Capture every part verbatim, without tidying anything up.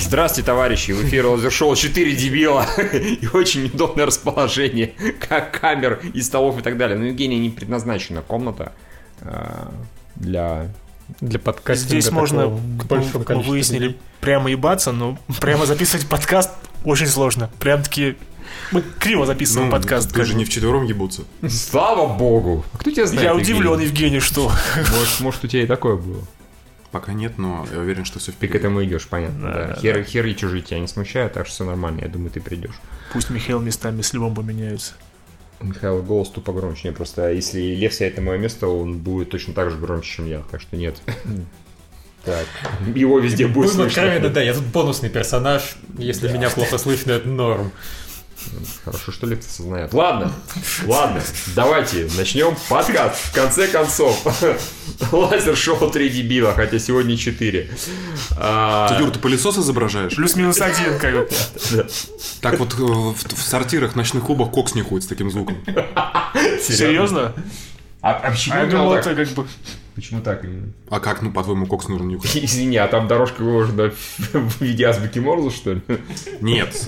Здравствуйте, товарищи, в эфире Лазершоу четыре дебила и очень неудобное расположение, как камер и столов и так далее. Но Евгения не предназначена комната э, для... Для подкастинга. Здесь можно, как мы выяснили, людей. Прямо ебаться, но прямо записывать подкаст очень сложно. Прям-таки мы криво записываем ну, подкаст. Ты же не вчетвером ебутся. Слава богу! А кто тебя знает, Я удивлен, Евгений, Евгений что? Может, может, у тебя и такое было? Пока нет, но я уверен, что все впереди. Ты к этому идешь, понятно. Да, да. Да. Хер, хер и чужие тебя не смущают, так что все нормально, я думаю, ты придешь. Пусть Михаил местами с Львом поменяется. Михаил голос тупо громче. Не, просто если Лев сядет на мое место, он будет точно так же громче, чем я. Так что нет. Так. Его везде будет слышно. Да, да, я тут бонусный персонаж. Если меня плохо слышно, это норм. Хорошо, что Лев осознает. Ладно, ладно, давайте начнем подкаст. В конце концов, Лазершоу три дебила, хотя сегодня четыре. Ты, Юр, ты пылесос изображаешь? Плюс-минус один, как бы. Так вот в, в сортирах, ночных клубах кокс не ходит с таким звуком. Серьезно? А, а почему а я думал, это как бы... Почему так именно? А как, ну, по-твоему, кокс нужен нюхать? Извини, а там дорожка выложена в виде азбуки Морзе, что ли? Нет.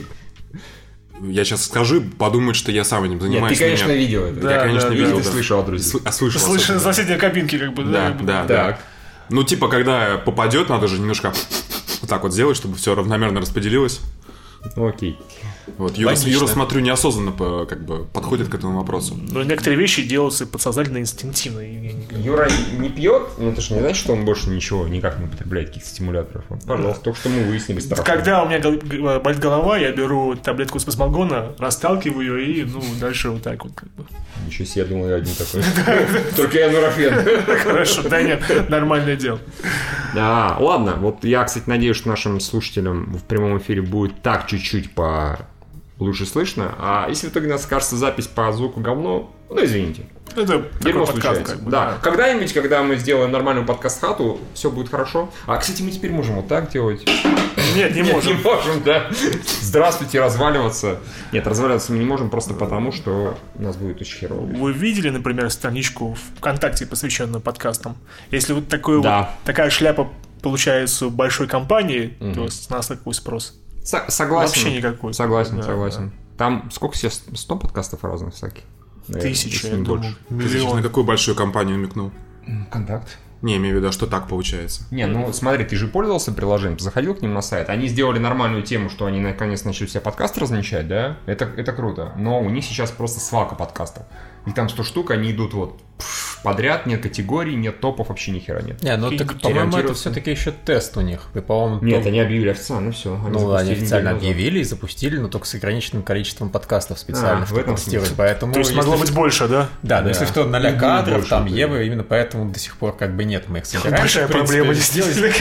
Я сейчас скажу, подумают, что я сам этим занимаюсь. Нет, ты, конечно, меня... видел это. Да, я, конечно, да, видел. Ты да. слышал, друзья. А слышал. Слышал на соседней кабинке, как бы, да? Да, да, да. Ну, типа, когда попадет, надо же немножко вот так вот сделать, чтобы все равномерно распределилось. Ну, окей. Вот, Юра, Юра, смотрю, неосознанно как бы подходит к этому вопросу. Но некоторые вещи делаются подсознательно, инстинктивно. Юра не пьет, но это же не значит, что он больше ничего никак не употребляет, каких-то стимуляторов. Пожалуйста, только что мы выяснили страх. Когда у меня болит голова, я беру таблетку спазмолгона, расталкиваю ее и, ну, дальше вот так вот. Как бы. Ничего себе, я думал, я один такой. Только я нурофен. Хорошо, да нет, нормальное дело. Да, ладно, вот я, кстати, надеюсь, что нашим слушателям в прямом эфире будет так чуть-чуть по... лучше слышно, а если в итоге у нас окажется запись по звуку говно, ну извините. Это такой подкаст, как бы. Да, когда-нибудь, когда мы сделаем нормальную подкаст-хату, все будет хорошо. А, кстати, мы теперь можем вот так делать. Нет, не Нет, можем. не можем, да. Здравствуйте, разваливаться. Нет, разваливаться мы не можем просто потому, что у нас будет очень херово. Вы видели, например, страничку ВКонтакте, посвященную подкастам? Если вот, такой да. вот такая шляпа получается у большой компании, угу. то с нас какой спрос? С- согласен. Вообще никакой. Согласен, да, согласен. Да. Там сколько сейчас? сто подкастов разных всяких? Тысячи, я думаю. Ты сейчас на какую большую компанию намекнул? Контакт. Не, имею в виду, что так получается. Не, ну смотри, ты же пользовался приложением, заходил к ним на сайт. Они сделали нормальную тему, что они наконец начали все подкасты размещать, да? Это, это круто. Но у них сейчас просто свалка подкастов. Их там сто штук, они идут вот подряд, нет категорий, нет топов, вообще ни хера нет. Не, ну так, по-моему, это все-таки еще тест у них. И, по-моему, нет, то... они объявили официально, все. Они ну, они официально объявили и запустили, но только с ограниченным количеством подкастов специально, а, чтобы тестировать. Поэтому, то есть могло быть больше, да? Да, но да. если что, ноля кадров, больше, там, да. евро, именно поэтому до сих пор как бы нет. Мы их собираем. Большая проблема действительно.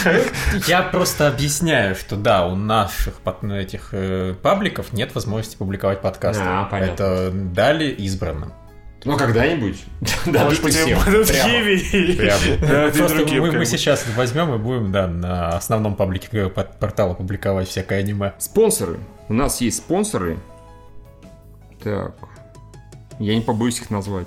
Я просто объясняю, что да, у наших этих э, пабликов нет возможности публиковать подкасты. А, это дали избранным. Ну, когда-нибудь. Да, может быть, будут Еве. Мы сейчас возьмем и будем, да, на основном паблике портала публиковать всякое аниме. Спонсоры. У нас есть спонсоры. Так. Я не побоюсь их назвать.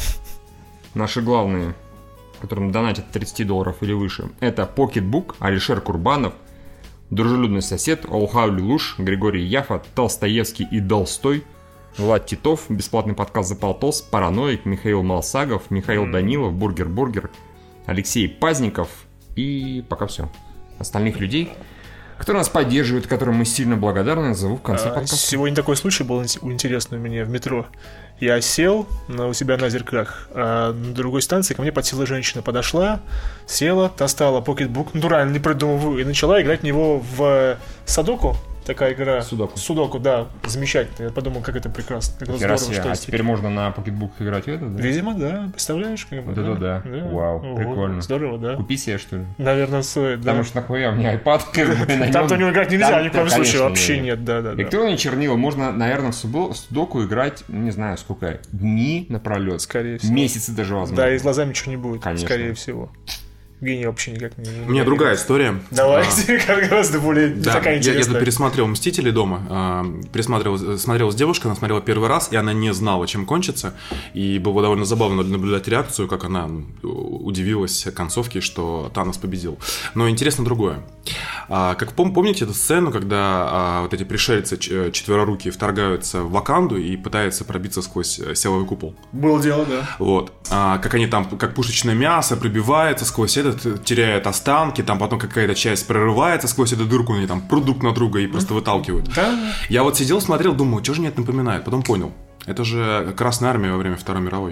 Наши главные, которым донатят тридцать долларов или выше, это Pocketbook, Алишер Курбанов, Дружелюбный сосед, Олхау Луш, Григорий Яфа, Толстоевский и Долстой, Влад Титов, бесплатный подкаст «Заполтос», Параноик, Михаил Малсагов, Михаил mm. Данилов, Бургер Бургер, Алексей Пазников и пока все. Остальных людей, которые нас поддерживают, которым мы сильно благодарны, назову в конце а, подкаста. Сегодня такой случай был интересный у меня в метро. Я сел на, у себя на зеркалах, а на другой станции ко мне подсела женщина, подошла, села, достала покетбук, натурально не придумываю, и начала играть в него в Судоку. Такая игра. Судоку. Судоку, да, замечательно. Я подумал, как это прекрасно. Как это здорово, что а теперь можно на покетбук играть в это, да? Видимо, да. Представляешь? Как бы, вот это да. да. Вау, Ого, прикольно. Здорово, да. Купи себе, что ли? Наверное, стоит, да. Потому что нахуя у меня iPad, как бы, на нем... Там-то у него играть нельзя, ни в коем случае. Вообще нет, да, да. Электронные чернила можно, наверное, в Судоку играть, не знаю, сколько, дни напролет. Скорее всего. Месяцы даже, возможно. Да, и с глазами ничего не будет, конечно. Скорее всего. Евгений вообще никак не... У меня другая история. Давайте, а, гораздо более да, такая интересная. Я, я пересмотрел «Мстители» дома, э, пересмотрел, смотрел с девушкой, она смотрела первый раз, и она не знала, чем кончится, и было довольно забавно наблюдать реакцию, как она ну, удивилась концовке, что Танос победил. Но интересно другое. А, как пом- помните эту сцену, когда а, вот эти пришельцы ч- четверорукие вторгаются в Ваканду и пытаются пробиться сквозь силовой купол? Было дело, да. Вот. А, как они там, как пушечное мясо, пробиваются сквозь этот, теряют останки, там потом какая-то часть прорывается сквозь эту дырку, они там прут друг на друга и просто выталкивают. Да. Я вот сидел, смотрел, думаю, что же мне это напоминает? Потом понял. Это же Красная Армия во время Второй мировой.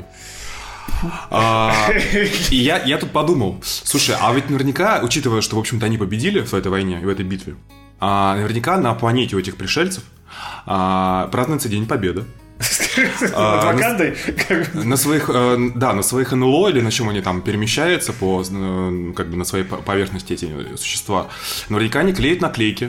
А, и я, я тут подумал, слушай, а ведь наверняка, учитывая, что, в общем-то, они победили в этой войне, в этой битве, а, наверняка на планете у этих пришельцев а, празднуется День Победы. Над Вакандой? На своих, да, на своих эн эл о или на чем они там перемещаются по, как бы на своей поверхности эти существа. Наверняка они клеят наклейки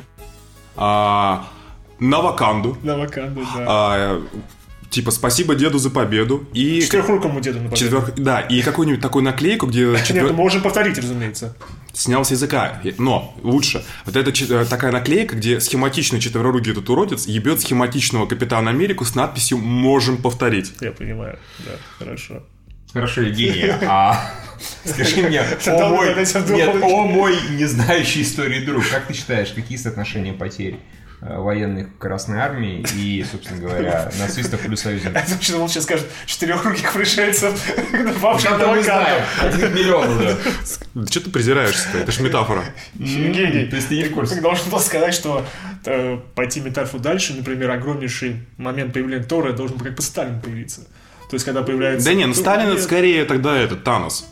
а, на Ваканду. На Ваканду, да. А, типа «Спасибо деду за победу». И четырехрукому деду на победу. Четверг... Да, и какую-нибудь такую наклейку, где... Четвер... Нет, мы можем повторить, разумеется. Снял с языка. Но лучше. Вот это ч... такая наклейка, где схематичный четверорукий этот уродец ебет схематичного Капитана Америку с надписью «Можем повторить». Я понимаю, да, хорошо. Хорошо, Евгений, а скажи мне, о мой, нет, о мой не знающий истории друг, как ты считаешь, какие соотношения потерь военных Красной Армии и, собственно говоря, нацистов плюс союзников? Я думаю, он сейчас скажет четырехруких пришельцев, напавших на не Ваканду. знаю, один миллион уже. Да что ты презираешься-то? Это ж метафора. Евгений, То есть ты не в курсе? ты должен был сказать, что э, пойти метафору дальше, например, огромнейший момент появления Тора должен был как бы Сталин появиться. То есть, когда появляется... Да не, ну Сталин это скорее тогда этот Танос.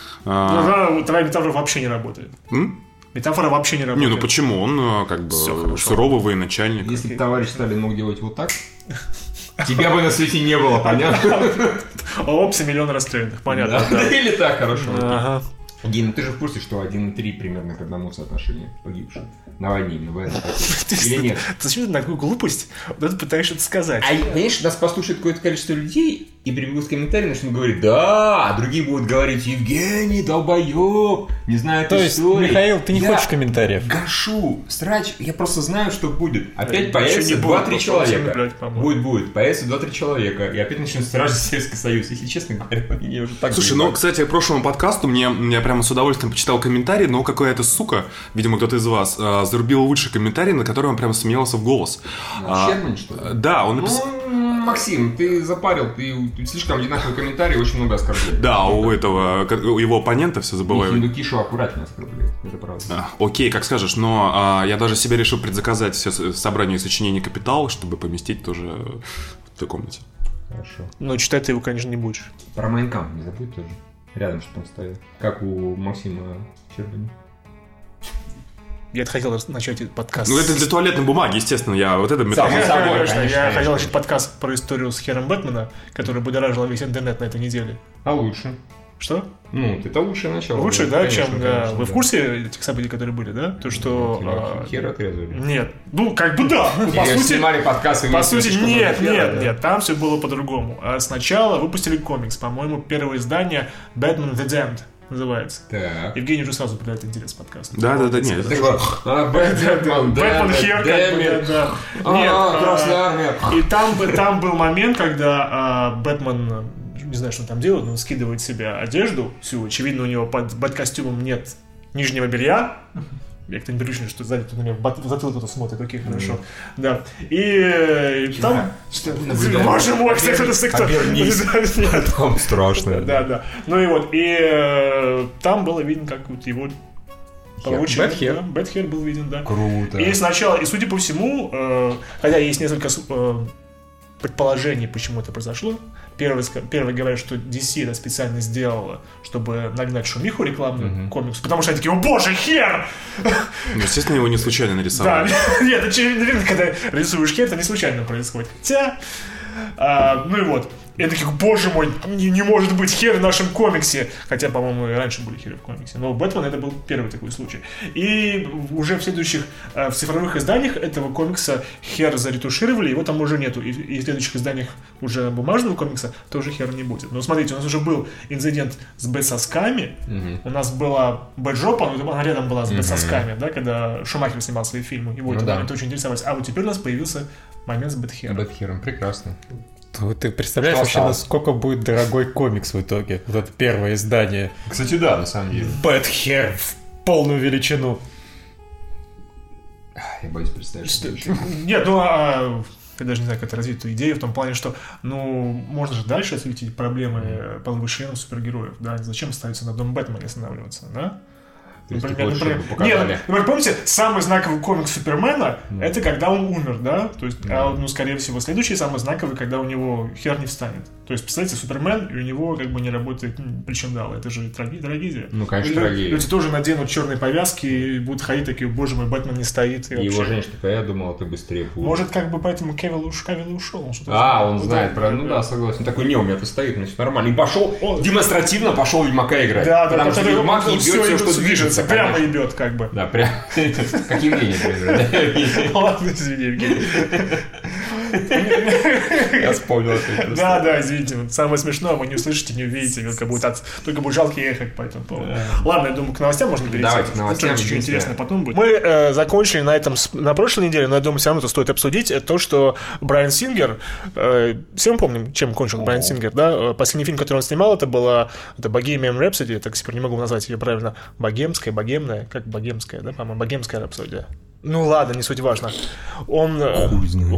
Ну, твоя метафора вообще не работает. М? Метафора вообще не работает. Не, ну почему? Он как бы суровый военачальник. Если бы товарищ Сталин мог делать вот так, тебя бы на свете не было, понятно? Опс, и миллион расстрелянных, понятно. Да, или так, хорошо. Ага. Евгений, ну ты же в курсе, что один и три примерно к одному соотношению погибших на войне, на военной потере. Или нет? Зачем ты на такую глупость вот это пытаешься это сказать? А, понимаешь, нас послушает какое-то количество людей и прибегут в комментарии, начнут говорить «Да», а другие будут говорить «Евгений, долбоёб, не знаю То этой есть, истории». Михаил, ты не Я хочешь комментариев? гашу, срач, я просто знаю, что будет. Опять Ничего появится не будет, два-три просто всем человека. наплевать, по-моему. Будет, будет. Появится два-три человека. И опять начнут стражить Советский Союз. Если честно говоря, мне уже так Слушай, ну, заебали. кстати, к прошлому подкасту мне, я прямо с удовольствием почитал комментарий, но какая-то сука, видимо, кто-то из вас, э, зарубил лучший комментарий, на который он прямо смеялся в голос. А, Щерман, что ли? Да, он написал... Ну, Максим, ты запарил, ты слишком одинаковые комментарии, очень много оскорблений. Да, у этого, у его оппонента, все забываю. Хиндукишу аккуратно оскорбляет, это правда. А, окей, как скажешь, но а, я даже себе решил предзаказать все с- собрание сочинений «Капитал», чтобы поместить тоже в той комнате. Хорошо. Но читать ты его, конечно, не будешь. Про Майнкамп не забудь тоже. Рядом, чтобы он стоял. Как у Максима Щербани. Я хотел начать этот подкаст. Ну, это для туалетной бумаги, естественно, я вот это метафора. Само собой, Конечно, конечно, я конечно. хотел начать подкаст про историю с Хером Бэтмена, который будоражил весь интернет на этой неделе. А лучше? Что? Ну, это лучшее начало. Лучше, было. да, Конечно, чем... да. конечно, Вы в да. курсе этих событий, которые были, да? То, что... Тебя а, хер отрезали. Нет. Ну, как бы да. Ну, по Тебе сути... снимали подкасты. По сути, слишком нет, много хера, нет, да. нет, там все было по-другому. А сначала выпустили комикс, по-моему, первое издание Batman The Damned называется. Так. Евгений уже сразу потеряет интерес к подкасту. Да-да-да, нет. Ты говоришь, а, Бэтмен, Бэтмен Хер, как бы, да, да. Нет, А, а, Красная Армия. и там, бы- там был момент, когда а, Бэтмен, не знаю, что он там делает, но он скидывает себе одежду всю. Очевидно, у него под бэт-костюмом нет нижнего белья. Я как-то непривычно, что сзади тут на меня в бат- в затылок кто-то смотрит, окей, хорошо. Да. И, э, там... Наблюдаю. Боже мой, кто это кто? Обернись. Нет. Там страшно. Да, да. Ну и вот, и э, там было видно, как вот его получено. Бэтхер. Да, Бэтхер был виден, да. Круто. И сначала, и судя по всему, э, хотя есть несколько су- э, предположений, почему это произошло. Первый, ска- первый говорят, что ди си это специально сделала, чтобы нагнать шумиху рекламную Мгм. комиксу, потому что они такие: о боже, хер! Ну, естественно, его не случайно Да, нарисовали. нет, очевидно, видно, когда рисуешь хер, это не случайно происходит. Хотя, а, ну и вот. Я таких: боже мой, не, не может быть хер в нашем комиксе. Хотя, по-моему, и раньше были херы в комиксе. Но Бэтмен это был первый такой случай. И уже в следующих, э, в цифровых изданиях этого комикса хер заретушировали, его там уже нету. И, и в следующих изданиях уже бумажного комикса тоже хер не будет. Но смотрите, у нас уже был инцидент с бэт-сосками. Мгм. У нас была бэт-жопа, но она рядом была с бэт-сосками, да, когда Шумахер снимал свои фильмы. Его Ну это да. момент очень интересовались. А вот теперь у нас появился момент с бэт-хером. Бэтхером, прекрасно. Вот ты представляешь Что вообще, осталось? насколько будет дорогой комикс в итоге? Вот это первое издание. Кстати, да, на самом деле. Бэтхер в полную величину. Я боюсь представить, что... Нет, ну а... Я даже не знаю, как это развить эту идею в том плане, что, ну, можно же дальше осветить проблемы полновышленных супергероев, да? Зачем ставиться на дом Бэтмена и останавливаться, да? Например, например, нет, например, помните, самый знаковый комикс Супермена mm. это когда он умер, да? То есть, mm. а, ну, скорее всего, следующий самый знаковый, когда у него хер не встанет. То есть, представьте, Супермен, и у него как бы не работает причиндал. Это же трагедия. Ну, конечно, люди, трагедия. Люди тоже наденут черные повязки и будут ходить такие, боже мой, Бэтмен не стоит. И, и его женщина такая, я думал, ты быстрее будешь. Может, как бы поэтому Кевилл уж, Кевилл ушел. Он а, он знает про... Ну да, согласен. Он такой, не, у меня это стоит, значит, нормально. И пошел, он... демонстративно пошел Ведьмака играть. Да, да, потому что Ведьмак ебет все, что движется. Прямо ебет, как бы. Да, прям. Как Евгений, например. Ладно, извини, Евгений. Я вспомнил это. Да, да, извините. Самое смешное, вы не услышите, не увидите. Только будет, от... только будет жалкий эхо по этому поводу. Да. Ладно, я думаю, к новостям можно перейти. Давайте к новостям. Что интересное потом будет. Мы э, закончили на этом на прошлой неделе, но я думаю, все равно это стоит обсудить. Это то, что Брайан Сингер... Э, все мы помним, чем кончил О-о. Брайан Сингер, да? Последний фильм, который он снимал, это была это Bohemian Rhapsody. Я так теперь не могу назвать ее правильно. Богемская, богемная. Как богемская, да, по-моему? Богемская рапсодия. Ну ладно, не суть важно. Он... Хуй знает.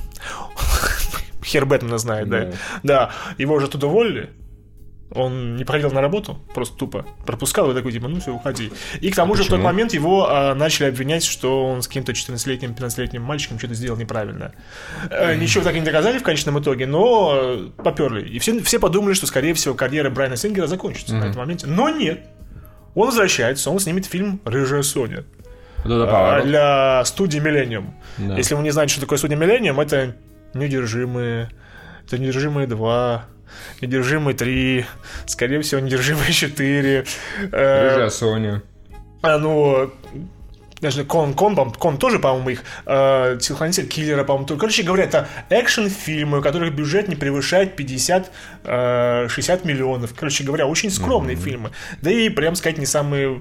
Хер Бэтмена знает, да. Да, его уже туда уволили. Он не проходил на работу, просто тупо пропускал и такой, типа, ну все, уходи. И к тому а же почему? В тот момент его а, начали обвинять, что он с каким-то четырнадцатилетним, пятнадцатилетним мальчиком что-то сделал неправильно. Mm. Ничего так и не доказали в конечном итоге, но поперли. И все, все подумали, что, скорее всего, карьера Брайана Сингера закончится mm-hmm. на этом моменте. Но нет. Он возвращается, он снимет фильм «Рыжая Соня». А, для студии Millennium. Да. Если вы не знаете, что такое студия Millennium, это «Неудержимые», это «Неудержимые два», «Неудержимые три», скорее всего, «Неудержимые четыре». «Рыжая Соня». А, ну... Даже Кон, Кон, Кон тоже, по-моему, их э, телохранитель киллера, по-моему, тоже. Короче говоря, это экшн-фильмы, у которых бюджет не превышает пятьдесят-шестьдесят миллионов. Короче говоря, очень скромные mm-hmm. фильмы. Да и, прям сказать, не самые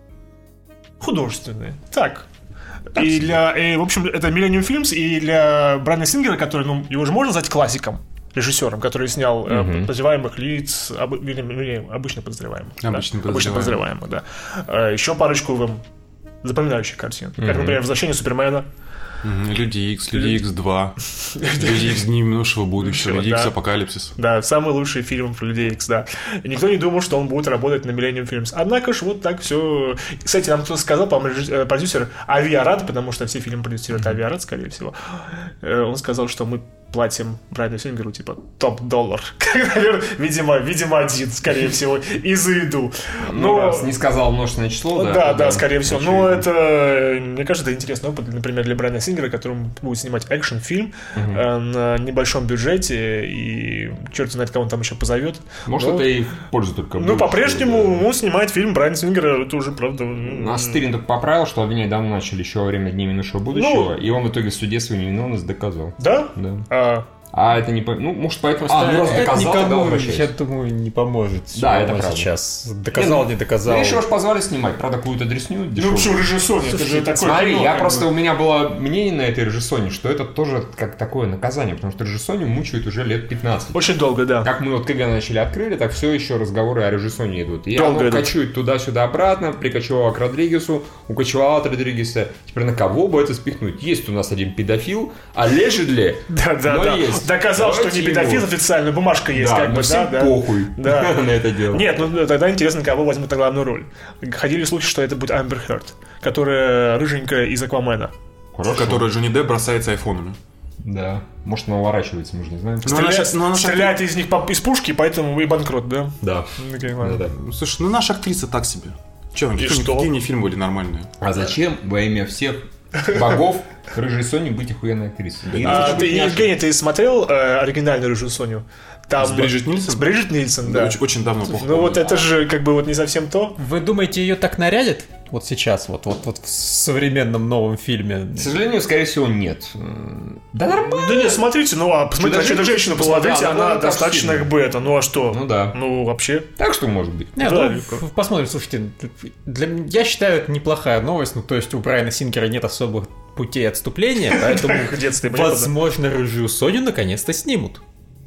художественные. Так. так и для, и, в общем, это Millennium Films, и для Брайана Сингера, который, ну, его же можно назвать классиком, режиссером, который снял mm-hmm. э, подозреваемых лиц, об, или, или, обычно подозреваемых. Обычно да? подозреваемых. Обычно подозреваемых, да. Э, еще парочку вам запоминающих картин. Mm-hmm. Как, например, «Возвращение Супермена». Mm-hmm. Люди Икс, Люди Икс два, Люди Икс Дни минувшего будущего, Люди Икс Апокалипсис. Да, самый лучший фильм про Людей Икс, да. И никто не думал, что он будет работать на Millennium Films. Однако ж вот так все. Кстати, нам кто-то сказал, по-моему, продюсер Авиарад, потому что все фильмы продюсирует Авиарад, скорее всего. Он сказал, что мы платим Брайану Сингеру типа топ-доллар. Видимо, видимо, один, скорее всего, и за еду. Ну, раз не сказал множественное число, да? Да, да, скорее всего. Но это, мне кажется, это интересный опыт, например, для Брайана Сингера, которым будет снимать экшн-фильм на небольшом бюджете, и черт знает, кого он там еще позовет. Может, это и в пользу только будет. Ну, по-прежнему он снимает фильм Брайана Сингера, это уже, правда... Нас Стырин только поправил, что обвинять давно начали еще во время Дней минувшего будущего, и он в итоге в суде свою невиновность доказал. Да? Да. А, а это не... Ну, может, поэтому... А, ну, раз доказал, никому, я думаю, не поможет. Да, это правда. Сейчас доказал, не, не доказал. Ну, еще раз позвали снимать, правда, какую-то дресню дешевую. Ну, почему «Рыжая Соня»? Это же такое Смотри, кино, я просто... бы. У меня было мнение на этой «Рыжей Соне», что это тоже как такое наказание, потому что «Рыжую Соню» мучают уже лет пятнадцать. Очень долго, да. Как мы вот когда начали открыли, так все еще разговоры о «Рыжей Соне» идут. И долго оно идут. кочует туда-сюда обратно, прикочевало к Родригесу, укочевало от Родригеса. Теперь на кого бы это спихнуть? Есть у нас один педофил, а лежит ли? Да, да, да. Есть. Доказал, что не педофил, официально бумажка есть, да, как бы, всем да, похуй да. на это дело. Нет, ну тогда интересно, кого возьмут на главную роль. Ходили слухи, что это будет Амбер Хёрд, которая рыженькая из Аквамена. Хорошо. Которая Джонни Депп бросается айфонами. Да. Может, она уворачивается, мы же не знаем. Стреляет, но она стреляет из них из пушки, поэтому и банкрот, да? Да. Ну, да, да. Слушай, ну наша актриса так себе. Че, какие мне фильмы были нормальные? А зачем во имя всех богов Рыжей Сони быть охуенной актрисой? А, ты, Евгений, ты смотрел э, оригинальную Рыжую Соню? Там, с Бриджит Нильсон? С Бриджит Нильсон, да. Очень, очень давно плохо. Ну вот это же как бы вот не совсем то. Вы думаете, ее так нарядят? Вот сейчас, вот, вот, вот в современном новом фильме. К сожалению, скорее всего, нет. Да нормально. Да нет, смотрите, ну а посмотрите, на Чудо-женщину посмотрите, да, она достаточно как бы это, ну а что? Ну да. Ну вообще. Так что может быть. Нет, да, ну, посмотрим, слушайте, для, я считаю, это неплохая новость, ну то есть у Брайана Сингера нет особых путей отступления, поэтому, возможно, Рыжую Соню наконец-то снимут.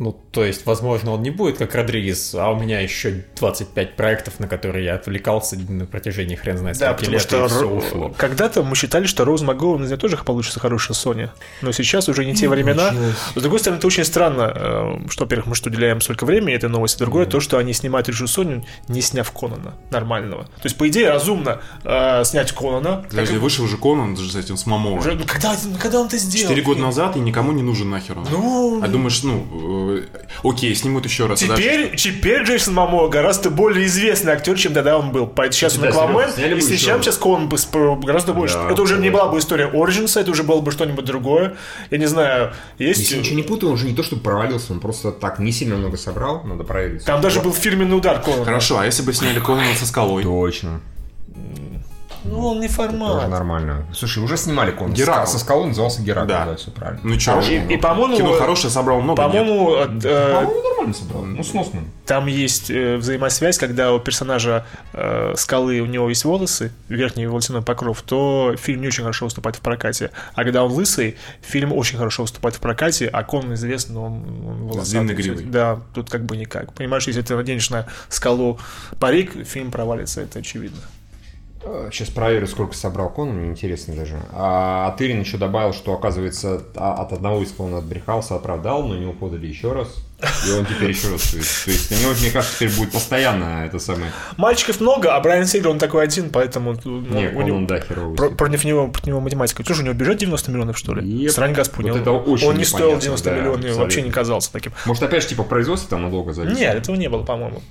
Ну, то есть, возможно, он не будет как Родригес, а у меня еще двадцать пять проектов, на которые я отвлекался на протяжении хрен знает Да, скольки потому лет, что и все Ро- ушло. когда-то мы считали, что Роуз МакГоуан из нее тоже получится хорошая Соня. Но сейчас уже не те времена. С другой стороны, это очень странно, э, что, во-первых, мы что уделяем столько времени этой новости. Другое, то, что они снимают рыжую Соню, не сняв Конана нормального. То есть, по идее, разумно э, снять Конана. Подожди, вышел уже Конан с этим, с Момоа. Уже- ну, когда, ну, когда он это сделал? Четыре года назад, и никому не нужен нахер он. Ну, А думаешь, ну, э, окей, снимут еще раз. а Теперь, дальше теперь Джейсон Момоа гораздо более известный актер, чем тогда он был. Поэтому сейчас он Да, Аквамен, сняли бы и еще сейчас раз. сейчас Конан бы сп- гораздо больше. Да, это уже не конечно. была бы история Ориджинса, это уже было бы что-нибудь другое. Я не знаю, есть... Если ничего не путаю, он же не то, что провалился, он просто так не сильно много собрал, надо проверить. Там даже был фирменный удар Конана. Хорошо, а если бы сняли Конана со скалой? Точно. Ну, он не Тоже формат. нормально. Слушай, уже снимали конкурс. Геракл. Со скалой назывался Геракл, Да. да, все правильно. Ну что, И, и, по-моему, кино хорошее, собрал много, нет? по-моему, от, э, По-моему, нормально собрал. Ну, сносно. там есть э, взаимосвязь, когда у персонажа э, скалы у него есть волосы, верхний волосяной покров, то фильм не очень хорошо выступает в прокате. А когда он лысый, фильм очень хорошо выступает в прокате, а Конан известно, он, он волосатый. длинной гривой. Да, тут как бы никак. Понимаешь, если ты наденешь на скалу парик, фильм провалится, это очевидно. Сейчас проверю, сколько собрал Конан, мне интересно даже. А, а Тырин еще добавил, что, оказывается, а- от одного из клонов отбрехался, оправдал, но него подали еще раз. И он теперь еще раз сует. То есть на него, мне кажется, теперь будет постоянно это самое... Мальчиков много, а Брайан Сигер, он такой один, поэтому ну, Не, у него- Конан, да, херовый. про- против него, против него математика. Что же у него бюджет девяносто миллионов, что ли? Еп. Срань Господня. Вот он, это очень он не стоил непонятно, девяносто да, миллионов, абсолютно. вообще не казался таким. Может, опять же, типа, производство там надолго зависит? Нет, этого не было, по-моему.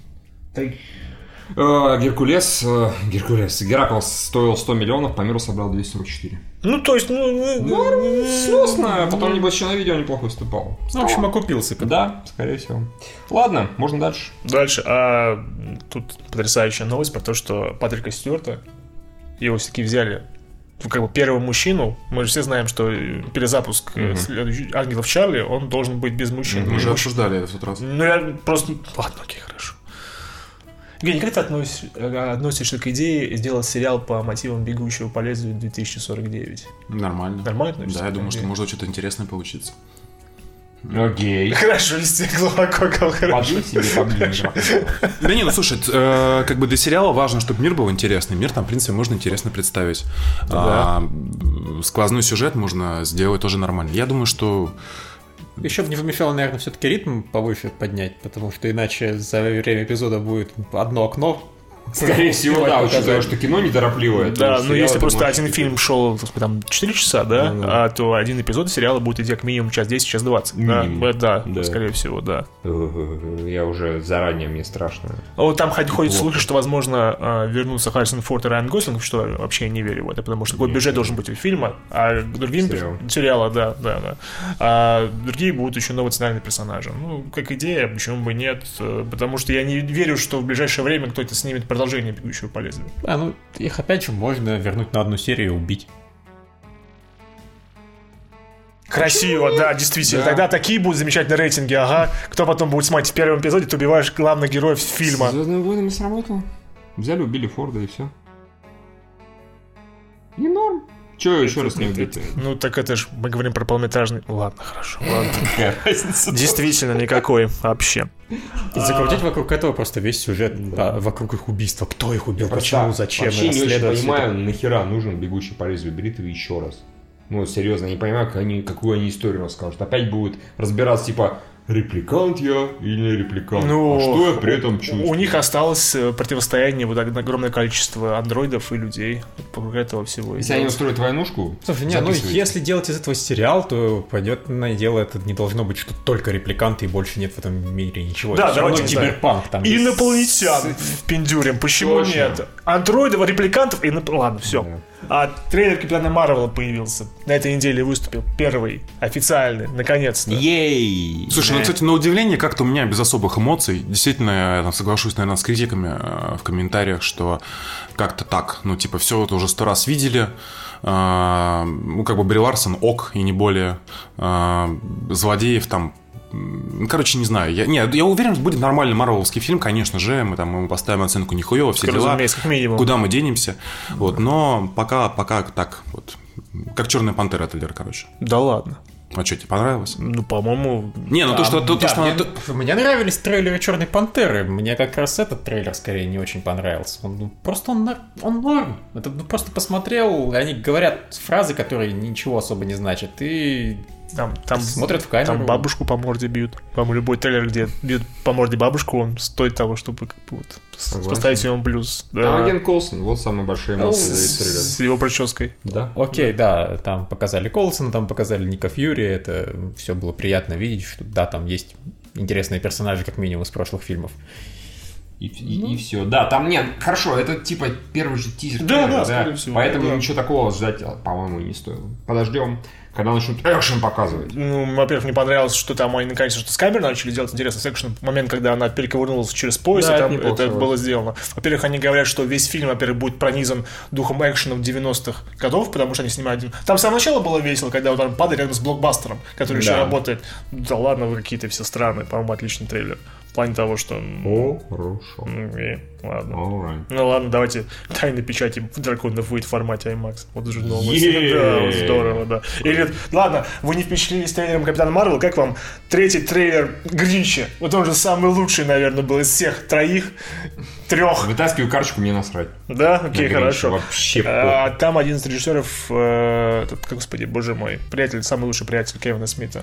Э, Геркулес, э, Геркулес, Геракл стоил сто миллионов, по миру собрал двести сорок четыре. Ну, то есть, ну... Ну, сносно, потом, небось, еще на видео неплохо выступал. Ну, в общем, окупился. Да, скорее всего. Ладно, можно дальше. Дальше. А тут потрясающая новость про то, что Патрика Стюарта, его все-таки взяли, ну, как бы первого мужчину. Мы же все знаем, что перезапуск э, следующий «Ангелов Чарли», он должен быть без мужчин. Мы И же муж- обсуждали это в тот раз. Ну, я просто... Ладно, окей, хорошо. Евгений, как ты относишь, э, относишься к идее сделать сериал по мотивам «Бегущего по лезвию» две тысячи сорок девять? Нормально. Нормально относишься Да, я к думаю, что идее? может что-то интересное получиться. Окей. Хорошо, если глубоко, как хорошо. Подлинь себе, поблин. Да не, ну слушай, т- э, как бы для сериала важно, чтобы мир был интересный. Мир там, в принципе, можно интересно представить. А, м, сквозной сюжет можно сделать тоже нормально. Я думаю, что... Еще бы не помешало, наверное, все-таки ритм повыше поднять, потому что иначе за время эпизода будет одно окно. Скорее всего, да, учитывая, что кино неторопливое. Да, то ну сериалы если ты просто можешь один типа- фильм шел там четыре часа, да, а то один эпизод сериала будет идти как минимум час десять, час двадцать. Да, Минимум. э, да, Да. скорее всего, да. Я уже заранее, мне страшно. А вот там ходит, ходит слухи, что, возможно, а, вернутся Харрисон Форд и Райан Гослинг, что я вообще не верю в это, потому что такой бюджет должен быть у фильма, а к другим Сериал. сериала, да, да, да. А другие будут еще новые национальные персонажи. Ну, как идея, почему бы нет, э, потому что я не верю, что в ближайшее время кто-то снимет продолжение «Бегущего по лезвию». А, ну, их опять же можно вернуть на одну серию и убить. Красиво, да, действительно. Тогда такие будут замечательные рейтинги, ага. Кто потом будет смотреть в первом эпизоде, ты убиваешь главных героев фильма. Звездными войнами сработало. Взяли, убили Форда и все. И норм. Че еще раз не убить? Ну, так это ж, мы говорим про полнометражный... Ладно, хорошо, ладно. Какая разница? Действительно, никакой вообще. И закрутить вокруг этого просто весь сюжет, а, вокруг их убийства. Кто их убил, почему, Просто зачем, Вообще не очень расследовать всё понимаю, это. нахера нужен «Бегущий по лезвию бритвы» еще раз. Ну, серьезно, я не понимаю, как они, какую они историю расскажут. Опять будут разбираться, типа, репликант я или не репликант. Ну, а что я при этом чувствую? У них осталось э, противостояние вот так- огромное количество андроидов и людей. Вокруг этого всего. и Если они делать. устроят войнушку, Слушай, не, ну записывайте. если делать из этого сериал, то понятное дело, это не должно быть, что только репликанты и больше нет в этом мире ничего. Да, Это всё равно давайте, не знаю, киберпанк там есть. Инопланетян в пиндюрем. Почему Точно. нет? Андроидов, репликантов и... Ладно, все. Да. А трейлер Капитана Марвела появился. На этой неделе выступил. Первый, официальный, наконец-то. Ей! Слушай, ну, кстати, на удивление, как-то у меня без особых эмоций. Действительно, я там соглашусь, наверное, с критиками э, в комментариях, что как-то так. Ну, типа, все это уже сто раз видели. Э, ну, как бы Бри Ларсон ок, и не более. Э, злодеев там... Ну, короче, не знаю. Я, нет, я уверен, что будет нормальный марвеловский фильм, конечно же. Мы там ему поставим оценку нихуево, все дела. Разумеется, как минимум. Куда мы денемся. Вот, но пока, пока так вот. Как «Черная пантера» трейлер, короче. Да ладно. А что, тебе понравилось? Ну, по-моему... Не, ну то, что... То, да, что мне, она... мне нравились трейлеры «Черной пантеры». Мне как раз этот трейлер скорее не очень понравился. Он, ну, просто он, он норм. Это ну, просто посмотрел, они говорят фразы, которые ничего особо не значат. И там, там, смотрят в камеру. Там бабушку по морде бьют. По-моему, любой трейлер, где бьют по морде бабушку, он стоит того, чтобы как бы, вот, поставить ему плюс. Да. Там агент Колсон, вот самые большие эмоции из трейлера. С его прической. Да. Окей, да. да, там показали Колсона, там показали Ника Фьюри. Это все было приятно видеть, что да, там есть интересные персонажи, как минимум, из прошлых фильмов. И, и, ну. и все. Да, там нет, хорошо, это типа первый же тизер. Да, трейлер, да, да, скорее всего. Поэтому да. ничего такого ждать, по-моему, не стоило. Подождем, когда начнут экшен показывать. Ну, во-первых, мне понравилось, что там они наконец что-то с камерой начали делать интересно с экшеном. Момент, когда она перековырнулась через пояс, да, там, это, это было сделано. Во-первых, они говорят, что весь фильм, во-первых, будет пронизан духом экшена девяностых годов, потому что они снимают... Там с самого начала было весело, когда вот он падает рядом с блокбастером, который да. еще работает. Да ладно, вы какие-то все странные, по-моему, отличный трейлер. В плане того, что... О, хорошо. И, ладно. Right. Ну ладно, давайте «Тайны печати драконов» выйдет в формате IMAX. Вот уже новость. Yeah. Да, вот здорово, да. Или, ладно, вы не впечатлились трейлером Капитана Марвел, как вам третий трейлер Гринча? Вот он же самый лучший, наверное, был из всех троих, трех. Вытаскиваю карточку, мне насрать. Да? Окей, на хорошо. Вообще а, там один из режиссеров, э, этот, господи, боже мой, приятель, самый лучший приятель Кевина Смита.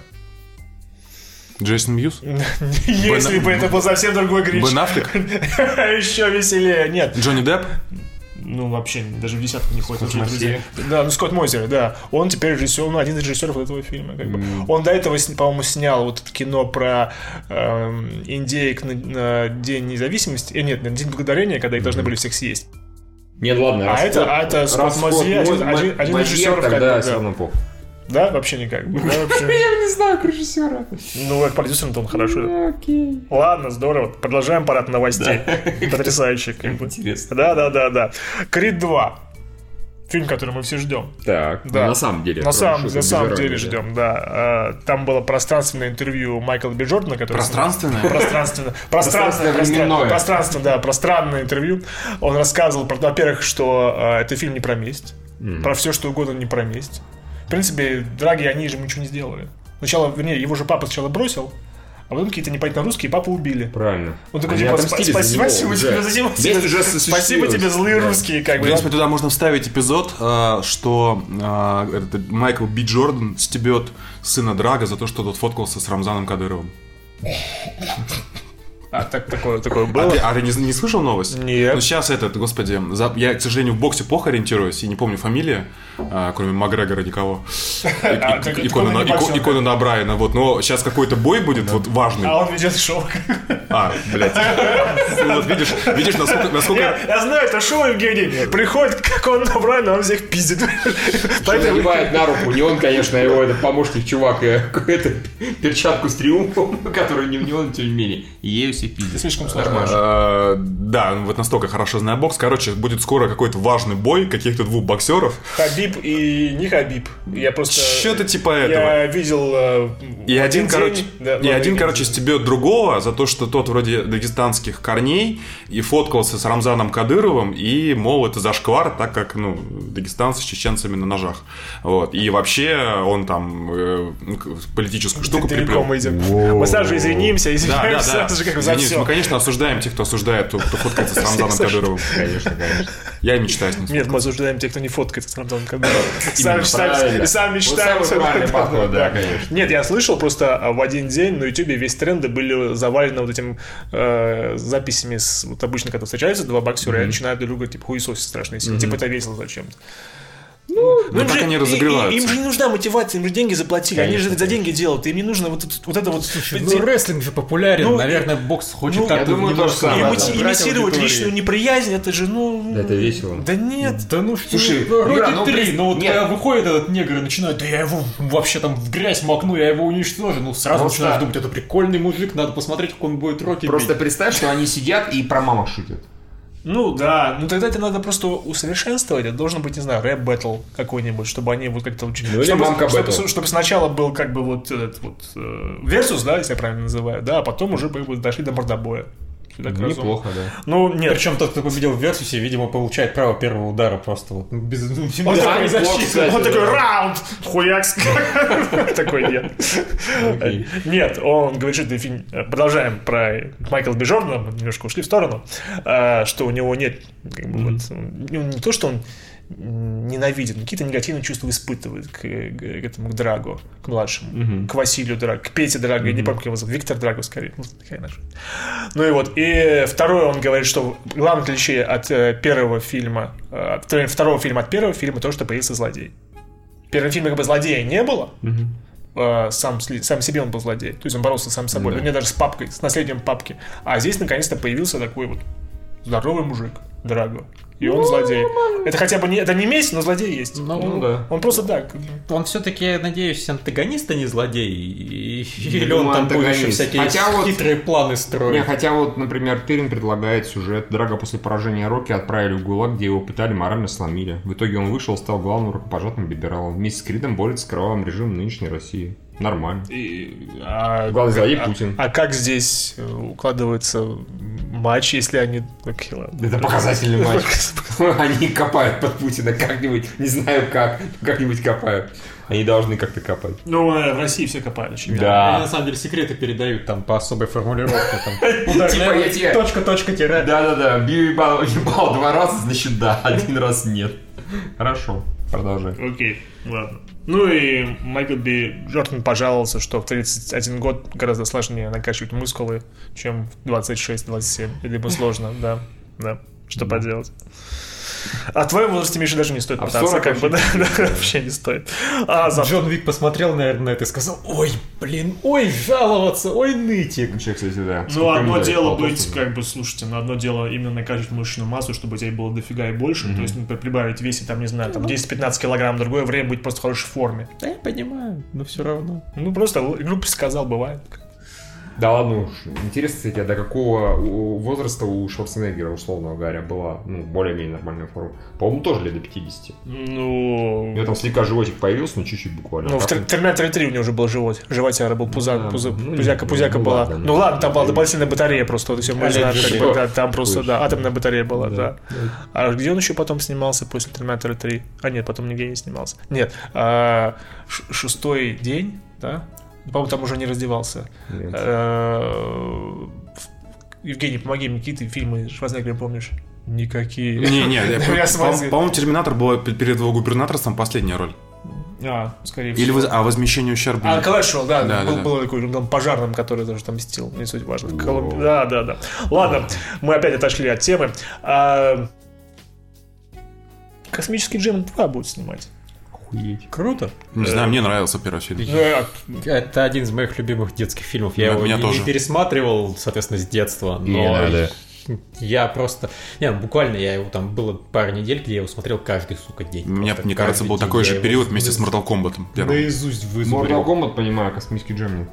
Джейсон Мьюз? Если бы это был совсем другой Гринч. Бен Аффлек? Еще веселее. Нет. Джонни Депп? Ну, вообще, даже в десятку не ходит. Да, ну, Скотт Мозер, да. Он теперь режиссер, он один из режиссеров этого фильма. Как бы. mm. Он до этого, по-моему, снял вот это кино про э, индеек на, на День независимости. Э, нет, на День Благодарения, когда их mm-hmm. должны были всех съесть. Нет, ладно. А это, а это Скотт Мозер, один, один, один из режиссеров. Тогда да, все равно похуй. Да, вообще никак. Да, вообще. Я не знаю, как режиссера. Ну, как продюсер-то он хорошо. Окей. Ладно, здорово. Продолжаем парад новостей. Потрясающих. Интересно. Да, да, да, да. Крид два. Фильм, который мы все ждем. Так, да. ну, на самом деле. На самом, на самом деле ждем, да. Там было пространственное интервью Майкла Би Джордана. Пространственное? Пространственное. Пространственное. Пространственное, да, пространное интервью. Он рассказывал, во-первых, что это фильм не про месть. Про все, что угодно, не про месть. В принципе, Драги, они же ничего не сделали. Сначала, вернее, его же папа сначала бросил, а потом какие-то непонятно русские папу убили. Правильно. Он такой, типа, спасибо тебе за него. Спасибо тебе, злые русские, как бы. В принципе, туда можно вставить эпизод, что Майкл Би Джордан стебет сына Драга за то, что тот фоткался с Рамзаном Кадыровым. А так, такое, такое было? А ты, а ты не, не слышал новость? Нет. Ну сейчас этот, господи, за, я, к сожалению, в боксе плохо ориентируюсь и не помню фамилии, а, кроме Макгрегора никого. И Конана Брайана, вот. Но сейчас какой-то бой будет, вот важный. А он ведет шоу. А, блядь. Вот видишь, видишь, насколько... Я знаю, это шоу, Евгений. Приходит Конан Брайан, он всех пиздит. Набивает на руку. Не он, конечно, его это помощник чувак, какую-то перчатку с триумфом, которую не в него, но тем не менее. И ею все пиздят. Слишком сложно. Да, вот настолько хорошо знаю бокс. Короче, будет скоро какой-то важный бой каких-то двух боксеров. Хабиб и не Хабиб. Я просто... Что-то типа этого. Я видел... И один, короче, и один, короче, стебет другого за то, что тот вроде дагестанских корней и фоткался с Рамзаном Кадыровым, и, мол, это зашквар, так как, ну, дагестанцы с чеченцами на ножах. Вот. И вообще он там э, политическую штуку приплел. Мы идем. Мы сразу же извинимся, извинимся. Да, да, да. За все. Мы, конечно, осуждаем тех, кто осуждает, кто фоткается с Рамзаном Кадыровым. Конечно, конечно. Я и мечтаю с ним. Нет, мы осуждаем тех, кто не фоткается с Рамзаном Кадыровым. Сам мечтаем. Да, конечно. Нет, я слышал, просто в один день на Ютубе весь тренды были завалены вот этим э, записями с, вот обычно, когда встречаются два боксера, mm-hmm. и начинают друг друга, типа, хуесосить страшно сильно. Mm-hmm. Типа, это весело зачем-то. Ну, ну так же, они разогреваются. Им, им же не нужна мотивация, им же деньги заплатили, конечно, они же это за деньги делают, им не нужно вот, вот это вот... Слушай, ну, рестлинг же популярен, ну, наверное, бокс хочет ну, как-то имитировать личную неприязнь, это же, ну... Да это весело. Да нет. Да ну что, слушай, вроде ну, три, ну вот когда выходит этот негр и начинает, да я его вообще там в грязь макну, я его уничтожу, ну сразу просто... начинаешь думать, это прикольный мужик, надо посмотреть, как он будет роки Просто бить. Представь, что они сидят и про мамок шутят. Ну да, ну тогда это надо просто усовершенствовать. Это должен быть, не знаю, рэп-бэтл какой-нибудь, чтобы они вот как-то учили. Ну, чтобы, чтобы, чтобы, чтобы сначала был как бы вот этот вот Versus, да, если я правильно называю, да, а потом уже бы дошли до мордобоя. Неплохо, да. Ну, нет. Причем тот, кто победил в Версусе, видимо, получает право первого удара просто вот без Он такой защиты. Он такой раунд! Хуякс! Такой нет. Нет, он говорит, что фильм... Продолжаем про Майкла Би Джордана, немножко ушли в сторону, что у него нет... Не то, что он ненавидит, какие-то негативные чувства испытывает к, к этому, к Драго, к младшему, mm-hmm. к Василию Драго, к Пете Драго, mm-hmm. я не помню, как его зовут, Виктор Драго, скорее. Ну и вот, и второе, он говорит, что главное отличие от первого фильма, от второго фильма от первого фильма, то, что появился злодей. В первом фильме как бы злодея не было, mm-hmm. сам, сам себе он был злодей, то есть он боролся сам с собой, mm-hmm. даже с папкой, с наследием папки, а здесь наконец-то появился такой вот здоровый мужик, Драго. И он злодей. Это хотя бы не, это не месть, но злодей есть. Ну, ну да. Он просто так. Он все-таки, я надеюсь, антагонист, а не злодей. Или он там будет еще всякие хотя хитрые вот, планы строить. Не, хотя вот, например, Тырин предлагает сюжет. Драго после поражения Рокки отправили в ГУЛАГ, где его пытали, морально сломили. В итоге он вышел, стал главным рукопожатным либералом. Вместе с Кридом борется с кровавым режимом нынешней России. Нормально. И, а, главный злодей а, Путин. А, а как здесь укладывается матч, если они... Окей, ладно. Это показательный матч. Они копают под Путина как-нибудь, не знаю как, как-нибудь копают. Они должны как-то копать. Ну, в России все копали. Да. Они, на самом деле, секреты передают там по особой формулировке. Типа я тебе... Точка, точка, тире. Да-да-да, бью ебал два раза, значит да, один раз нет. Хорошо, продолжай. Окей, ладно. Ну и Майкл Би Джордан пожаловался, что в тридцать один год гораздо сложнее накачивать мускулы, чем в двадцать шесть двадцать семь. Либо сложно, да, да. Что поделать? А в твоем возрасте, Миша, даже не стоит а пытаться, как бы, да, да, вообще не стоит. А, за... Джон Вик посмотрел, наверное, на это и сказал: ой, блин, ой, жаловаться, ой, нытик. Ну, кстати, да. Ну, Сколько одно дело быть, как бы, слушайте, ну, одно дело именно накачивать мышечную массу, чтобы у тебя было дофига и больше, mm-hmm. то есть, например, прибавить в весе, там, не знаю, там, десять-пятнадцать килограмм, другое время быть просто в хорошей форме. Да, я понимаю, но все равно. Ну, просто глупость сказал, бывает. Да ладно уж. Интересно, кстати, а до какого возраста у Шварценеггера, условно говоря, была, ну, более-менее нормальная форма? По-моему, тоже лет до пятидесяти. Ну... У него там слегка животик появился, но чуть-чуть буквально. Ну, в Терминаторе три у него уже был живот. Животяра был, пуза, да, пуза, ну, пузяка-пузяка ну, была. Ладно, ну, ладно, там была дополнительная батарея просто. Вот, все, мы знаем, как бы, да, там просто, да, атомная батарея была, да. да. А где он еще потом снимался после Терминатора три? А нет, потом нигде не снимался. Нет, а, шестой день, да? По-моему, там уже не раздевался. Евгений, помоги мне, какие ты фильмы Шварценеггера помнишь? Никакие. Не-не, по-моему, Терминатор был перед его губернаторством последняя роль. А, скорее всего. Или воз... а возмещение ущерба. А, Калашвил, да, да, был, да, был такой там, пожарным, который тоже там мстил, не суть важно. Колумб... Да, да, да. Ладно, мы опять отошли от темы. А... Космический Джем два будет снимать. Охуеть. Круто. Не знаю, мне нравился первый фильм. Это один из моих любимых детских фильмов. Я его не, не пересматривал, соответственно, с детства. Но я просто... Не, буквально я его там... Было пару недель, где я его смотрел каждый, сука, день. Мне, мне кажется, был такой же период вместе с Mortal Kombat. Наизусть вызубрил. Mortal Kombat, понимаю, космический Джем.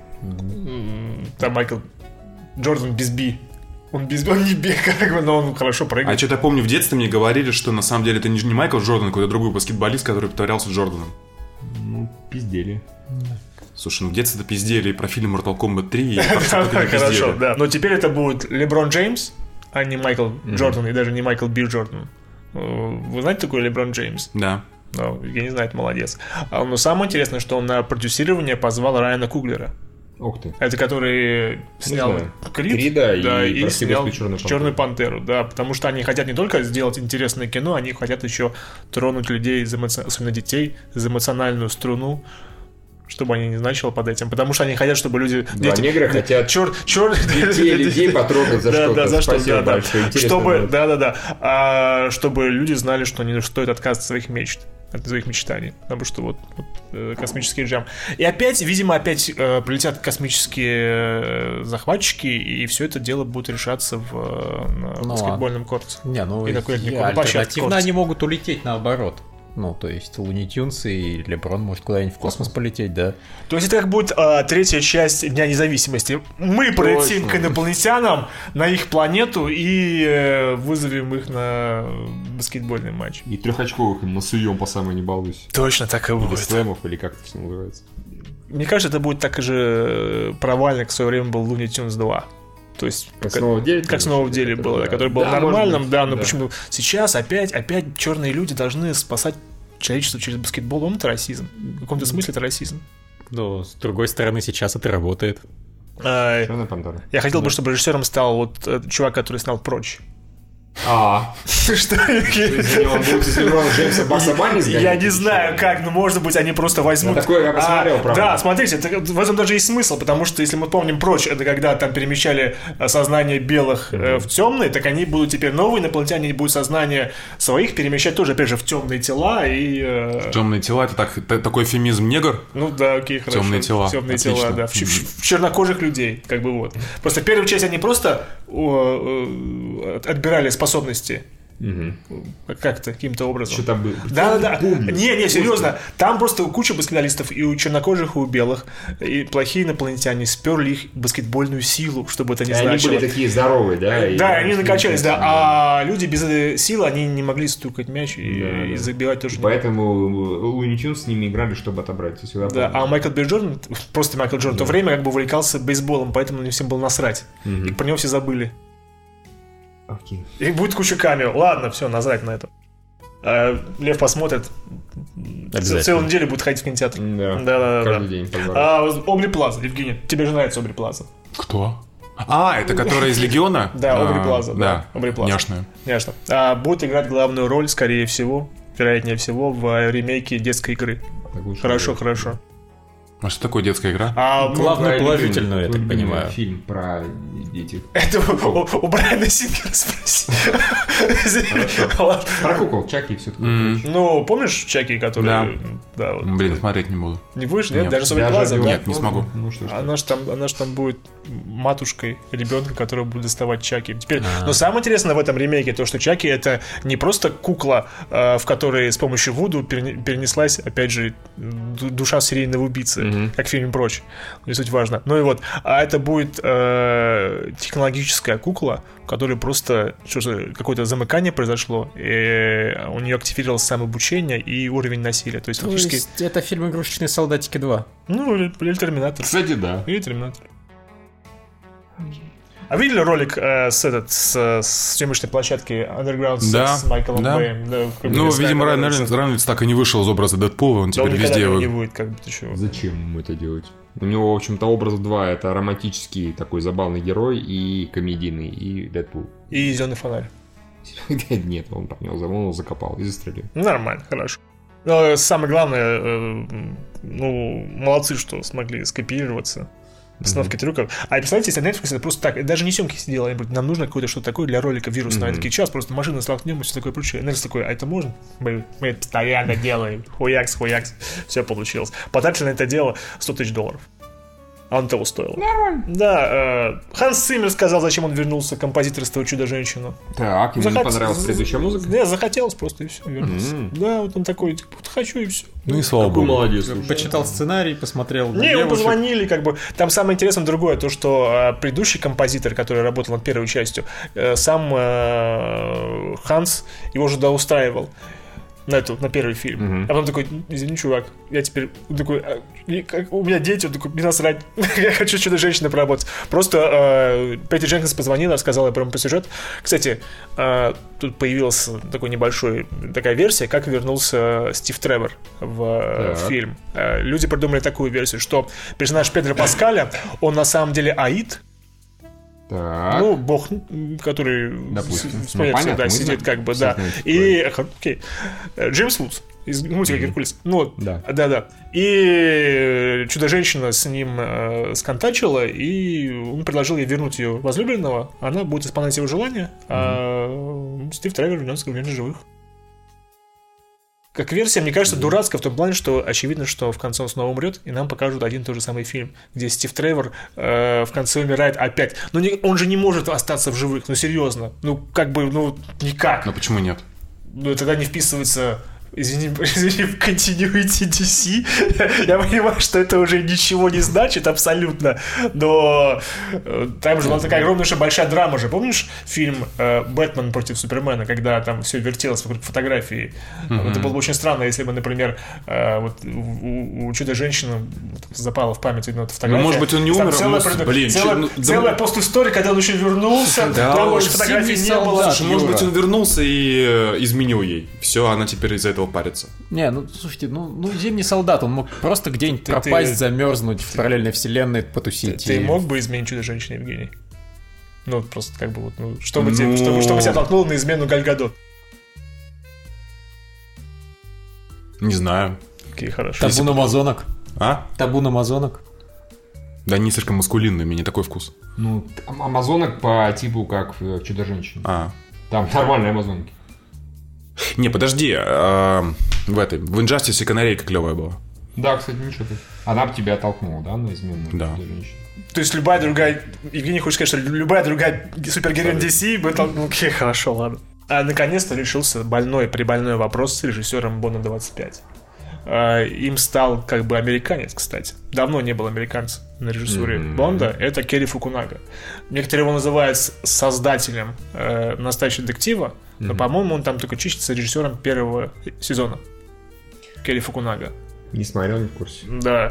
Там Майкл Джордан без би. Он без он не бегает, но он хорошо прыгает. А что-то я помню, в детстве мне говорили, что на самом деле это не, не Майкл Джордан, а какой-то другой баскетболист, который притворялся Джорданом. Ну, пиздели. Слушай, ну в детстве это пиздели и про фильм Mortal Kombat три, и хорошо, да. Но теперь это будет Леброн Джеймс, а не Майкл Джордан, и даже не Майкл Би Джордан. Вы знаете, такой Леброн Джеймс? Да. Ну, я не знаю, это молодец. Но самое интересное, что он на продюсирование позвал Райана Куглера. Ух ты. Это который снял Крид, Крида да, и, и снял Черную пантеру. Черную пантеру, да, потому что они хотят не только сделать интересное кино, они хотят еще тронуть людей, особенно детей, за эмоциональную струну, чтобы они не начали под этим, потому что они хотят, чтобы люди... Два дети, негра хотят чер, чер, детей, людей потрогать за да, что-то. Да, за что, да, да. Чтобы, да, да, да, а, чтобы люди знали, что не стоит отказываться от своих мечт. От своих мечтаний, потому что вот, вот э, космический джем. И опять, видимо, опять э, прилетят космические э, захватчики, и все это дело будет решаться в э, ну, баскетбольном корте. Не, ну, и такой, я, альтернативно они могут улететь наоборот. Ну, то есть Луни Тюнс и Леброн может куда-нибудь в космос полететь, да. То есть это как будет а, третья часть Дня независимости. Мы полетим к инопланетянам на их планету и э, вызовем их на баскетбольный матч. И трехочковых им насуем по самой не балуйся. Точно так и будет. Или слэмов, или как это все называется. Мне кажется, это будет так же провально, как в свое время был Луни Тюнс два. То есть, как, как снова в деле, как снова в деле было, да, который был да, нормальным, да, но да. Почему сейчас опять, опять черные люди должны спасать человечество через баскетбол? Он это расизм. В каком-то смысле это расизм. Но с другой стороны, сейчас это работает. А, я хотел да. бы, чтобы режиссером стал вот чувак, который снял «Прочь». А, что? Он будет из Леброна Джеймса Бакса Банни сгонять? Я не знаю, как, но может быть они просто возьмут. Такое я посмотрел, правда. Да, смотрите, в этом даже есть смысл, потому что если мы помним «Прочь», это когда там перемещали сознание белых в темные, так они будут теперь новые инопланетяне, будут сознание своих перемещать тоже, опять же, в темные тела и. Темные тела, это так, такой эфемизм негр. Ну да, окей, хорошо. Темные тела. Темные тела, да. В, в, в чернокожих людей, как бы вот. Просто первую часть они просто отбирали способности. Угу. Как-то, каким-то образом. Что там было? Да, да, да. Не, не, серьезно. Там просто куча баскетболистов и у чернокожих, и у белых. И плохие инопланетяне сперли их баскетбольную силу, чтобы это не и значило. Они были такие здоровые, да? Да, и они накачались, да. А люди без этой силы, они не могли стукать мяч и, да, и забивать тоже. Поэтому Луни Тюнс с ними играли, чтобы отобрать. Да, а Майкл Би Джордан, просто Майкл Джордан, да. в то время как бы увлекался бейсболом, поэтому не всем было насрать. Угу. И про него все забыли. Okay. И будет куча камео. Ладно, все, назрать на это. А, Лев посмотрит. Целую неделю будет ходить в кинотеатр. Да, да, да, каждый да. день. А, Обри Плаза, Евгений, тебе же нравится Обри Плаза. Кто? А, это которая из Легиона? Да, Обри Плаза. Да, Обри Плаза. Няшная. Няшно. А, будет играть главную роль, скорее всего, вероятнее всего, в ремейке детской игры. Хорошо, хорошо. А что такое детская игра? А, главную положительную, я так понимаю. Фильм про детей. Это у, у Брайана Сингера спроси. Про кукол, Чаки и все такое. Ну, помнишь Чаки, который... Да. Блин, смотреть не буду. Не будешь, нет? Даже с Обри Плаза? Нет, не смогу. Она же там будет матушкой ребенка, который будет доставать Чаки. Теперь, но самое интересное в этом ремейке то, что Чаки это не просто кукла, в которой с помощью Вуду перенеслась, опять же, душа серийного убийцы. Mm-hmm. Как в фильме «Прочь». Не суть важно. Ну и вот, а это будет э, технологическая кукла, в которой просто что-то, какое-то замыкание произошло, и у нее активировалось самообучение и уровень насилия. То есть, То фактически... есть это фильм «Игрушечные солдатики два». Ну, или, или «Терминатор». Кстати, да. Или «Терминатор». А видели ролик э, с, этот, с, с съемочной площадки Underground да, с Майклом да. Бэем? Да, ну, видимо, Райан Рейнольдс так и не вышел из образа Дэдпула, он да теперь он везде его... не будет, как бы, ты чего? Зачем ему это делать? У него, в общем-то, образ два. Это романтический такой забавный герой и комедийный, и Дэдпул. И «Зеленый фонарь». Нет, он там его закопал и застрелил. Нормально, хорошо. Но самое главное, ну, молодцы, что смогли скопироваться. Постановки mm-hmm. трюков. А представляете, если Netflix это просто так, даже не съемки сидела, они говорят, нам нужно какое-то что-то такое для ролика вирусного. Mm-hmm. Они такие, сейчас просто машина столкнем и все такое прочее. Netflix такой, а это можно? Мы, мы это постоянно делаем. Хуякс, хуякс. Все получилось. Потратили на это дело сто тысяч долларов. А он того стоил. Нормально. Да, э, Ханс Циммер сказал, зачем он вернулся к композиторству «Чудо-женщину». Так, ему Захот... не понравилась предыдущая музыка? Да, захотелось просто и все, вернулся. Mm-hmm. Да, вот он такой, типа, хочу и все. Ну и слава богу. Молодец. Почитал сценарий, посмотрел. Не, ему позвонили, как бы. Там самое интересное другое, то, что э, предыдущий композитор, который работал над первой частью, э, сам э, Ханс его же доустраивал. На эту, на первый фильм. Uh-huh. А потом такой, извини, чувак, я теперь такой, а, как, у меня дети, он такой, не насрать, я хочу «Чудо-женщиной» поработать. Просто э, Пэтти Дженкинс позвонила, рассказала прямо по сюжету. Кстати, э, тут появилась такой небольшой, такая версия, как вернулся Стив Тревор в uh-huh. фильм. Э, люди придумали такую версию, что персонаж Педро Паскаля, он на самом деле Аид. Так. Ну, бог, который Допустим. с, ну, понятно, да, сидит, как бы, да. И окей. Джеймс Вудс из мультика «Геркулес». Ну, да. да, да. И Чудо-женщина с ним э, сконтачила, и он предложил ей вернуть ее возлюбленного. Она будет исполнять его желание, mm-hmm. а Стив Тревор вернется в мир живых. Как версия, мне кажется, дурацкая в том плане, что очевидно, что в конце он снова умрет, и нам покажут один и тот же самый фильм, где Стив Тревор э, в конце умирает опять. Но не, он же не может остаться в живых, ну серьезно. Ну, как бы, ну, никак. Но почему нет? Ну, тогда не вписывается извини, извини, в continuity ди си, я понимаю, что это уже ничего не значит абсолютно, но там же была такая огромная большая драма же. Помнишь фильм «Бэтмен против Супермена», когда там все вертелось вокруг фотографии? Mm-hmm. Это было бы очень странно, если бы, например, вот у, у Чудо-женщины запала в память одна фотография. Ну, может быть, он не умер, целая, но... Блин, целая, ну, целая да... постистория, когда он еще вернулся, да, там больше фотографий не было. Слушай, может быть, он вернулся и э, изменил ей. Все, она теперь из-за этого парится. Не, ну, слушайте, ну, ну Зимний солдат, он мог просто где-нибудь ты, пропасть, ты, замерзнуть ты, в параллельной вселенной, потусить. Ты, и... ты мог бы изменить Чудо-женщину, Евгений? Ну, просто как бы вот, ну, что бы ну... тебе, чтобы, чтобы тебя толкнуло на измену Галь Гадот? Не знаю. Окей, хорошо. Табун Если... амазонок. А? Табун амазонок. Да не слишком маскулинный, мне не такой вкус. Ну, амазонок по типу как в Чудо-женщине. А. Там нормальные амазонки. Не, подожди, а, в этой, в Инжастисе канарейка клевая была. Да, кстати, ничего так. Она бы тебя толкнула, да, на измену да. Чудо-женщины. То есть любая другая, Евгений хочет сказать, что любая другая супергероиня ди си бы толкнула. Окей, хорошо, ладно. А наконец-то решился больной, прибольной вопрос с режиссером Бонда двадцать пять. Им стал как бы американец, кстати. Давно не был американцем на режиссуре mm-hmm. Бонда. Это Керри Фукунага. Некоторые его называют создателем э, «Настоящего детектива», mm-hmm. но, по-моему, он там только числится режиссером первого сезона. Керри Фукунага. Не смотрел, не в курсе. Да.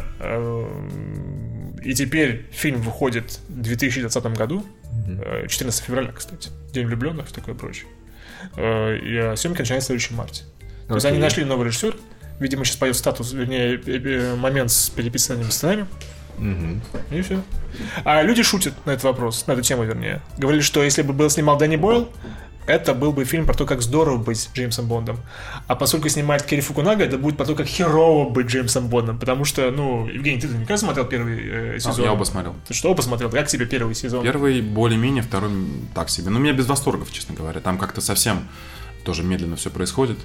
И теперь фильм выходит в две тысячи двадцатом году. Mm-hmm. четырнадцатого февраля, кстати. День влюбленных и такое прочее. И съемки начинаются в следующем марте. Okay. То есть они нашли новый режиссер. Видимо, сейчас пойдет статус, вернее, момент с переписанием сценария. Mm-hmm. И все. А люди шутят на этот вопрос, на эту тему, вернее. Говорили, что если бы был снимал Дэнни Бойл, это был бы фильм про то, как здорово быть Джеймсом Бондом. А поскольку снимает Керри Фукунага, это будет про то, как херово быть Джеймсом Бондом. Потому что, ну, Евгений, ты наверняка смотрел первый э, сезон? А, я оба смотрел. Ты что, оба смотрел? Как тебе первый сезон? Первый более-менее, второй так себе. Но у меня без восторгов, честно говоря. Там как-то совсем тоже медленно все происходит.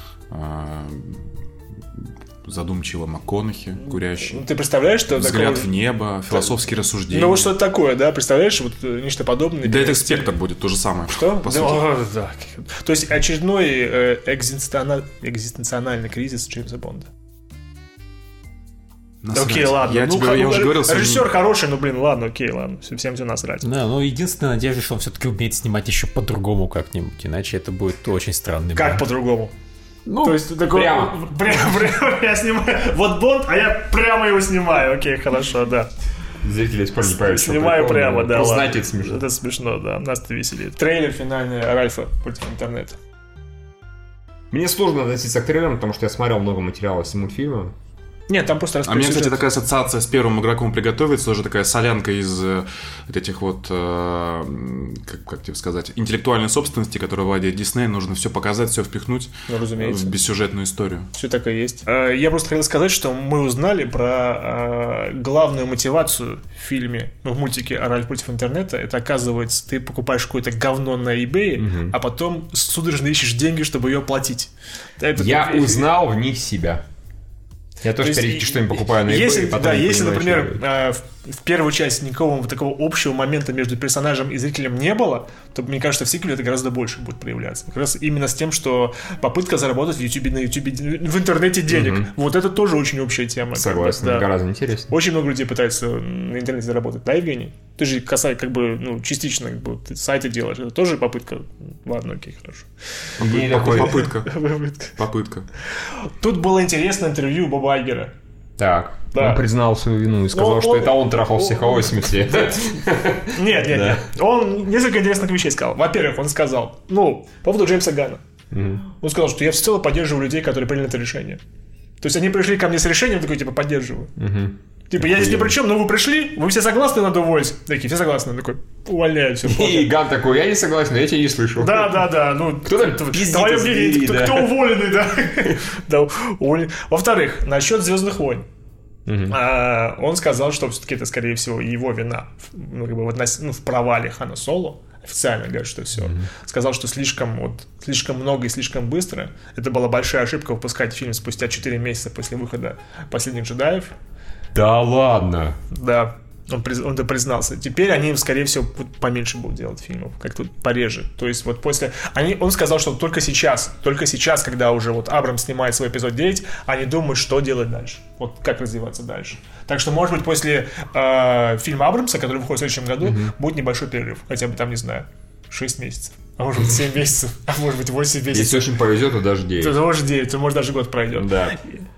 Задумчиво МакКонахи, курящий. Ты представляешь, что взгляд такое... в небо, философские рассуждения. Ну вот что-то такое, да? Представляешь, вот нечто подобное. Да, это «Спектр» будет то же самое. Что? По да, сути. О, да. То есть очередной э, экзистенциональ... экзистенциональный кризис Джеймса Бонда. Насрать. Окей, ладно. Я, ну, тебе, я ну, уже говорил, режиссер сам... хороший, но, блин, ладно, окей, ладно. Всем все насрать. Да, ну единственная надежда, что он все-таки умеет снимать еще по-другому как-нибудь, иначе это будет очень странный. Как бренд. по-другому? Ну, то есть такой, прямо. Прямо, прямо я снимаю. Вот Бонд, а я прямо его снимаю. Окей, хорошо, да. Зрители спорт не поверят. Снимаю прямо, да. Просто ладно. знаете, это смешно. Это смешно, да. Нас это веселит. Трейлер финальный Ральфа против интернета. Мне сложно относиться к трейлерам, потому что я смотрел много материала с мультфильма. Нет, там просто А мне, кстати, такая ассоциация с первым игроком приготовиться, тоже такая солянка из э, этих вот, э, как, как тебе сказать, интеллектуальной собственности, которая владеет Дисней. Нужно все показать, все впихнуть ну, разумеется. в бессюжетную историю. Все так и есть. Я просто хотел сказать, что мы узнали про главную мотивацию в фильме, ну, в мультике «Ральф против интернета». Это, оказывается, ты покупаешь какое-то говно на eBay, угу. а потом судорожно ищешь деньги, чтобы ее оплатить. Это Я так... узнал в них себя. Я тоже периодически что-нибудь покупаю на eBay. Если, потом да, если, понимаю, например, э, в, в первую часть никакого такого общего момента между персонажем и зрителем не было, то, мне кажется, в сиквеле это гораздо больше будет проявляться. Как раз именно с тем, что попытка заработать в YouTube, на YouTube, в интернете денег. Mm-hmm. Вот это тоже очень общая тема. Согласен, да. гораздо интереснее. Очень много людей пытаются на интернете заработать. Да, Евгений? Ты же касай, как бы, ну, частично как бы, ты сайты делаешь. Это тоже попытка. Ладно, окей, хорошо. Попытка. Попытка. Попытка. Тут было интересное интервью Боба Айгера. Так, да. Он признал свою вину и сказал, он, что он, это он трахал всех, в смысле. Нет, нет, нет. Он несколько интересных вещей сказал. Во-первых, он сказал, ну, по поводу Джеймса Ганна. Он сказал, что я всецело поддерживаю людей, которые приняли это решение. То есть они пришли ко мне с решением, такой, типа, поддерживаю. Типа, я здесь ни при чем, но вы пришли, вы все согласны, надо уволить. Такие, все согласны. Он такой, увольняю, все. И Ган такой, я не согласен, но я тебя не слышал. Да, да, да. Ну, кто там пиздит? Твое мнение, кто, кто уволенный, да? Да, уволенный. Во-вторых, насчет «Звездных войн». Uh-huh. А, он сказал, что все-таки это, скорее всего, его вина ну, как бы в, относ... ну, в провале Хана Соло. Официально говорят, что все. Uh-huh. Сказал, что слишком, вот, слишком много и слишком быстро. Это была большая ошибка выпускать фильм спустя четыре месяца после выхода «Последних джедаев». Да ладно. Да. Он, приз... он это признался. Теперь они, скорее всего, поменьше будут делать фильмов, как-то пореже. То есть вот после... Они... Он сказал, что только сейчас, только сейчас, когда уже вот Абрам снимает свой эпизод девять, они думают, что делать дальше. Вот как развиваться дальше. Так что, может быть, после э, фильма Абрамса, который выходит в следующем году, mm-hmm. будет небольшой перерыв. Хотя бы там, не знаю, шесть месяцев. А может быть, семь месяцев. А может быть, восемь месяцев. Если очень повезет, то даже девять. То может девять, то может даже год пройдет. Да.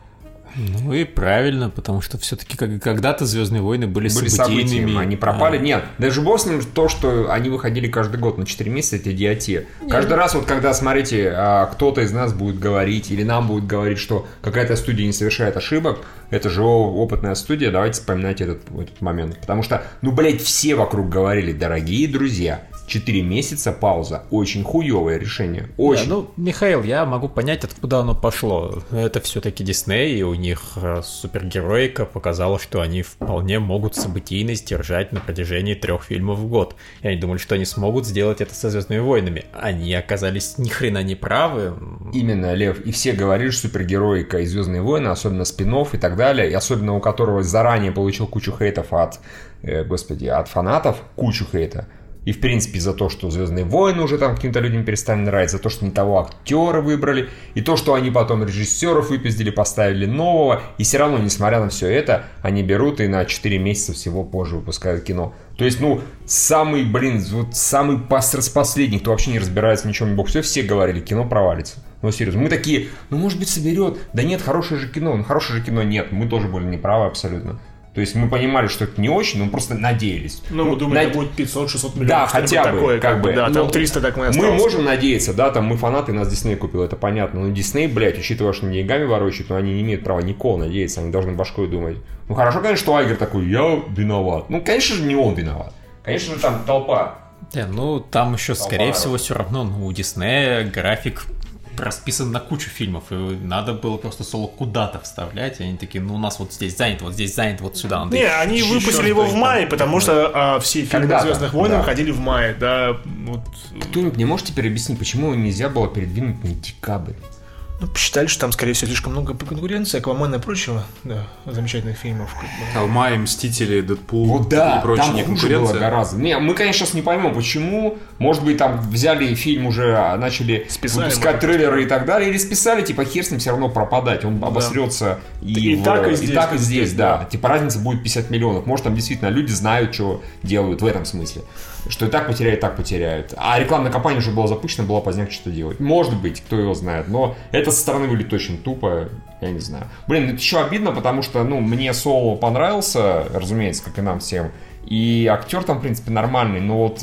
Ну и правильно, потому что все-таки когда-то «Звездные войны» были, были событийными. событиями, они пропали. А... Нет, даже бог с ним то, что они выходили каждый год на четыре месяца, это идиотия. Каждый раз, вот когда, смотрите, кто-то из нас будет говорить, или нам будет говорить, что какая-то студия не совершает ошибок, это же опытная студия, давайте вспоминать этот, этот момент. Потому что, ну, блядь, все вокруг говорили, дорогие друзья, четыре месяца пауза. Очень хуевое решение. Очень. Да, ну, Михаил, я могу понять, откуда оно пошло. Это все-таки Дисней, и у них супергероика показала, что они вполне могут событийность держать на протяжении трех фильмов в год. И они думали, что они смогут сделать это со «Звездными войнами». Они оказались ни хрена не правы. Именно, Лев. И все говорили, что супергероика и «Звездные войны», особенно спин-офф и так далее, и особенно у которого заранее получил кучу хейтов от, э, господи, от фанатов, кучу хейта. И, в принципе, за то, что «Звездные войны» уже там каким-то людям перестали нравиться, за то, что не того актера выбрали, и то, что они потом режиссеров выпиздили, поставили нового, и все равно, несмотря на все это, они берут и на четыре месяца всего позже выпускают кино. То есть, ну, самый, блин, вот самый пас последний, кто вообще не разбирается ничем, не бог, все, все говорили, кино провалится. Ну, серьезно, мы такие, ну, может быть, соберет. Да нет, хорошее же кино, ну, хорошее же кино нет, мы тоже были неправы абсолютно. То есть мы понимали, что это не очень, но мы просто надеялись. Ну, мы думали, над... это будет пятьсот-шестьсот миллионов. Да, хотя бы, такое, как бы. Да, ну, там триста так мы осталось. Мы можем надеяться, да, там мы фанаты, нас Дисней купил, это понятно. Но Дисней, блядь, учитывая, что деньгами ворочают, но они не имеют права никого надеяться, они должны башкой думать. Ну, хорошо, конечно, что Айгер такой, я виноват. Ну, конечно же, не он виноват. Конечно же, там толпа. Да, ну, там еще, толпа, скорее всего, все равно, ну, у Диснея график расписан на кучу фильмов, и надо было просто соло куда-то вставлять, и они такие, ну у нас вот здесь занято, вот здесь занято, вот сюда. Не, они еще выпустили его в мае, потому что а, все фильмы «Звездных войн» выходили в мае, да. Вот. Кто-нибудь не может теперь объяснить, почему нельзя было передвинуть на декабрь? Ну, посчитали, что там, скорее всего, слишком много конкуренции, Аквамена и прочего, да, замечательных фильмов. А в мае «Мстители», «Дэдпул» вот да, и прочее, там не хуже было гораздо. Не, мы, конечно, сейчас не поймем, почему. Может быть, там взяли фильм уже, начали списали, выпускать трейлеры и так далее, или списали, типа, хер с ним все равно пропадать, он да. обосрется и, и, в, так, и, здесь, и так и здесь, здесь да. да. Типа, разница будет пятьдесят миллионов. Может, там действительно люди знают, что делают в этом смысле. Что и так потеряют, и так потеряют. А рекламная кампания уже была запущена, была поздняк что-то делать. Может быть, кто его знает. Но это со стороны выглядит очень тупо, я не знаю. Блин, это еще обидно, потому что, ну, мне Соло понравился, разумеется, как и нам всем. И актер там, в принципе, нормальный. Но вот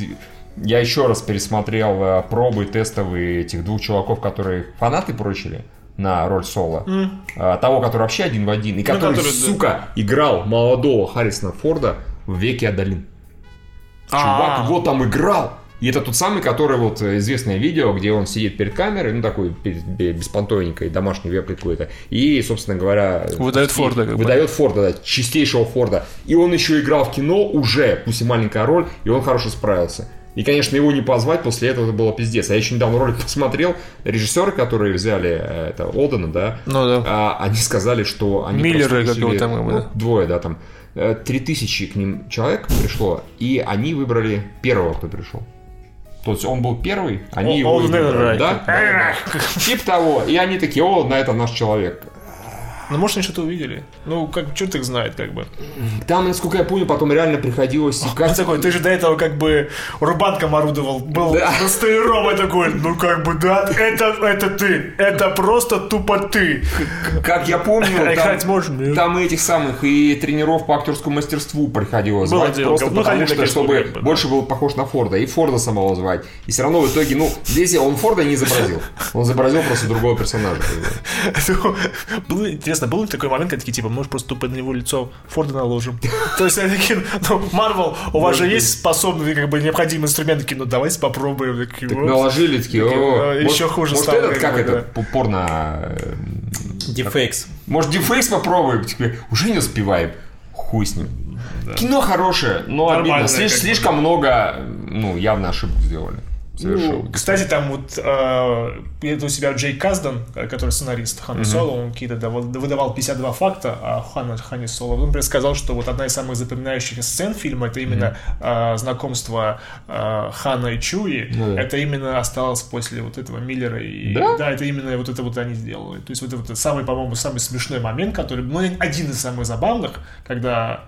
я еще раз пересмотрел пробы тестовые этих двух чуваков, которые фанаты прочили на роль Соло. Mm. Того, который вообще один в один. И который, ну, который сука, да. играл молодого Харрисона Форда в «Веке Адалин». Чувак А-а-а. его там играл. И это тот самый, который вот известное видео, где он сидит перед камерой, ну такой беспонтовенькой, домашний веб какой-то, и, собственно говоря... Выдает Форда. Как выдает бы. Форда, да, чистейшего Форда. И он еще играл в кино уже, пусть и маленькая роль, и он хорошо справился. И, конечно, его не позвать после этого это было пиздец. А я еще недавно ролик посмотрел, режиссеры, которые взяли это, Олдена, да, ну, да. А, они сказали, что они Миллеры какого там, ну, да. двое, да, там, три тысячи к ним человек пришло, и они выбрали первого, кто пришел. То есть он был первый, они о, его выбрали, да? да, да. Типа того. И они такие, о, на это наш человек. Ну, может, они что-то увидели. Ну, как, черт их знает, как бы. Там, насколько я помню, потом реально приходилось искать... Такой, ты же до этого как бы рубанком орудовал, был да. столяром, и такой, ну, как бы, да, это, это ты, это просто тупо ты. Как я помню, там, можно, там и этих самых, и тренеров по актерскому мастерству приходилось звать, дело, просто ну, потому что, чтобы как бы, больше да. был похож на Форда, и Форда самого звать. И все равно в итоге, ну, здесь он Форда не изобразил. Он изобразил просто другого персонажа. Было интересно, был ли такой момент, когда такие, типа, может, просто тупо на него лицо Форда наложим? То есть, они такие, ну, Марвел, у вас же есть способные, как бы, необходимые инструменты, такие, ну, давайте попробуем. Так наложили, такие, о, еще хуже стало. Может, этот, как это, порно... Дипфейкс. Может, дипфейкс попробуем? Уже не успеваем. Хуй с ним. Кино хорошее, но обидно. Слишком много, ну, явно ошибок сделали. совершил. Ну, кстати, там вот э, это у себя Джей Каздан, который сценарист Хана mm-hmm. Соло, он какие-то да, выдавал пятьдесят два факта о Хана, Хане Соло. Он, например, сказал, что вот одна из самых запоминающихся сцен фильма это именно mm-hmm. э, знакомство э, Хана и Чуи. Mm-hmm. Это именно осталось после вот этого Миллера. И, да? Да, это именно вот это вот они сделали. То есть вот это вот самый, по-моему, самый смешной момент, который, ну, один из самых забавных, когда...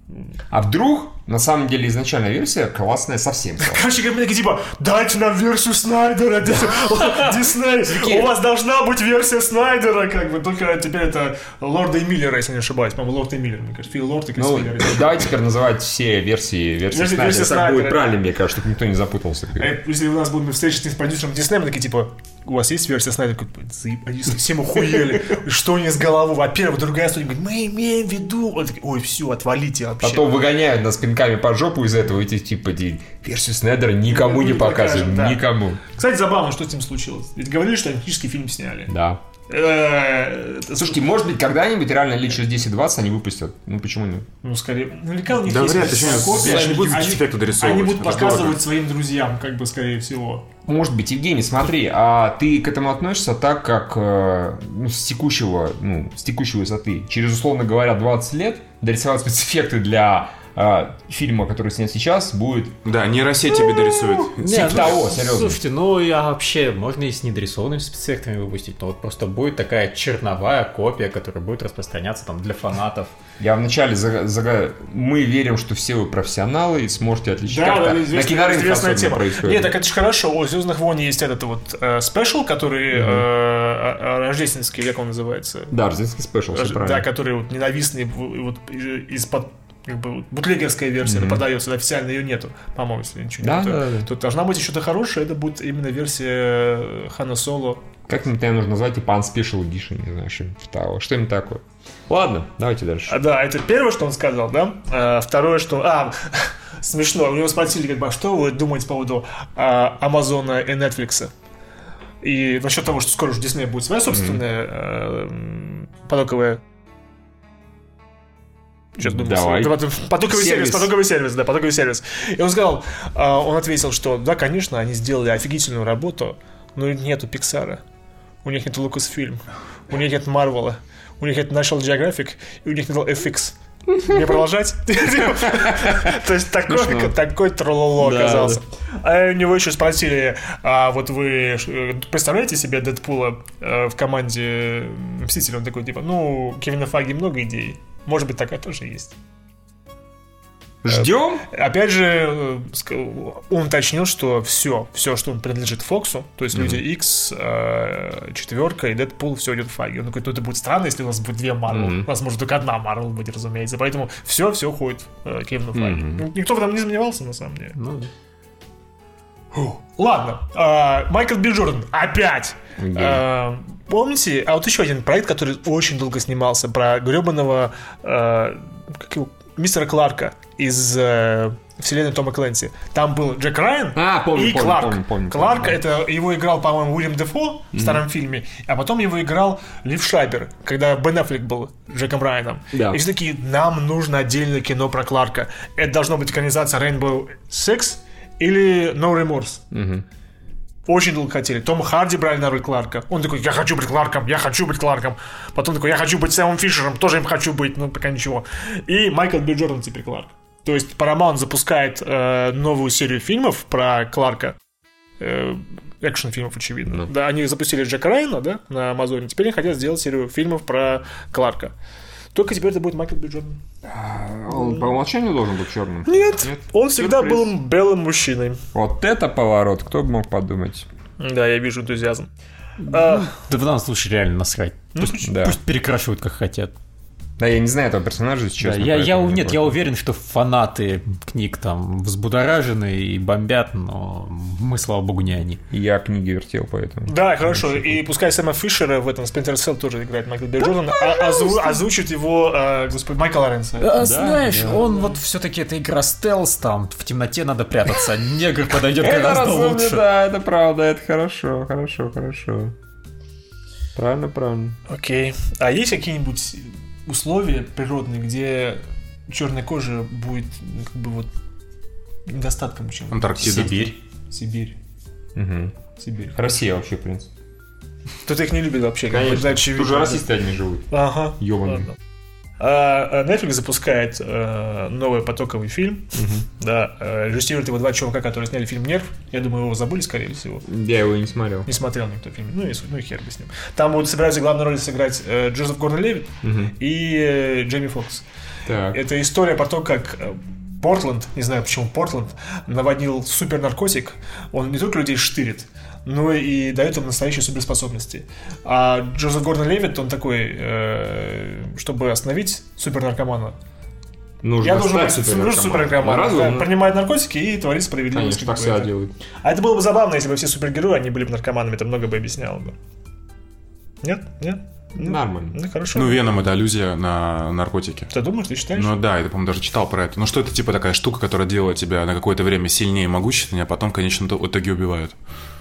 А вдруг, на самом деле, изначальная версия классная совсем. Короче, как такие типа, дайте нам версию Снайдера, Дисней, у вас должна быть версия Снайдера, как бы, только теперь это Лорда и Миллера, если не ошибаюсь, по-моему, Лорд и Миллер, мне кажется, Фил Лорд и Крис ну, Миллер. Давайте теперь называть все версии версии Снайдера, версия так Снайдера, будет правильно, мне кажется, чтобы никто не запутался. Если у нас будем встречаться с продюсером Диснея, мы такие типа, у вас есть версия Снайдера? Они совсем охуели, что они с головы, во-первых, другая студия говорит, мы имеем в виду, ой, все, отвалите вообще. Потом выгоняют нас пинками по жопу из этого, эти типа версию Снайдера никому не, не показываем, да. никому. Кстати, забавно, что с этим случилось. Ведь говорили, что они технический фильм сняли. Да. Слушайте, может быть, когда-нибудь, реально лет через десять-двадцать они выпустят. Ну, почему нет? Ну, скорее, наверняка у них да, есть вряд ли, копия. Они, они будут спецэффекты дорисовывать. Они будут показывать своим друзьям, как бы, скорее всего. Может быть, Евгений, смотри, а ты к этому относишься так, как ну, с текущего, ну, с текущей высоты. Через, условно говоря, двадцать лет дорисовать спецэффекты для а, фильма, который снят сейчас, будет... Да, нейросеть тебе дорисует. Нет, того, серьезно. Слушайте, ну я вообще, можно и с недорисованными спецэффектами выпустить, но вот просто будет такая черновая копия, которая будет распространяться там для фанатов. Я вначале за, за... мы верим, что все вы профессионалы и сможете отличить. Да, да, на кинорынке особенно тема. Происходит. Нет, так это же хорошо. У «Звездных войн» есть этот вот э, спешл, который mm-hmm. э, рождественский, как он называется? Да, рождественский спешл, все Рож... правильно. Да, который вот ненавистный вот из-под как бы бутлегерская версия, mm-hmm. она продается, официально ее нету, по-моему, если ничего да, нет. Да, да. Тут должна быть еще-то хорошее, это будет именно версия Хана Соло. Как-нибудь ее нужно назвать, типа Unspecial Edition, не знаю, что-нибудь того, что-нибудь такое. Ладно, давайте дальше. А, да, это первое, что он сказал, да? А, второе, что... А, смешно, у него спросили, как бы, а что вы думаете по поводу а, Амазона и Netflix? И насчет того, что скоро уже Disney будет своя собственная mm-hmm. а, потоковая... Сейчас думаю, Давай. Потоковый сервис. сервис, потоковый сервис, да, потоковый сервис. И он сказал, он ответил, что да, конечно, они сделали офигительную работу, но нету Пиксара, у них нету Lucasfilm, у них нет Марвела, у них нет National Geographic, и у них нет эф икс. Мне продолжать? То есть такой трололо оказался. А у него еще спросили, а вот вы представляете себе Дэдпула в команде Мстителей? Он такой, типа, ну, Кевина Файги много идей. Может быть, такая тоже есть. Ждем? Опять же, он уточнил, что все, все, что он принадлежит Фоксу, то есть mm-hmm. Люди Икс, Четверка и Дэдпул, все идет в Файги. Он такой, ну это будет странно, если у нас будет две Марвел. Mm-hmm. У нас может только одна Марвел быть, разумеется. Поэтому все, все уходит к Кевину Файги. Mm-hmm. Никто в этом не сомневался, на самом деле. Ну да. Ладно, а, Майкл Би Джордан опять. Okay. А, помните, а вот еще один проект, который очень долго снимался, про гребаного а, как его, мистера Кларка из а, вселенной Тома Клэнси. Там был Джек Райан а, помню, и помню, Кларк. Помню, помню, Кларк, помню. это его играл, по-моему, Уильям Дефо в mm-hmm. старом фильме, а потом его играл Лив Шайбер, когда Бен Аффлек был Джеком Райаном. Да. И все такие, нам нужно отдельное кино про Кларка. Это должно быть экранизация Rainbow Six или No Remorse. Mm-hmm. Очень долго хотели. Том Харди брали на роль Кларка. Он такой, я хочу быть Кларком, я хочу быть Кларком. Потом такой, я хочу быть Сэмом Фишером, тоже им хочу быть, но пока ничего. И Майкл Би Джордан теперь Кларк. То есть Paramount запускает э, новую серию фильмов про Кларка. Э, экшн-фильмов, очевидно. No. Да, они запустили Джека Райана, да, на Амазоне. Теперь они хотят сделать серию фильмов про Кларка. Только теперь это будет Майкл Би Джордан. Он по умолчанию должен быть черным? Нет, Нет. он всегда Сюрприз. был белым мужчиной. Вот это поворот, кто бы мог подумать. Да, я вижу энтузиазм. Ну, а... Да в данном случае реально насрать. Пусть, да. пусть перекрашивают как хотят. Да, я не знаю этого персонажа сейчас. Да, я, я, нет, я уверен, что фанаты книг там взбудоражены и бомбят, но мы, слава богу, не они. Я книги вертел, поэтому... Да, хорошо, и пускай Сэма Фишера в этом Splinter Cell тоже играет Майкл Би Джордан, а, озву, озвучит его, э, господи, Майкл Лоренс. А, да, знаешь, да, он да. вот все-таки это игра стелс, там в темноте надо прятаться, негр подойдет гораздо лучше. Да, это правда, это хорошо, хорошо, хорошо. Правильно, правильно. Окей, а есть какие-нибудь... условия природные, где черная кожа будет как бы вот недостатком чем-то. Антарктида. Сибирь. Сибирь. Угу. Сибирь. Россия вообще, в принципе. Тут их не любят вообще. Конечно, тут же расисты одни живут. Ага. Ёбаные. А Netflix запускает э, новый потоковый фильм. Угу. Да, э, режиссируют его два чувака, которые сняли фильм «Нерв». Я думаю, его забыли, скорее всего. Я его не смотрел. Не смотрел никто фильм. Ну и, ну и хер бы с ним. Там будут собираются главную роль сыграть э, Джозеф Гордон-Левитт угу. и э, Джейми Фокс. Так. Это история про то, как э, Портленд, не знаю почему Портленд, наводнил супернаркотик. Он не только людей штырит, но и дает им настоящие суперспособности. А Джозеф Гордон-Левитт, он такой, э, чтобы остановить супернаркомана, нужно я должен быть супернаркоман. супернаркоман. Разум, да, ну... принимает наркотики и творит справедливость. Конечно, так всегда делают. А это было бы забавно, если бы все супергерои, они были бы наркоманами, это много бы объясняло бы. Нет? Нет? Ну, нормально. Ну, хорошо. Ну, Веном — это аллюзия на наркотики. Ты думаешь, ты считаешь? Ну да, я, по-моему, даже читал про это. Ну что это типа такая штука, которая делает тебя на какое-то время сильнее и могущественнее, а потом в конечном итоге убивают.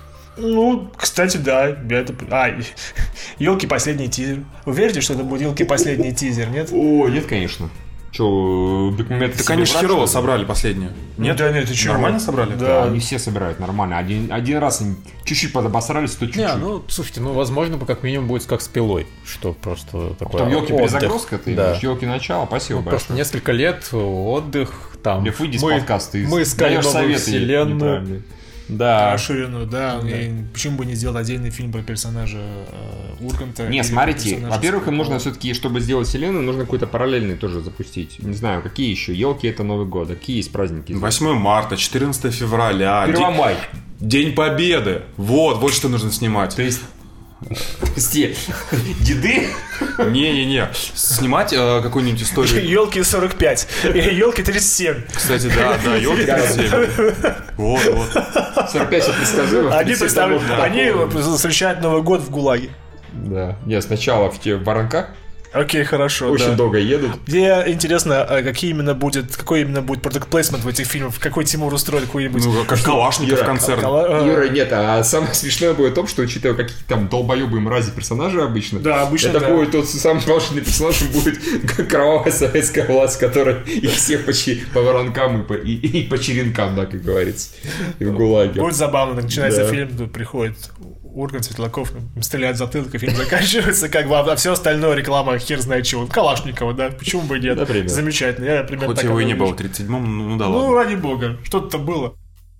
Ну, кстати, да. Это... А, елки последний тизер. Вы верите, что это будет елки последний тизер, нет? О, нет, конечно. Че, Бекмамбетов? Так они же херово собрали последнее. Нет? Да нет, ты че? Нормально собрали? Да. Они все собирают нормально. Один, один раз они чуть-чуть подобосрались, то чуть-чуть. Не, ну, слушайте, ну, возможно, как минимум будет как с пилой, что просто такое. Там елки перезагрузка, ты да. имеешь, елки начало, спасибо ну, большое. Просто несколько лет отдых, там. Лев, выйди мы, с подкаста, ты мы искали новую советы вселенную. Да. Расширенную, да. да. И почему бы не сделать отдельный фильм про персонажа э, Урганта? Не, смотрите, во-первых, им нужно все-таки, чтобы сделать вселенную, нужно какой-то параллельный тоже запустить. Не знаю, какие еще. Елки — это Новый год, какие есть праздники? восьмое марта, четырнадцатое февраля. Первомай. День, День Победы. Вот, вот что нужно снимать. То есть... Пусти. Деды? Не-не-не. Снимать э, какую-нибудь историю. Елки сорок пять. Елки тридцать семь. Кстати, да, да, елки тридцать семь. Вот, вот. сорок пять это предсказуемо. Они представляют, они встречают Новый год в ГУЛАГе. Да. Я сначала в те воронках. Окей, хорошо. Очень да. долго едут. Мне интересно, какие именно будет, какой именно будет продукт плейсмент в этих фильмах, какой Тимур устроит какой-нибудь. Ну, как Калашников концерт. Кала... Юра, нет, а самое смешное будет в том, что, учитывая, какие там долбоебые мрази персонажи обычно, да, обычно это да. будет тот самый волшебный персонаж, будет кровавая советская власть, которая их всех по, чи... по воронкам и по... И, и по черенкам, да, как говорится, и в ГУЛАГе. Будет забавно, начинается да. фильм, тут приходит Ургант, Светлаков, стреляет в затылок, и фильм заканчивается, как бы, а все остальное реклама хер знает чего. Калашникова, да, почему бы и нет. Например. Замечательно. Я, примерно, хоть его и не было в тридцать седьмом, ну да ладно. Ну, ради бога, что-то было.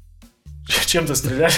Чем-то стреляли.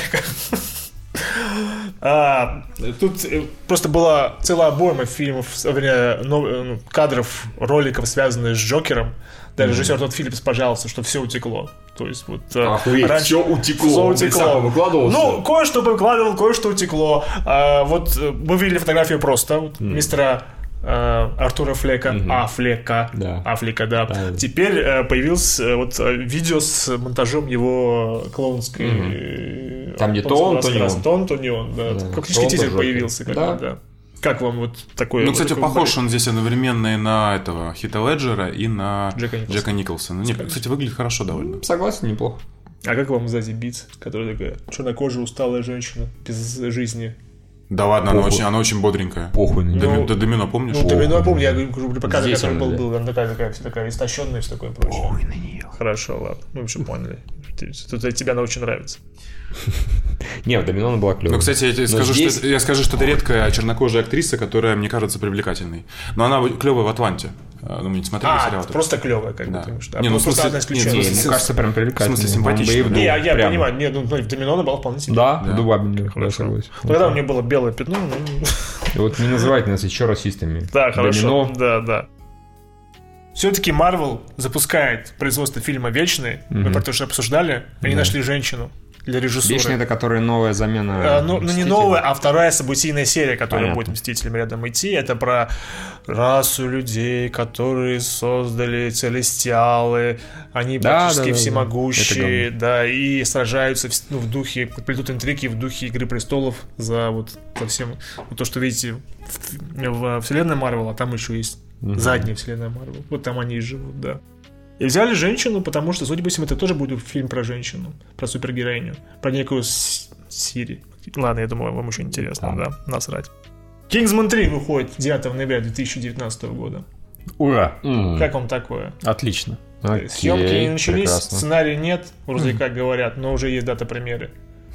А, тут просто была целая обойма фильмов, вернее, ну, кадров, роликов, связанных с Джокером. Даже режиссер тот Филлипс пожаловался, что все утекло. То есть вот охуеть, раньше все утекло. Все утекло. Выкладывался. Ну, кое-что выкладывал, кое-что утекло. А, вот мы видели фотографию просто вот, mm. мистера а, Артура Флека, mm-hmm. а Флека, да. Афлика, да. да. Теперь а, появилось а, вот видео с монтажом его клоунской. Mm-hmm. Там где то он, то не он. То он, то не он, да. да. Фактически тизер появился, как да. да. Как вам вот такой... Ну, кстати, такой похож более... он здесь одновременно и на этого Хита Леджера, и на Джека Николсона. Джека Николсона. Нет, кстати, выглядит хорошо довольно. Согласен, неплохо. А как вам сзади Битс, которая такая чернокожая, усталая женщина, без жизни? Да ладно, она очень, она очень бодренькая. Похуй на Доми, ну, до Домино, помнишь? Ну, Домино я помню, я говорю, пока здесь который был, да. был, она такая, такая, вся такая истощенная и все такое прочее. Похуй на нее. Хорошо, ладно, мы еще поняли. Тут тебе она очень нравится. Не, в Домино она была клёвая. Ну, кстати, я, тебе скажу, здесь... что, я скажу, что это редкая чернокожая актриса, которая мне кажется привлекательной. Но она клевая в «Атланте». Ну, мы не смотрели а, сериал. просто клевая, как да. бы. А не, ну, просто одна исключение. Мне кажется, прям привлекательная. В смысле, симпатичная. Да? Не, я, я прям. понимаю, нет, ну, в Домино она была вполне себе. Да, да. дубабельная. Хорошо. Ну, тогда у нее было белое пятно. Ну... И вот не называйте нас еще расистами. Да, хорошо. Домино. Да, да. Все-таки Marvel запускает производство фильма «Вечный». Mm-hmm. Мы про то, что обсуждали. Они да. нашли женщину для режиссуры. «Вечный» — это которая новая замена. А, ну, ну, не новая, а вторая событийная серия, которая Понятно. будет «Мстителям» рядом идти. Это про расу людей, которые создали целестиалы. Они да, практически да, да, всемогущие, да, да, и сражаются в, ну, в духе, плетут интриги в духе «Игры престолов» за вот за всем. Вот то, что видите в, в вселенной Марвел, а там еще есть угу. задняя вселенная Марвел. Вот там они и живут, да. И взяли женщину, потому что, судя по всему, это тоже будет фильм про женщину, про супергероиню, про некую Сири. Ладно, я думаю, вам еще интересно, да, да? Насрать. «Кингсман три» выходит девятого ноября две тысячи девятнадцатого года. Ура! Как вам такое? Отлично. Окей, съемки не начались, прекрасно. сценария нет, вроде как говорят, но уже есть дата премьеры.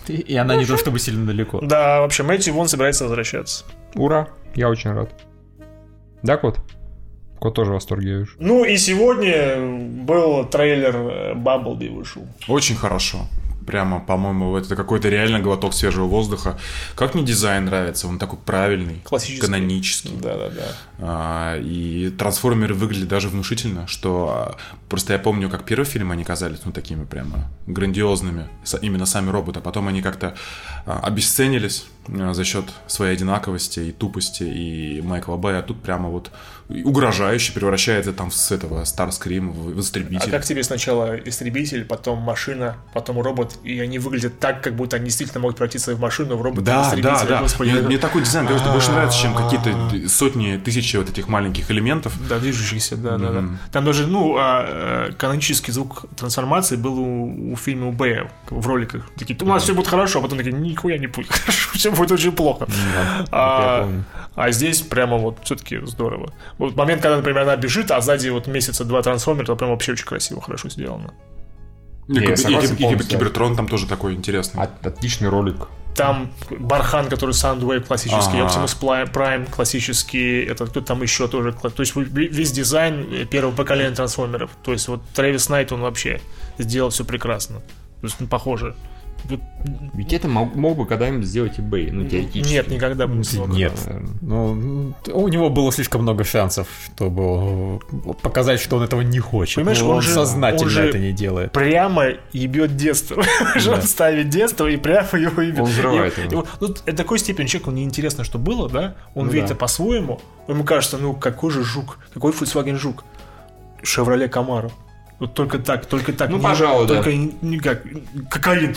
И, и она не то чтобы сильно далеко. Да, вообще, Мэтью Вон собирается возвращаться. Ура, я очень рад. Да, Кот? Кот тоже в восторге, я вижу. Ну и сегодня был трейлер Бамблби вышел. Очень хорошо. Прямо, по-моему, это какой-то реально глоток свежего воздуха. Как мне дизайн нравится, он такой правильный, классический, канонический. Да-да-да. А, и трансформеры выглядят даже внушительно, что просто я помню, как первый фильм они казались, ну, такими прямо грандиозными, именно сами роботы. Потом они как-то обесценились за счет своей одинаковости и тупости и Майкла Бэя. А тут прямо вот угрожающе превращается там с этого Старскрим в истребитель. А как тебе сначала истребитель, потом машина, потом робот, и они выглядят так, как будто они действительно могут превратиться в машину, в робота, да, в истребителя. Да, да, Господи, мне, это... мне такой дизайн гораздо больше нравится, чем какие-то сотни, тысячи вот этих маленьких элементов. Да, движущихся, да, mm-hmm. да, да. Там даже, ну, а, канонический звук трансформации был у, у фильма Бэя в роликах. Такие, у нас mm-hmm. все будет хорошо, а потом такие, нихуя не будет хорошо, все будет очень плохо. Mm-hmm. А, а здесь прямо вот все-таки здорово. Вот момент, когда, например, она бежит, а сзади вот месяца два трансформера, то прям вообще очень красиво, хорошо сделано. И, и, согласен, и, и, и Кибертрон там тоже такой интересный. От, отличный ролик. Там Бархан, который Soundwave классический, ага. Optimus Prime классический, это кто там еще тоже. То есть весь дизайн первого поколения трансформеров. То есть вот Трэвис Найт, он вообще сделал все прекрасно. То есть, ну, похоже. Ведь это мог, мог бы когда-нибудь сделать eBay, ну, теоретически. Нет, никогда бы не смог. Нет. Ну, у него было слишком много шансов, чтобы показать, что он этого не хочет. Понимаешь, он, он, он же, сознательно он же это не делает. Прямо ебет детство. Да. Он ставит детство и прямо его ебет. Он взрывает его. его. Ну, до такой степени человеку неинтересно, что было, да? Он ну, видит да. это по-своему. Ему кажется, ну, какой же жук, какой Volkswagen жук? Шевроле Камаро. Вот только так, только так. Ну, не, пожалуй, только да. никак. Кокаин.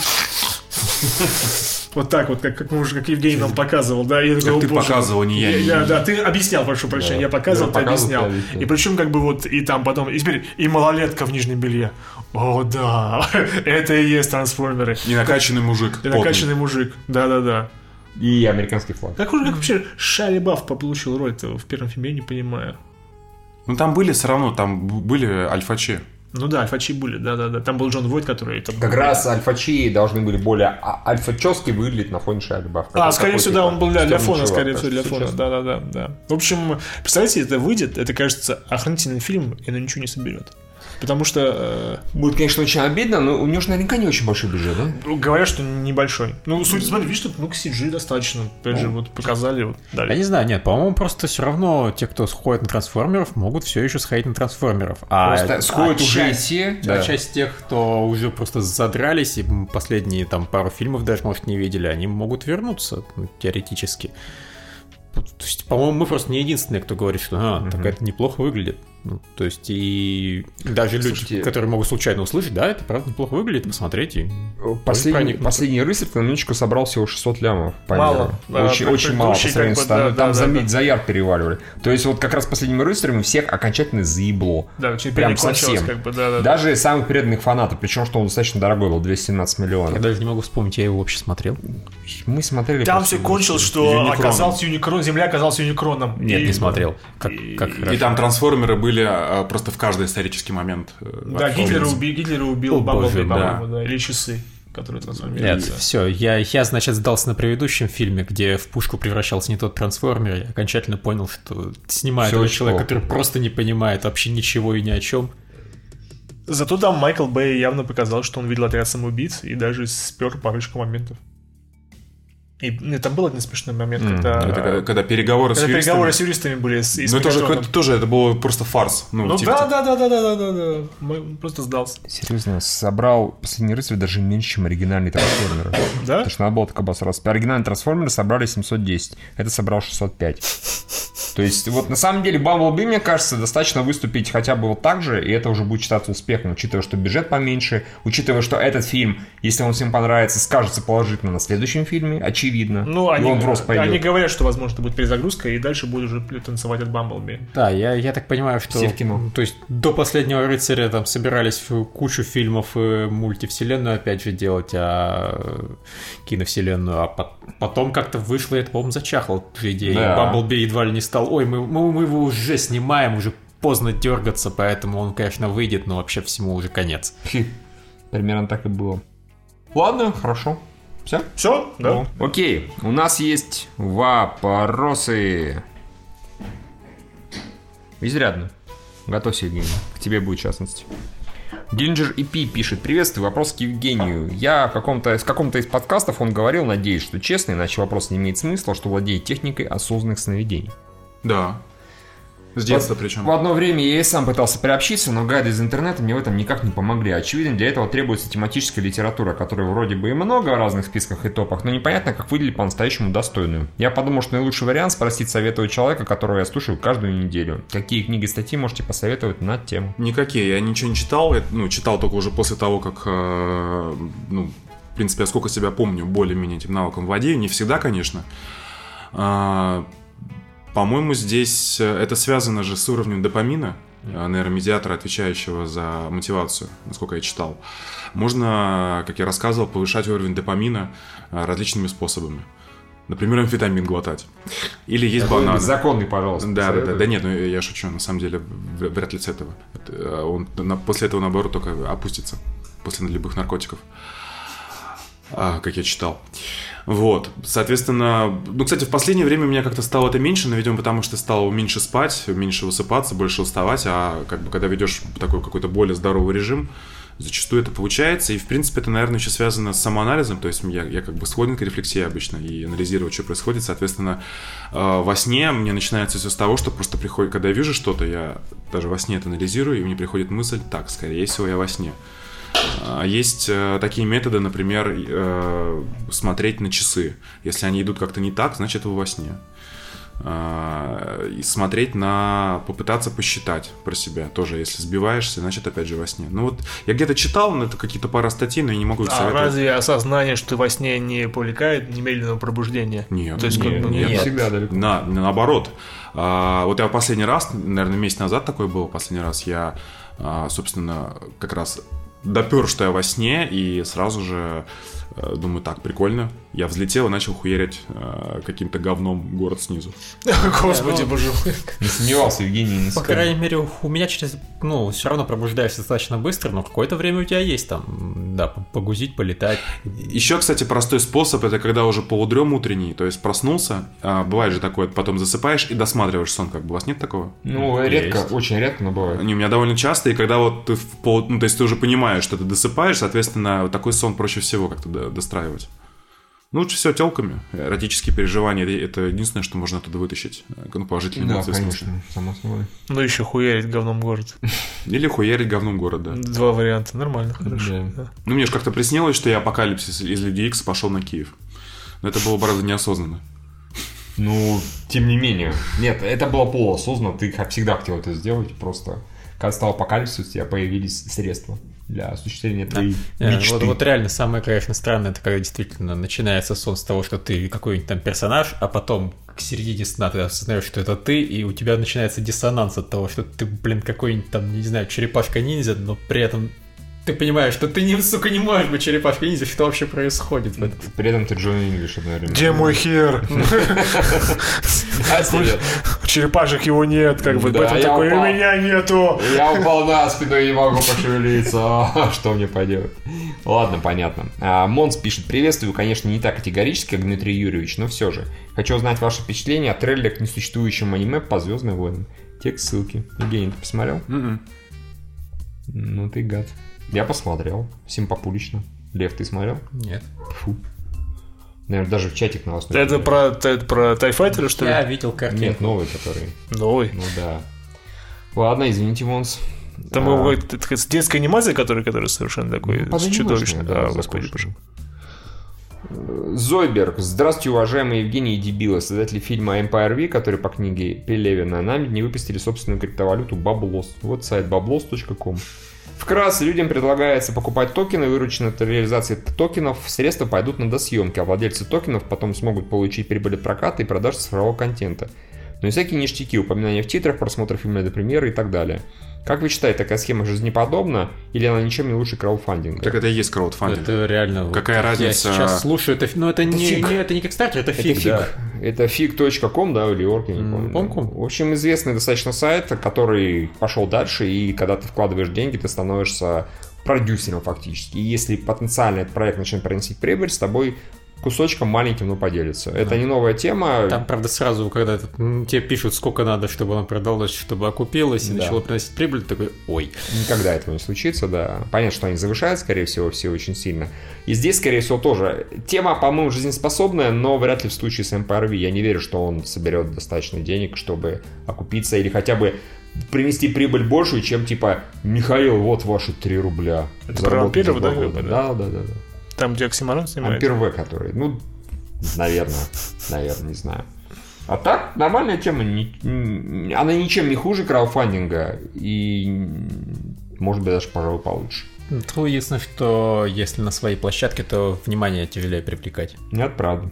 Вот так вот, как, как, уже, как Евгений нам показывал, да? Я такой, ты боже, показывал, не я. я, я да, ты объяснял, прошу прощения, да. я показывал, я ты объяснял. Ты и причем как бы вот, и там потом, и теперь, и малолетка в нижнем белье. О, да, это и есть трансформеры. И накачанный мужик. И накачанный мужик, да-да-да. И американский флаг. Как, как вообще Шайя Лабаф получил роль-то в первом фильме, я не понимаю. Ну там были все равно, там были альфачи. Ну да, альфачи были, да-да-да. Там был Джон Войт, который... Это как был... раз альфачи должны были более альфачевски выглядеть на фоне Шайя Лабафа. А, скорее всего, да, он был для, для фона, скорее всего, для фона. Да-да-да. да. В общем, представляете, это выйдет, это, кажется, охранительный фильм, и оно ничего не соберет. Потому что... Э... Будет, конечно, очень обидно, но у него же наверняка не очень большой бюджет, да? Говорят, что небольшой. Ну, суть, смотри, видишь, тут ну, си джи достаточно. Опять ну, же, вот показали, вот дали. Я не знаю, нет, по-моему, просто все равно те, кто сходит на трансформеров, могут все еще сходить на трансформеров. А просто сходят а уже часть, те. Да. А часть тех, кто уже просто задрались и последние там пару фильмов даже, может, не видели, они могут вернуться, ну, теоретически. То есть, по-моему, мы просто не единственные, кто говорит, что а, mm-hmm. так это неплохо выглядит. Ну, то есть, и даже Слушайте, люди, которые могут случайно услышать, да, это правда неплохо выглядит, посмотреть. И последний, последний рыцарь на минуточку собрал всего шестьсот лямов. Мало. Очень, да, очень мало по сравнению с там, да, там да, заметь, да. за ярд переваливали. То есть, вот как раз последним рыцарем всех окончательно заебло. Да, очень прям совсем. Как бы, да, да, даже да. самых преданных фанатов, причем, что он достаточно дорогой был, двести семнадцать миллионов. Я даже не могу вспомнить, я его вообще смотрел. Мы смотрели. Там все кончилось, что оказался Юникрон, Земля оказалась Юникроном. Нет, и... не смотрел. Как, и... как и там трансформеры были а, просто в каждый исторический момент. Да, Гитлера убил, Гитлера убил Бамблби, по-моему, да. Или часы, которые трансформируются. Нет, все, я, я, значит, сдался на предыдущем фильме, где в пушку превращался не тот трансформер, я окончательно понял, что снимает этот человек, который просто не понимает вообще ничего и ни о чем. Зато там Майкл Бэй явно показал, что он видел отряд самоубийц и даже спер парочку моментов. И ну, там был один смешной момент, mm. когда... Это, когда... Когда переговоры когда с юристами... переговоры с юристами были. С, ну, это тоже, тоже это было просто фарс. Ну, ну типа, да, да, да, да, да, да, да. Мы просто сдался. Серьезно, собрал последний рыцарь даже меньше, чем оригинальный трансформер. Да? Потому что надо было так обосраться. Оригинальный трансформер собрали семьсот десять. Это собрал шестьсот пять. То есть, вот на самом деле, Бамблби, мне кажется, достаточно выступить хотя бы вот так же, и это уже будет считаться успехом, учитывая, что бюджет поменьше, учитывая, что этот фильм, если он всем понравится, скажется положительно на следующем фильме, очевидно. Ну, они, он в рост пойдет. Они говорят, что, возможно, это будет перезагрузка, и дальше будет уже танцевать от Бамблби. Да, я, я так понимаю, что... Все в кино. То есть, до «Последнего рыцаря» там собирались кучу фильмов и мультивселенную опять же делать, а киновселенную, а потом как-то вышло, и это, по-моему, зачахло идея. Да. Бамблби едва ли не стал... Ой, мы, мы, мы его уже снимаем, уже поздно дергаться, поэтому он, конечно, выйдет, но вообще всему уже конец. Примерно так и было. Ладно, хорошо. Все? Все? Да. Ну, окей, у нас есть вопросы. Изрядно. Готовься, Евгений. К тебе будет в частности. Динджер и Пи пишет: приветствую, вопрос к Евгению. Я в каком-то, в каком-то из подкастов он говорил, надеюсь, что честно, иначе вопрос не имеет смысла, что владеет техникой осознанных сновидений. Да. С детства в, причем. В одно время я и сам пытался приобщиться, но гайды из интернета мне в этом никак не помогли. Очевидно, для этого требуется тематическая литература, которой вроде бы и много в разных списках и топах, но непонятно, как выделить по-настоящему достойную. Я подумал, что наилучший вариант спросить совета у человека, которого я слушаю каждую неделю. Какие книги и статьи можете посоветовать на тему? Никакие. Я ничего не читал. Я, ну, читал только уже после того, как... Э, ну, в принципе, я сколько себя помню, более-менее этим навыком владею. Не всегда, конечно. А, по-моему, здесь это связано же с уровнем допамина, нейромедиатора, отвечающего за мотивацию, насколько я читал. Можно, как я рассказывал, повышать уровень допамина различными способами. Например, амфетамин глотать. Или есть Такой бананы. Законный, пожалуйста. Да, да, да, да. Нет, ну я шучу, на самом деле, вряд ли с этого. Он после этого, наоборот, только опустится. После любых наркотиков. А, как я читал. Вот, соответственно, ну, кстати, в последнее время у меня как-то стало это меньше, но, видимо, потому что стало меньше спать, меньше высыпаться, больше уставать, а как бы когда ведешь такой какой-то более здоровый режим, зачастую это получается, и, в принципе, это, наверное, еще связано с самоанализом, то есть я, я как бы склонен к рефлексии обычно и анализировать, что происходит, соответственно, э, во сне мне начинается все с того, что просто приходит, когда я вижу что-то, я даже во сне это анализирую, и мне приходит мысль, так, скорее всего, я во сне. Есть э, такие методы, например, э, смотреть на часы. Если они идут как-то не так, значит вы во сне. Э, и смотреть на... Попытаться посчитать про себя тоже. Если сбиваешься, значит опять же во сне. Ну вот, я где-то читал, но это какие-то пара статей, но я не могу их а советовать. Разве осознание, что ты во сне не повлекает немедленного пробуждения? Нет. То есть, нет, как бы, нет, нет. всегда далеко. На, наоборот. А, вот я последний раз, наверное, месяц назад такой был, последний раз я, а, собственно, как раз... допер, что я во сне, и сразу же э, думаю, так, прикольно. Я взлетел и начал хуярить э, каким-то говном город снизу. Господи, боже мой. Не сомневался, Евгений. Не По крайней мере, у меня через... Ну, все равно пробуждаешься достаточно быстро, но какое-то время у тебя есть там, да, погузить, полетать. Еще, кстати, простой способ, это когда уже полудрем утренний, то есть проснулся, а, бывает же такое, потом засыпаешь и досматриваешь сон, как бы, у вас нет такого? Ну, Есть. редко, очень редко, но бывает. Не, у меня довольно часто, и когда вот ты в пол... Ну, то есть ты уже понимаешь, что ты досыпаешь, соответственно, вот такой сон проще всего как-то достраивать. Ну, лучше всего телками. Эротические переживания – это единственное, что можно оттуда вытащить. Ну, положительные Да, эмоции, в смысле. конечно, само собой. Ну, еще хуярить говном город. Или хуярить говном город, да. Два варианта. Нормально, хорошо. Да. Да. Ну, мне же как-то приснилось, что я апокалипсис из Люди Икс пошел на Киев. Но это было, правда, неосознанно. Ну, тем не менее. Нет, это было полуосознанно. Ты всегда хотел это сделать. Просто, когда стал апокалипсис, у тебя появились средства для осуществления твоей Э, мечты. Вот, вот реально самое, конечно, странное, это когда действительно начинается сон с того, что ты какой-нибудь там персонаж, а потом к середине сна ты осознаешь, что это ты, и у тебя начинается диссонанс от того, что ты, блин, какой-нибудь там, не знаю, черепашка-ниндзя, но при этом ты понимаешь, что ты, не, сука, не можешь быть черепашкой-ниндзя, что вообще происходит в этом. При этом ты Джонни Инглиш одновременно. Где мой хер? А, серьезно. Черепашек его нет, как бы, Да, поэтому я такой, упал. у меня нету. Я упал на спину и не могу пошевелиться. Что мне поделать? Ладно, понятно. А, Монс пишет: приветствую, конечно, не так категорически, как Дмитрий Юрьевич, но все же. Хочу узнать ваше впечатление о трейлере к несуществующему аниме по Звездным войнам. Текст ссылки. Евгений, ты посмотрел? Mm-mm. Ну ты гад. Я посмотрел. Симпопулично. Лев, ты смотрел? Нет. Фу. Наверное, даже в чатик новостной. Это про, это про Тайфайтера, что ли? Я видел картинку. Нет, новый, который. Новый. Ну да. Ладно, извините, Монс. Там А, его, это, это детская анимация, которая, которая совершенно такой Ну, под чудовищный. анимешная, да, А, господи, закончена. боже. Зойберг. Здравствуйте, уважаемые Евгений и дебилы. Создатели фильма Empire V, который по книге Пелевина, нами не выпустили собственную криптовалюту Баблос. Вот сайт баблос точка ком. Вкратце, людям предлагается покупать токены, вырученные от реализации токенов, средства пойдут на досъемки, а владельцы токенов потом смогут получить прибыль от проката и продажи цифрового контента. Ну и всякие ништяки, упоминания в титрах, просмотр фильма до премьеры и так далее. Как вы считаете, такая схема жизнеподобна или она ничем не лучше краудфандинга? Так это и есть краудфандинг. Это реально... Какая вот разница? Я сейчас слушаю, это, ну это, Это не, фиг. не, это не Kickstarter, это Это фиг, фиг. да. Это фиг точка ком, да, или орг, я не М, помню. пом-ком. В общем, известный достаточно сайт, который пошел дальше, и когда ты вкладываешь деньги, ты становишься продюсером фактически. И если потенциально этот проект начнет приносить прибыль, с тобой кусочком маленьким, но поделится. Это да. не новая тема. Там, правда, сразу, когда это, тебе пишут, сколько надо, чтобы оно продалось, чтобы окупилось, и да. начало приносить прибыль, ты такой, ой. Никогда этого не случится, да. Понятно, что они завышают, скорее всего, все очень сильно. И здесь, скорее всего, тоже. Тема, по-моему, жизнеспособная, но вряд ли в случае с эм пи ар ви. Я не верю, что он соберет достаточно денег, чтобы окупиться или хотя бы принести прибыль большую, чем типа Михаил, вот ваши три рубля. Это про Амперова, да, да? Да, да, да. Там, где Оксимирон снимает? Ампер В, который, ну, наверное, наверное, не знаю. А так, нормальная тема, не, не, она ничем не хуже краудфандинга и, может быть, даже, пожалуй, получше. Ну, единственное, что если на своей площадке, то внимание тяжелее привлекать. Нет, правда.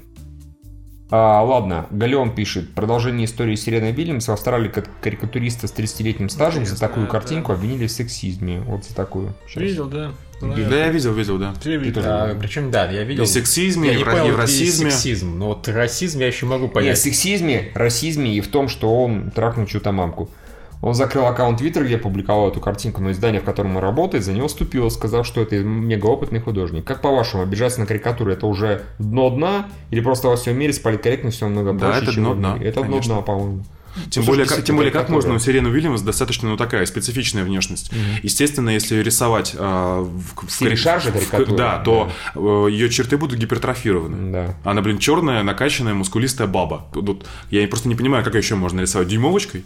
А, ладно, Галеон пишет. Продолжение истории Сирены Вильямс. В Австралии карикатуриста с тридцатилетним стажем ну, за такую знаю, картинку да. обвинили в сексизме. Вот за такую. Сейчас. Видел, да. Знаю. Да, я видел, видел, да. Ты видел. А, причем, да, я видел. И сексизме, я и, не понял, и в расизме. Сексизм. Но вот расизм я еще могу понять. Нет, в сексизме, расизме и в том, что он трахнул чью-то мамку. Он закрыл аккаунт Twitter, где публиковал эту картинку, но издание, в котором он работает, за него вступило, сказав, что это мегаопытный художник. Как по-вашему, обижаться на карикатуру — это уже дно дна? Или просто во всем мире с политкорректностью много да, проще, это чем дно дна, Это дно дна, по-моему. Тем ну, более, как, тем более как можно у Сирены Уильямс достаточно ну, такая специфичная внешность. Mm-hmm. Естественно, если рисовать э, в, в, в, в, да, то да. э, ее черты будут гипертрофированы. Да. Она, блин, черная, накачанная, мускулистая баба. Тут, я просто не понимаю, как еще можно рисовать дюймовочкой.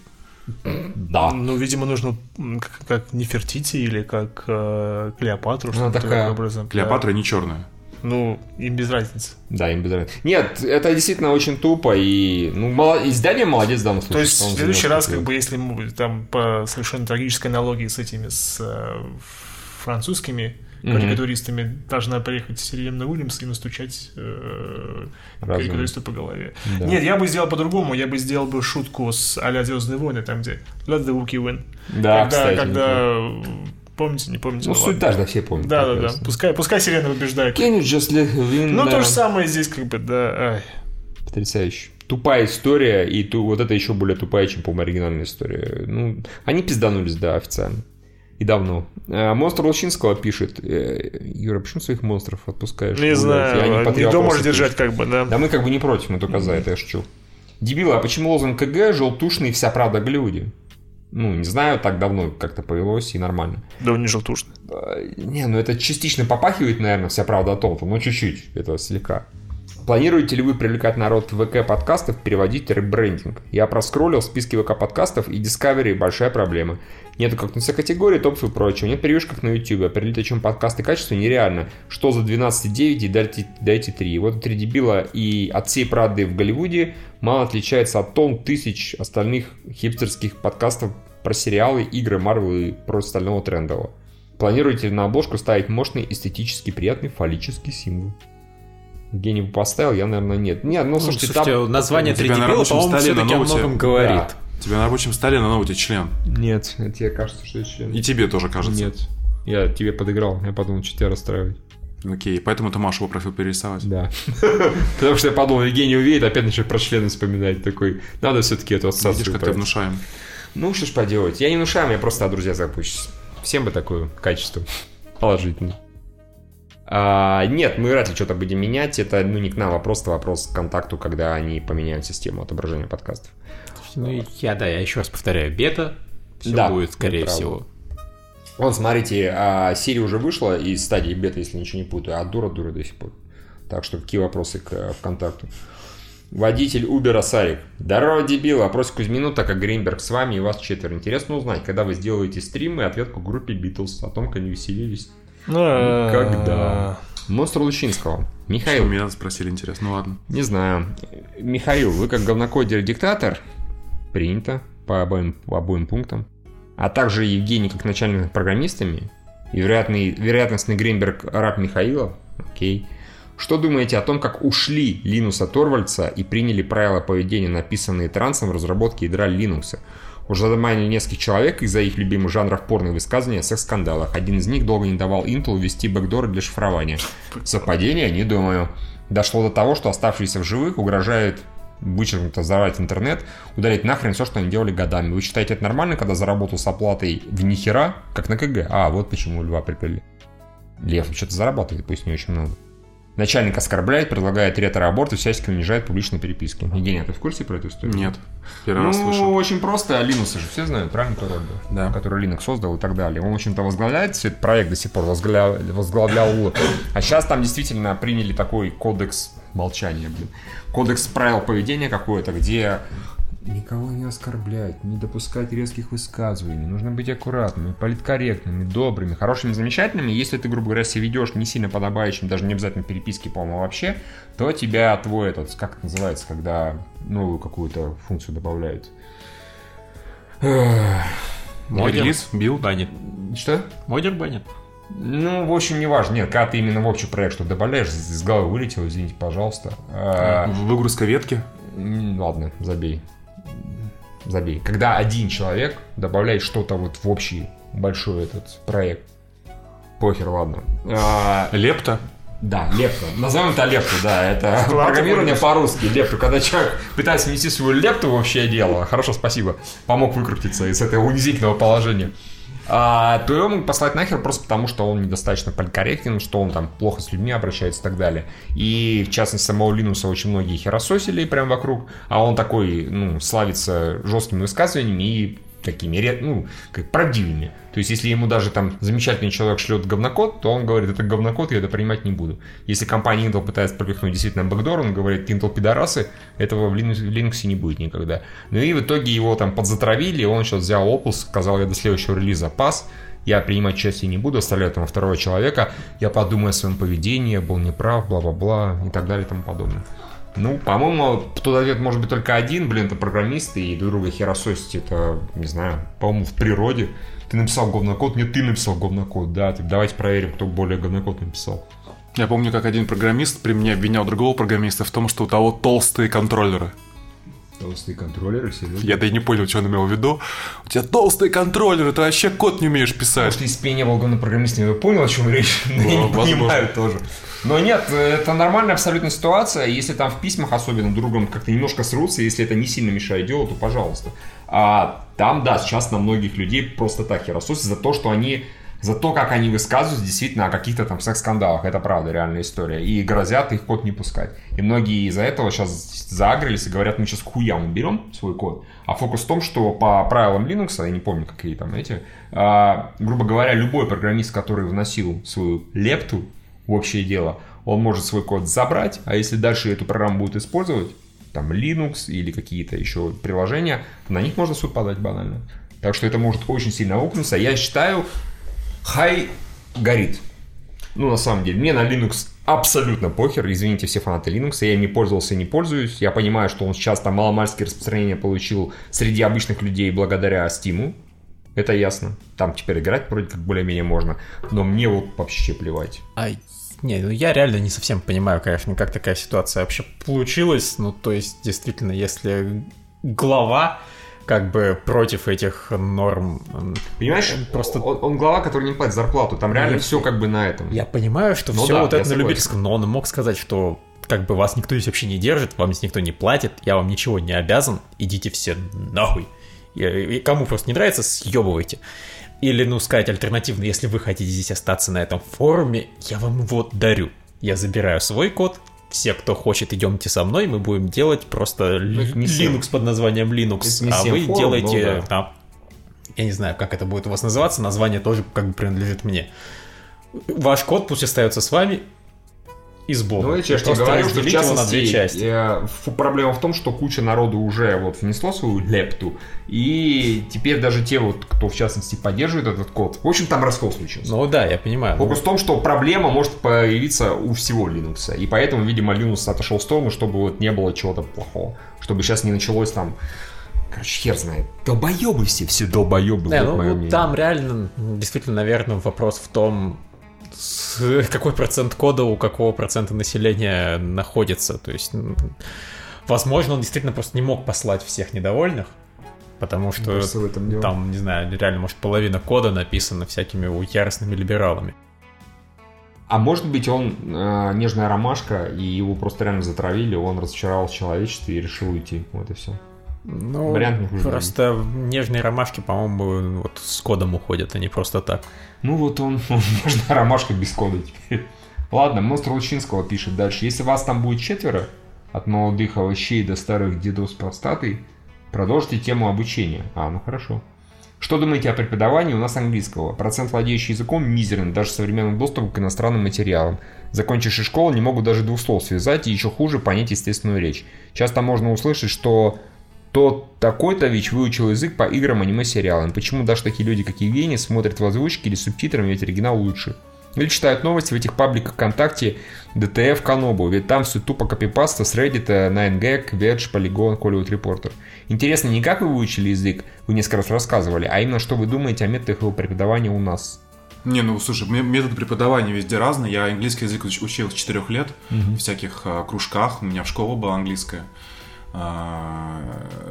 Да. Ну, видимо, нужно как, как Нефертити или как э, Клеопатру. Ну, такая... образом. Клеопатра да. не черная. Ну, им без разницы. Да, им без разницы. Нет, это действительно очень тупо. И ну, мало... издание молодец в данном случае. То есть, в следующий раз, как бы, если там по совершенно трагической аналогии с этими, с э, французскими mm-hmm. карикатуристами, должна приехать Сирена Уильямс и настучать э, карикатуристу по голове. Да. Нет, я бы сделал по-другому. Я бы сделал бы шутку с а-ля «Звездные войны», там, где «Let the Wookiee win». Да, когда, кстати. Когда... Помните, не помните? Ну, ну суть та же, да, все помнят. Да, да, да. Пускай, пускай Сирена побеждает. Can you just let her win? Ну, да. то же самое здесь, как бы, да. Ай. Потрясающе. Тупая история, и ту, вот это еще более тупая, чем, по-моему, оригинальная история. Ну, они пизданулись, да, официально. И давно. Монстр Лучинского пишет: Юра, почему своих монстров отпускаешь? Не знаю, не дома можешь держать, как бы, да. Да мы как бы не против, мы только за это, я шучу. Дебилы, а почему лозунг КГ желтушный вся правда о Голливуде? Ну, не знаю, так давно как-то повелось и нормально. Да он не желтушный. Не, ну это частично попахивает, наверное, вся правда о том, но чуть-чуть, это слегка. Планируете ли вы привлекать народ в ВК-подкастов, переводить ребрендинг? Я проскроллил списки ВК-подкастов, и Discovery большая проблема. Нету как на все категории, топов и прочего. Нет превьюшек как на YouTube. Определить, о чем подкасты качество, нереально. Что за двенадцать девять и дайте, дайте три. Вот три дебила и от всей правды в Голливуде мало отличается от тонн тысяч остальных хипстерских подкастов про сериалы, игры, Марвел и про остального трендового. Планируете ли на обложку ставить мощный, эстетически приятный фаллический символ? Евгений бы поставил, я, наверное, нет. Нет, ну, слушайте, ну, слушайте там... название три дебила, по-моему, все-таки о многом говорит. Да. Тебе на рабочем столе на ноуте член. Нет, тебе кажется, что это член. И тебе тоже кажется. Нет, я тебе подыграл, я подумал, что тебя расстраивать. Окей, поэтому ты Машу попросил перерисовать. Да. Потому что я подумал, Евгений увидит, опять начнет про члены вспоминать. Такой, надо все-таки эту ассоциацию. Видишь, как ты внушаем. Ну, что ж поделать. Я не внушаем, я просто о друзьях запущусь. Всем бы такое качество положительное. А, нет, мы вряд ли что-то будем менять. Это ну, не к нам вопрос, это вопрос к контакту, когда они поменяют систему отображения подкастов. Ну, я, да, я еще раз повторяю, бета. Все да, будет, скорее всего. Вон, смотрите, а, Siri уже вышла из стадии бета, если ничего не путаю, а дура-дура до сих пор. Так что какие вопросы к ВКонтакту? Водитель Uber Сарик. Здорово, дебил. Вопрос Кузьмину, так как Гринберг с вами и вас четверо. Интересно узнать, когда вы сделаете стримы и ответку группе Beatles о том, как они веселились. Когда? Монстр Лучинского. Михаил. Что меня спросили, интересно. Ну ладно. Не знаю. Михаил, вы как говнокодер-диктатор? Принято по обоим, по обоим пунктам. А также Евгений как начальник над программистами. И вероятный, вероятностный Гринберг раб Михаила. Окей. Что думаете о том, как ушли Линуса Торвальдса и приняли правила поведения, написанные Трансом в разработке ядра Linux? Уже задаманили нескольких человек из-за их любимых жанров порно высказывания о секс-скандалах. Один из них долго не давал Intel ввести бэкдоры для шифрования. Совпадение? Не думаю. Дошло до того, что оставшиеся в живых угрожают вычеркнуто взорвать интернет, удалить нахрен все, что они делали годами. Вы считаете это нормально, когда заработал с оплатой в нихера, как на КГ? А, вот почему Льва приплели. Лев что-то зарабатывает, пусть не очень много. Начальник оскорбляет, предлагает ретро-аборт и всячески унижает публичной переписки. Евгений, ты в курсе про эту историю? Нет. Первый раз Ну, слышу. очень просто. Linux же все знают, правильно, кто это? Да. Который Linux создал и так далее. Он, в общем-то, возглавляет все этот проект до сих пор, возглавлял, возглавлял. А сейчас там действительно приняли такой кодекс молчания, блин. Кодекс правил поведения какой-то, где никого не оскорблять, не допускать резких высказываний, нужно быть аккуратными, политкорректными, добрыми, хорошими, замечательными. Если ты, грубо говоря, себя ведешь не сильно подобающим, даже не обязательно переписки, по-моему, вообще, то тебя твой этот, как это называется, когда новую какую-то функцию добавляют. Релиз, билд. Банит. Что? Модер банит. Ну, в общем, не важно. Нет, когда ты именно в общий проект что добавляешь, из головы вылетело, извините, пожалуйста. Выгрузка ветки. Ладно, забей. Забей. Когда один человек добавляет что-то вот в общий большой этот проект, похер, ладно. А, Лепта. да, лепту. Назовем это лепту, да. Это программирование по-русски. Лепту. Когда человек пытается внести свою лепту в общее дело, хорошо, спасибо, помог выкрутиться из этого унизительного положения, а, то его могут послать нахер просто потому, что он недостаточно политкорректен, что он там плохо с людьми обращается и так далее. И, в частности, самого Линуса очень многие херососили прям вокруг, а он такой, ну, славится жесткими высказываниями и такими, ну, как правдивыми. То есть, если ему даже там замечательный человек шлет говнокод, то он говорит, это говнокод, я это принимать не буду. Если компания Intel пытается пропихнуть действительно бэкдор, он говорит, Intel пидорасы, этого в Linux, в Linux не будет никогда. Ну и в итоге его там подзатравили, и он сейчас взял опус, сказал, я до следующего релиза пас, я принимать участие не буду, оставляю там второго человека, я подумаю о своем поведении, я был неправ, бла-бла-бла и так далее и тому подобное. Ну, по-моему, тут ответ может быть только один, блин, это программисты и друг друга херососить, это, не знаю, по-моему, в природе. Ты написал говнокод, нет, ты написал говнокод, да, так давайте проверим, кто более говнокод написал. Я помню, как один программист при мне обвинял другого программиста в том, что у того толстые контроллеры. Толстые контроллеры, серьезно? Я-то и не понял, что он имел в виду. У тебя толстые контроллеры, ты вообще код не умеешь писать. Может, если бы я не был говнопрограммистом, я бы понял, о чем речь, но я не понимаю тоже. Но нет, это нормальная абсолютно ситуация. Если там в письмах особенно другом как-то немножко срутся, если это не сильно мешает делу, то пожалуйста. А там, да, сейчас на многих людей просто так херососят за то, что они... За то, как они высказываются действительно о каких-то там секс-скандалах. Это правда, реальная история. И грозят их код не пускать. И многие из-за этого сейчас заагрились и говорят, мы сейчас к хуям уберем свой код. А фокус в том, что по правилам Linux, я не помню, какие там эти, а, грубо говоря, любой программист, который вносил свою лепту в общее дело, он может свой код забрать, а если дальше эту программу будет использовать, там Linux или какие-то еще приложения, на них можно в суд подать банально. Так что это может очень сильно аукнуться. Я считаю, хай горит. Ну, на самом деле, мне на Linux абсолютно похер. Извините, все фанаты Linux. Я им не пользовался и не пользуюсь. Я понимаю, что он сейчас там маломальское распространение получил среди обычных людей благодаря Steam. Это ясно. Там теперь играть вроде как более-менее можно. Но мне вот вообще плевать. Ай. Не, ну я реально не совсем понимаю, конечно, как такая ситуация вообще получилась. Ну, то есть, действительно, если глава как бы против этих норм... Понимаешь, просто... он, он глава, который не платит зарплату. Там реально ну, все как бы на этом. Я понимаю, что ну, все да, вот это на любительском, но он мог сказать, что как бы вас никто здесь вообще не держит, вам здесь никто не платит, я вам ничего не обязан, идите все нахуй. И, и кому просто не нравится, съебывайте. Или, ну, сказать альтернативно, если вы хотите здесь остаться на этом форуме, я вам его дарю. Я забираю свой код, все, кто хочет, идемте со мной, мы будем делать просто ну, Linux под названием Linux, а вы форум, делаете... Ну, да. Там, я не знаю, как это будет у вас называться, название тоже как бы принадлежит мне. Ваш код пусть остается с вами и с Богом. Ну, я тебе говорю, что в частности, на две части. Я, проблема в том, что куча народу уже вот внесло свою лепту, и теперь даже те, вот, кто в частности поддерживает этот код, в общем, там раскол случился. Ну да, я понимаю. Фокус в том, что проблема может появиться у всего Linux, и поэтому, видимо, Linux отошел в сторону, чтобы вот не было чего-то плохого, чтобы сейчас не началось там... Короче, хер знает. Долбоебы все, все долбоебы. Да, вот ну вот там реально, действительно, наверное, вопрос в том, какой процент кода у какого процента населения находится. То есть, возможно, он действительно просто не мог послать всех недовольных, потому что там, не знаю, реально, может, половина кода написана всякими яростными либералами. А может быть, он э, нежная ромашка, и его просто реально затравили, он разочаровал человечество и решил уйти. Вот и все. Ну, вариант не хуже. Просто нежные ромашки, по-моему, вот с кодом уходят, а не просто так. Ну вот он, он нежная ромашка без кода теперь. Ладно, монстр Лучинского пишет дальше. Если вас там будет четверо, от молодых овощей до старых дедов с простатой, продолжите тему обучения. А, ну хорошо. Что думаете о преподавании у нас английского? Процент владеющий языком мизерный, даже с современным доступом к иностранным материалам. Закончившие школу не могут даже двух слов связать и еще хуже понять естественную речь. Часто можно услышать, что тот такой-то ВИЧ выучил язык по играм, аниме-сериалам. Почему даже такие люди, как Евгений, смотрят в озвучке или субтитрами, ведь оригинал лучше? Или читают новости в этих пабликах ВКонтакте ди ти эф Канобу, ведь там все тупо копипаста с Reddit, найн гэг, Verge, Polygon, Hollywood Reporter. Интересно, не как вы выучили язык, вы несколько раз рассказывали, а именно, что вы думаете о методах его преподавания у нас? Не, ну слушай, методы преподавания везде разные. Я английский язык учил с четырёх лет, угу. в всяких а, кружках, у меня в школе была английская. А,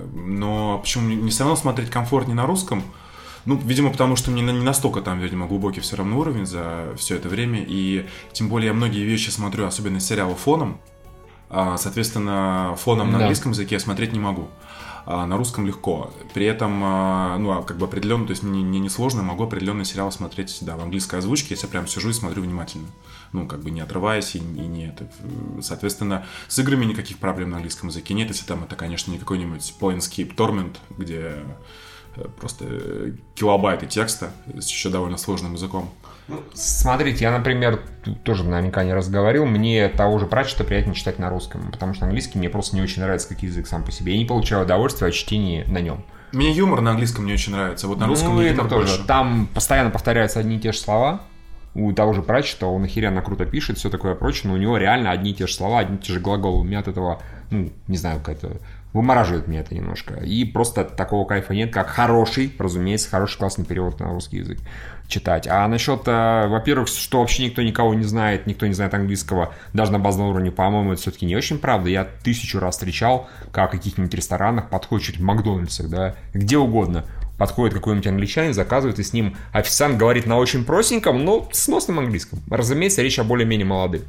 но почему не все равно смотреть комфортнее на русском? Ну, видимо, потому что мне не настолько там, видимо, глубокий все равно уровень за все это время. И тем более я многие вещи смотрю, особенно сериалы, фоном. Соответственно, фоном на да. английском языке я смотреть не могу. А на русском легко. При этом, ну, как бы определенно, то есть мне не сложно, могу определенный сериал смотреть, да, в английской озвучке, если я прям сижу и смотрю внимательно. Ну, как бы не отрываясь и, и не это. Соответственно, с играми никаких проблем на английском языке нет, если там это, конечно, не какой-нибудь Planescape Torment, где просто килобайты текста с еще довольно сложным языком. Ну, смотрите, я, например, тоже наверняка не раз говорил, мне того же Пратчета приятнее читать на русском, потому что английский мне просто не очень нравится как язык сам по себе. Я не получаю удовольствия от чтения на нем. Мне юмор на английском не очень нравится, вот на русском ну, мне это юмор тоже. больше. Там постоянно повторяются одни и те же слова. У того же Пратчета он охеренно круто пишет, все такое прочее, но у него реально одни и те же слова, одни и те же глаголы. У меня от этого, ну, не знаю, какая-то... Вымораживает меня это немножко. И просто такого кайфа нет, как хороший, разумеется, хороший классный перевод на русский язык читать. А насчет, во-первых, что вообще никто никого не знает, никто не знает английского, даже на базовом уровне, по-моему, это все-таки не очень правда. Я тысячу раз встречал, как в каких-нибудь ресторанах подходит чуть в Макдональдсах, да, где угодно. Подходит какой-нибудь англичанин, заказывает, и с ним официант говорит на очень простеньком, но сносном английском. Разумеется, речь о более-менее молодых.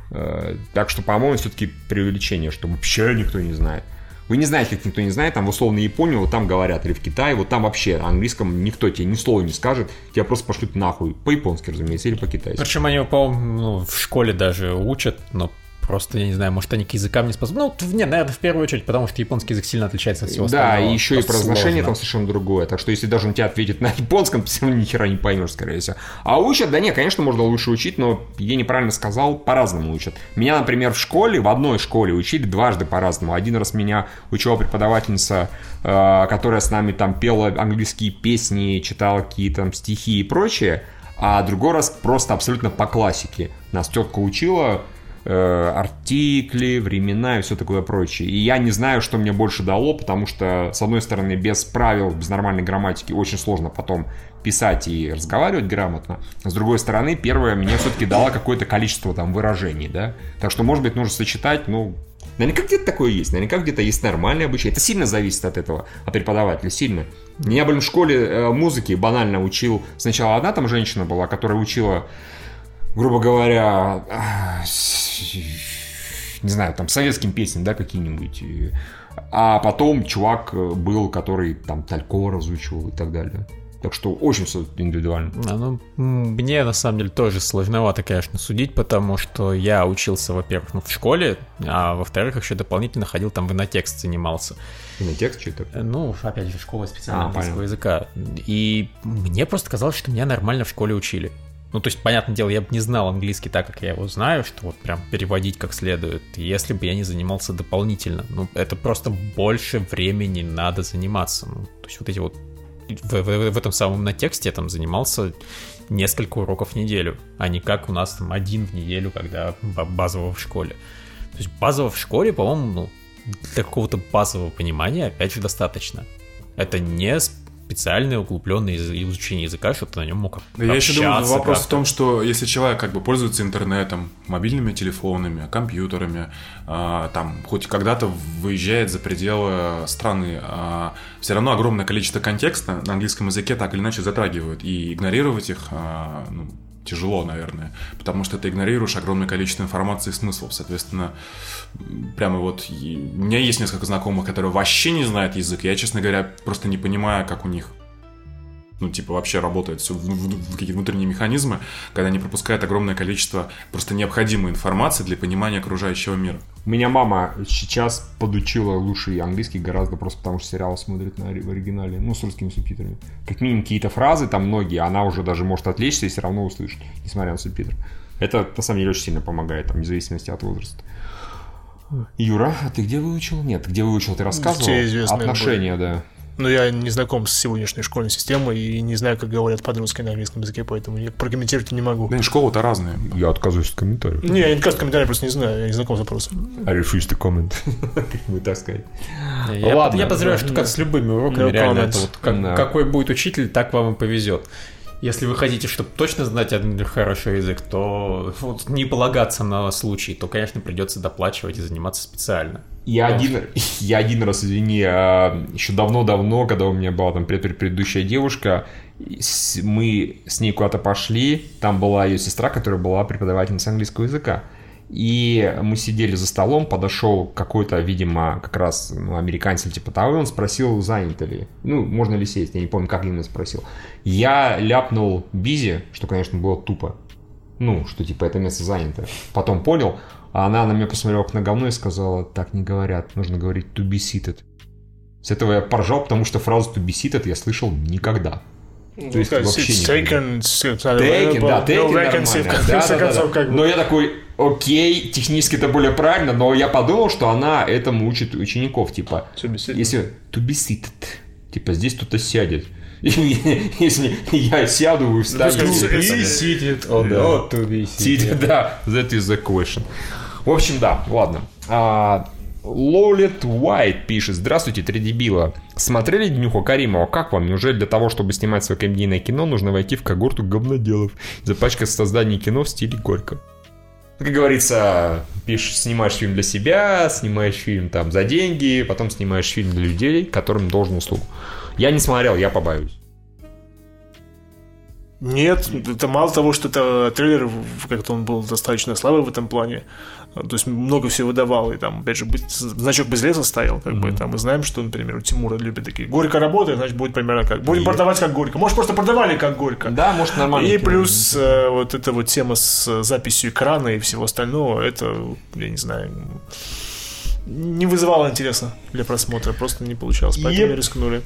Так что, по-моему, все-таки преувеличение, что вообще никто не знает. Вы не знаете, как никто не знает, там в условной Японии, вот там говорят, или в Китае, вот там вообще на английском никто тебе ни слова не скажет, тебя просто пошлют нахуй, по-японски, разумеется, или по-китайски. Причем они, по-моему, ну, в школе даже учат, но просто, я не знаю, может, они к языкам не способны. Ну, не, наверное, в первую очередь, потому что японский язык сильно отличается от всего остального. Да, и еще просто и произношение сложно. там совершенно другое. Так что, если даже он тебе ответит на японском, ты все равно ни хера не поймешь, скорее всего. А учат, да нет, конечно, можно лучше учить, но я неправильно сказал, по-разному учат. Меня, например, в школе, в одной школе учили дважды по-разному. Один раз меня учила преподавательница, э, которая с нами там пела английские песни, читала какие-то там стихи и прочее, а другой раз просто абсолютно по классике. Нас тетка учила артикли, времена и все такое прочее. И я не знаю, что мне больше дало, потому что, с одной стороны, без правил, без нормальной грамматики очень сложно потом писать и разговаривать грамотно. С другой стороны, первое мне все-таки дало какое-то количество там выражений, да. Так что, может быть, нужно сочетать, ну... Наверняка где-то такое есть, наверняка где-то есть нормальное обучение. Это сильно зависит от этого, от преподавателя, сильно. Меня, блин, в школе э, музыки банально учил... Сначала одна там женщина была, которая учила, грубо говоря, не знаю, там, советским песням, да, какие-нибудь. А потом чувак был, который там Талькова разучивал и так далее. Так что очень все индивидуально. А, ну, мне, на самом деле, тоже сложновато, конечно, судить, потому что я учился, во-первых, ну, в школе, а во-вторых, еще дополнительно ходил там в инотекст, занимался. Инотекст что это? Ну, опять же, школа специального а, английского языка. И мне просто казалось, что меня нормально в школе учили. Ну, то есть, понятное дело, я бы не знал английский так, как я его знаю, что вот прям переводить как следует, если бы я не занимался дополнительно. Ну, это просто больше времени надо заниматься. Ну, то есть, вот эти вот в, в, в этом самом на тексте я там занимался несколько уроков в неделю, а не как у нас там один в неделю, когда базово в школе. То есть, базово в школе, по-моему, ну, для какого-то базового понимания, опять же, достаточно. Это не специальное углубленное изучение языка, чтобы ты на нем мог общаться. Я еще думаю, вопрос как-то в том, что если человек как бы пользуется интернетом, мобильными телефонами, компьютерами, э, там хоть когда-то выезжает за пределы страны, э, все равно огромное количество контекста на английском языке так или иначе затрагивают, и игнорировать их э, ну, тяжело, наверное, потому что ты игнорируешь огромное количество информации и смыслов, соответственно, прямо вот и... у меня есть несколько знакомых, которые вообще не знают язык, я, честно говоря, просто не понимаю, как у них ну, типа, вообще работает все в, в, в какие-то внутренние механизмы, когда не пропускает огромное количество просто необходимой информации для понимания окружающего мира. У меня мама сейчас подучила лучший английский гораздо просто потому, что сериал смотрит на, в оригинале, ну, с русскими субтитрами. Как минимум какие-то фразы, там многие, она уже даже может отвлечься и все равно услышит, несмотря на субтитры. Это, на самом деле, очень сильно помогает, там, вне зависимости от возраста. Юра, а ты где выучил? Нет, где выучил, ты рассказывал? Отношения, были. Да. Но я не знаком с сегодняшней школьной системой и не знаю, как говорят подростки на английском языке, поэтому я прокомментировать не могу. Да и школы-то разные. Я отказываюсь от комментариев. Не, я не отказываюсь от комментариев, просто не знаю, я не знаком с вопросом. I refuse to comment. Как бы так сказать. Я, Ладно, я подозреваю, что как с любыми уроками, no реально, это вот как, no. какой будет учитель, так вам и повезет. Если вы хотите, чтобы точно знать один хороший язык, то вот, не полагаться на случай, то, конечно, придется доплачивать и заниматься специально. Я один, я один раз, извини, еще давно-давно, когда у меня была там предыдущая девушка, мы с ней куда-то пошли, там была ее сестра, которая была преподавательницей английского языка. И мы сидели за столом, подошел какой-то, видимо, как раз ну, американец или типа того, и он спросил, занято ли. Ну, можно ли сесть, я не помню, как именно спросил. Я ляпнул busy, что, конечно, было тупо. Ну, что типа это место занято. Потом понял, а она на меня посмотрела как на говно и сказала, так не говорят, нужно говорить to be seated. С этого я поржал, потому что фразу to be seated я слышал никогда. То есть вообще taken, taken, да, taken vacancy, нормально. Да, да, да, да. Но я такой, окей, технически это более правильно, но я подумал, что она этому учит учеников, типа, если to be seated, типа, здесь кто-то сядет. Если я сяду, вы встанете. To be seated or not to be seated. Да, that is the question. В общем, да, ладно. Лолит Уайт пишет: здравствуйте, три дебила. Смотрели Днюху Каримова? Как вам? Неужели для того, чтобы снимать свое комедийное кино, нужно войти в когорту говноделов, запачкать создание кино в стиле Горько? Как говорится, пишешь, снимаешь фильм для себя, снимаешь фильм там за деньги, потом снимаешь фильм для людей, которым должен услугу. Я не смотрел, я побоюсь. Нет, это мало того, что это трейлер, как-то он был достаточно слабый в этом плане. То есть много всего давал, и там, опять же, значок без леса ставил, как mm-hmm. бы, там, мы знаем, что, например, у Тимура любят такие, Горько работает, значит, будет примерно как, будем yeah. продавать как Горько, может, просто продавали как Горько. Да, может, нормально. И плюс э, вот эта вот тема с записью экрана и всего остального, это, я не знаю, не вызывало интереса для просмотра, просто не получалось, поэтому yep. не рискнули.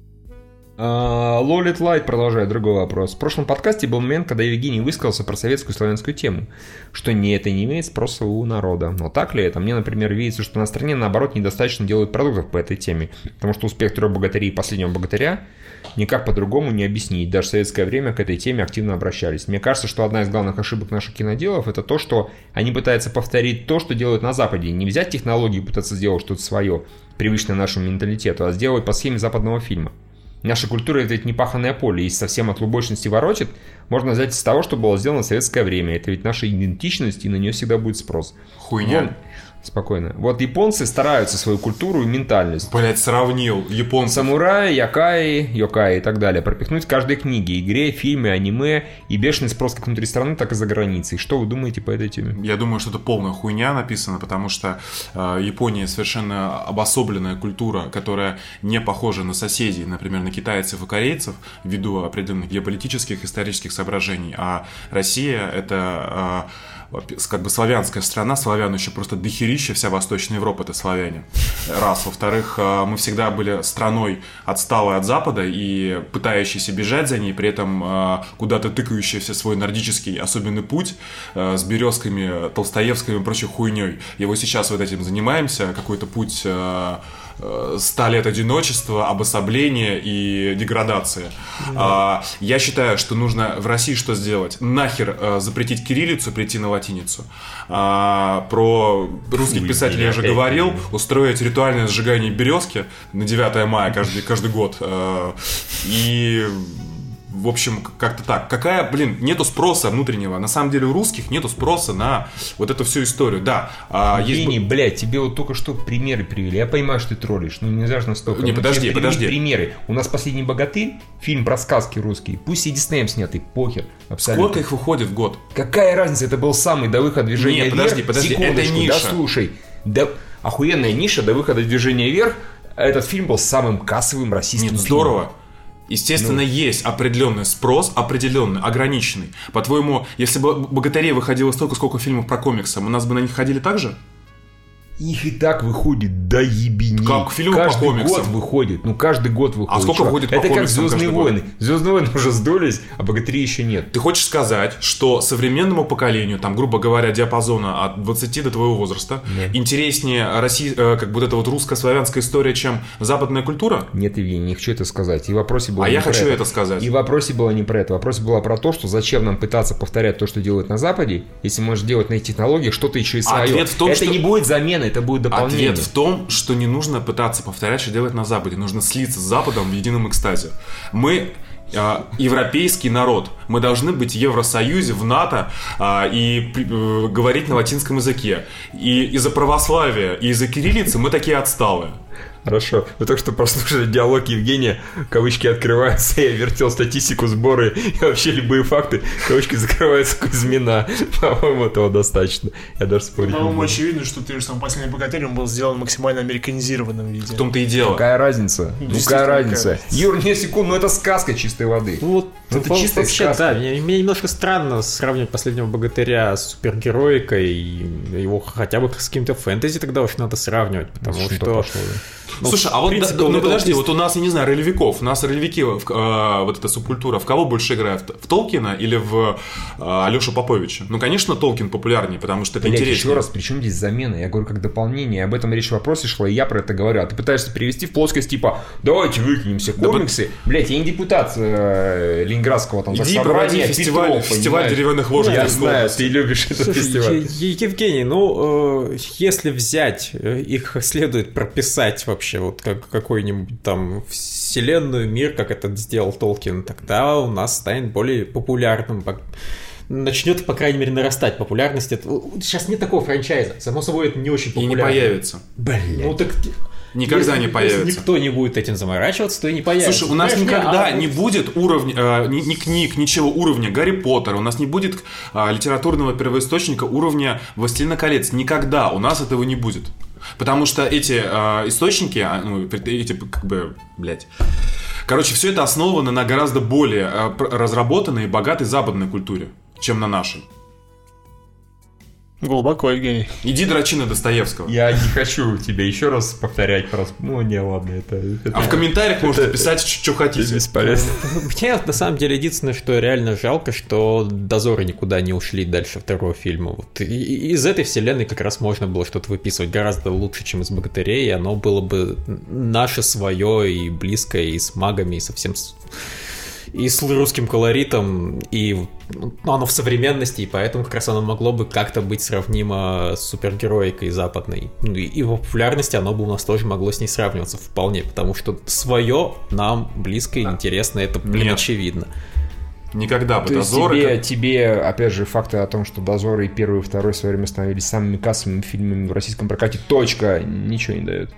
Лолит Лайт продолжает другой вопрос. В прошлом подкасте был момент, когда Евгений высказался про советскую и славянскую тему, что не это не имеет спроса у народа. Но так ли это? Мне, например, видится, что на стране, наоборот, недостаточно делают продуктов по этой теме, потому что успех трех богатырей и последнего богатыря никак по-другому не объяснить. Даже в советское время к этой теме активно обращались. Мне кажется, что одна из главных ошибок наших киноделов — это то, что они пытаются повторить то, что делают на Западе. Не взять технологию и пытаться сделать что-то свое, привычное нашему менталитету, а сделать по схеме западного фильма. Наша культура — это ведь не паханое поле, и совсем от лубочности воротит, можно взять из того, что было сделано в советское время. Это ведь наша идентичность, и на нее всегда будет спрос. Хуйня. Вон, спокойно. Вот японцы стараются свою культуру и ментальность. Блять, сравнил японцев. Самураи, якаи, йокаи и так далее пропихнуть в каждой книге, игре, фильме, аниме и бешеный спрос как внутри страны, так и за границей. Что вы думаете по этой теме? Я думаю, что это полная хуйня написана, потому что э, Япония совершенно обособленная культура, которая не похожа на соседей, например, на китайцев и корейцев, ввиду определенных геополитических, исторических соображений. А Россия — это... Э, как бы славянская страна, славян еще просто дохерища, вся Восточная Европа — это славяне. Раз. Во-вторых, мы всегда были страной отсталой от Запада и пытающейся бежать за ней, при этом куда-то тыкающийся свой нордический особенный путь с березками, толстоевскими и прочей хуйней. И вот сейчас вот этим занимаемся, какой-то путь ста лет одиночества, обособления и деградации. Да. Я считаю, что нужно в России что сделать? Нахер запретить кириллицу, прийти на латиницу. Про русских Фу, писателей я, я же говорил. Устроить ритуальное сжигание березки на девятое мая каждый, каждый год. И... В общем, как-то так. Какая, блин, нету спроса внутреннего. На самом деле у русских нету спроса на вот эту всю историю. Да. А, Евгений, есть... блядь, тебе вот только что примеры привели. Я понимаю, что ты троллишь. Ну нельзя же настолько. Не, подожди, подожди. Примеры. У нас «Последний богатырь», фильм про сказки русские. Пусть и Диснеем снятый, похер. Абсолютно. Сколько их выходит в год? Какая разница? Это был самый до выхода движения Нет, вверх. подожди, подожди, это ниша. Да, слушай. Да, охуенная ниша до выхода движения вверх. Этот фильм был самым кассовым российским Нет, фильмом. здорово. Естественно, ну. есть определенный спрос, определенный, ограниченный. По-твоему, если бы «Богатырей» выходило столько, сколько фильмов про комиксы, у нас бы на них ходили так же? Их и так выходит до ебени. Как фильмы каждый по комиксам? год выходит. Ну, каждый год выходит. А сколько чувак. выходит по Это комиксам? Это как «Звездные войны». «Звездные войны» уже сдулись, а «Богатырей» еще нет. Ты хочешь сказать, что современному поколению, там, грубо говоря, диапазона от двадцати до твоего возраста, нет. интереснее Россия, как бы вот эта вот русско-славянская история, чем западная культура? Нет, Евгений, не хочу это сказать. И в вопросе было а не я про хочу это. это сказать. И в вопросе было не про это. В вопросе было про то, что зачем нам пытаться повторять то, что делают на Западе, если можешь делать на их технологиях что-то еще и свое. Ответ в том, это что... не будет замена, это будет дополнение. Ответ в том, что не нужно пытаться повторять, что делать на Западе. Нужно слиться с Западом в едином экстазе. Мы э, европейский народ. Мы должны быть в Евросоюзе, в НАТО э, и э, говорить на латинском языке. И из-за православия, и из-за кириллицы мы такие отсталые. Хорошо. Вы только что прослушали диалог Евгения, кавычки открываются, я вертел статистику, сборы и вообще любые факты, кавычки закрываются, Кузьмина. По-моему, этого достаточно. Я даже спорить не буду. По-моему, очевидно, что ты же сам «Последний богатырь» он был сделан в максимально американизированном виде. В том-то и дело. Какая разница? Ну, какая разница? Юр, не секунду, ну это сказка чистой воды. Ну, вот ну, это чистая вообще, сказка. Да, мне, мне немножко странно сравнивать «Последнего богатыря» с супергероикой, и его хотя бы с каким-то фэнтези тогда уж надо сравнивать, потому ну, что... что Ну, Слушай, а вот принципе, да, ну подожди, вот у нас, я не знаю, ролевиков, у нас ролевики, в, э, вот эта субкультура, в кого больше играют? В Толкина или в э, Алёшу Поповича? Ну, конечно, Толкин популярнее, потому что это Блядь, интереснее. еще раз, при чем здесь замена? Я говорю как дополнение, об этом речь в вопросе шла, и я про это говорю. А ты пытаешься перевести в плоскость типа, давайте выкинем все комиксы. Да, блядь, я не депутат э, Ленинградского там иди проводи фестиваль, Петров, фестиваль деревянных ложек. Я знаю, ты любишь этот Слушай, фестиваль. Евгений, ну, э, если взять, их следует прописать вообще, вот как какой-нибудь там вселенную, мир, как это сделал Толкин, тогда у нас станет более популярным. Начнет, по крайней мере, нарастать популярность. Это... Сейчас нет такого франчайза. Само собой, это не очень популярно. И не появится. Блин. Ну так... Никогда если, не появится. Если никто не будет этим заморачиваться, то и не появится. Слушай, у нас Знаешь, никогда а... не будет уровня, э, ни, ни книг, ничего уровня Гарри Поттера, у нас не будет э, литературного первоисточника уровня «Властелина колец». Никогда у нас этого не будет. Потому что эти э, источники, ну, эти, как бы, блядь... Короче, все это основано на гораздо более э, разработанной и богатой западной культуре, чем на нашей. Глубоко, Евгений. Иди дрочи на Достоевского. Я не хочу тебе еще раз повторять просто. Ну, не, ладно, это... это а в комментариях это, можете писать, это, что хотите. Бесполезно. Мне, на самом деле, единственное, что реально жалко, что «Дозоры» никуда не ушли дальше второго фильма. Вот. И из этой вселенной как раз можно было что-то выписывать гораздо лучше, чем из «Богатырей», и оно было бы наше свое и близкое, и с магами, и совсем... и с русским колоритом, и ну, оно в современности, и поэтому как раз оно могло бы как-то быть сравнимо с супергероикой западной. Ну, и, и в популярности оно бы у нас тоже могло с ней сравниваться вполне, потому что свое нам близко и интересно, это, блин, Нет. очевидно. Никогда бы То «Дозоры». Тебе, как... тебе, опять же, факты о том, что «Дозоры» и первый и второй в свое время становились самыми кассовыми фильмами в российском прокате, точка, ничего не дает.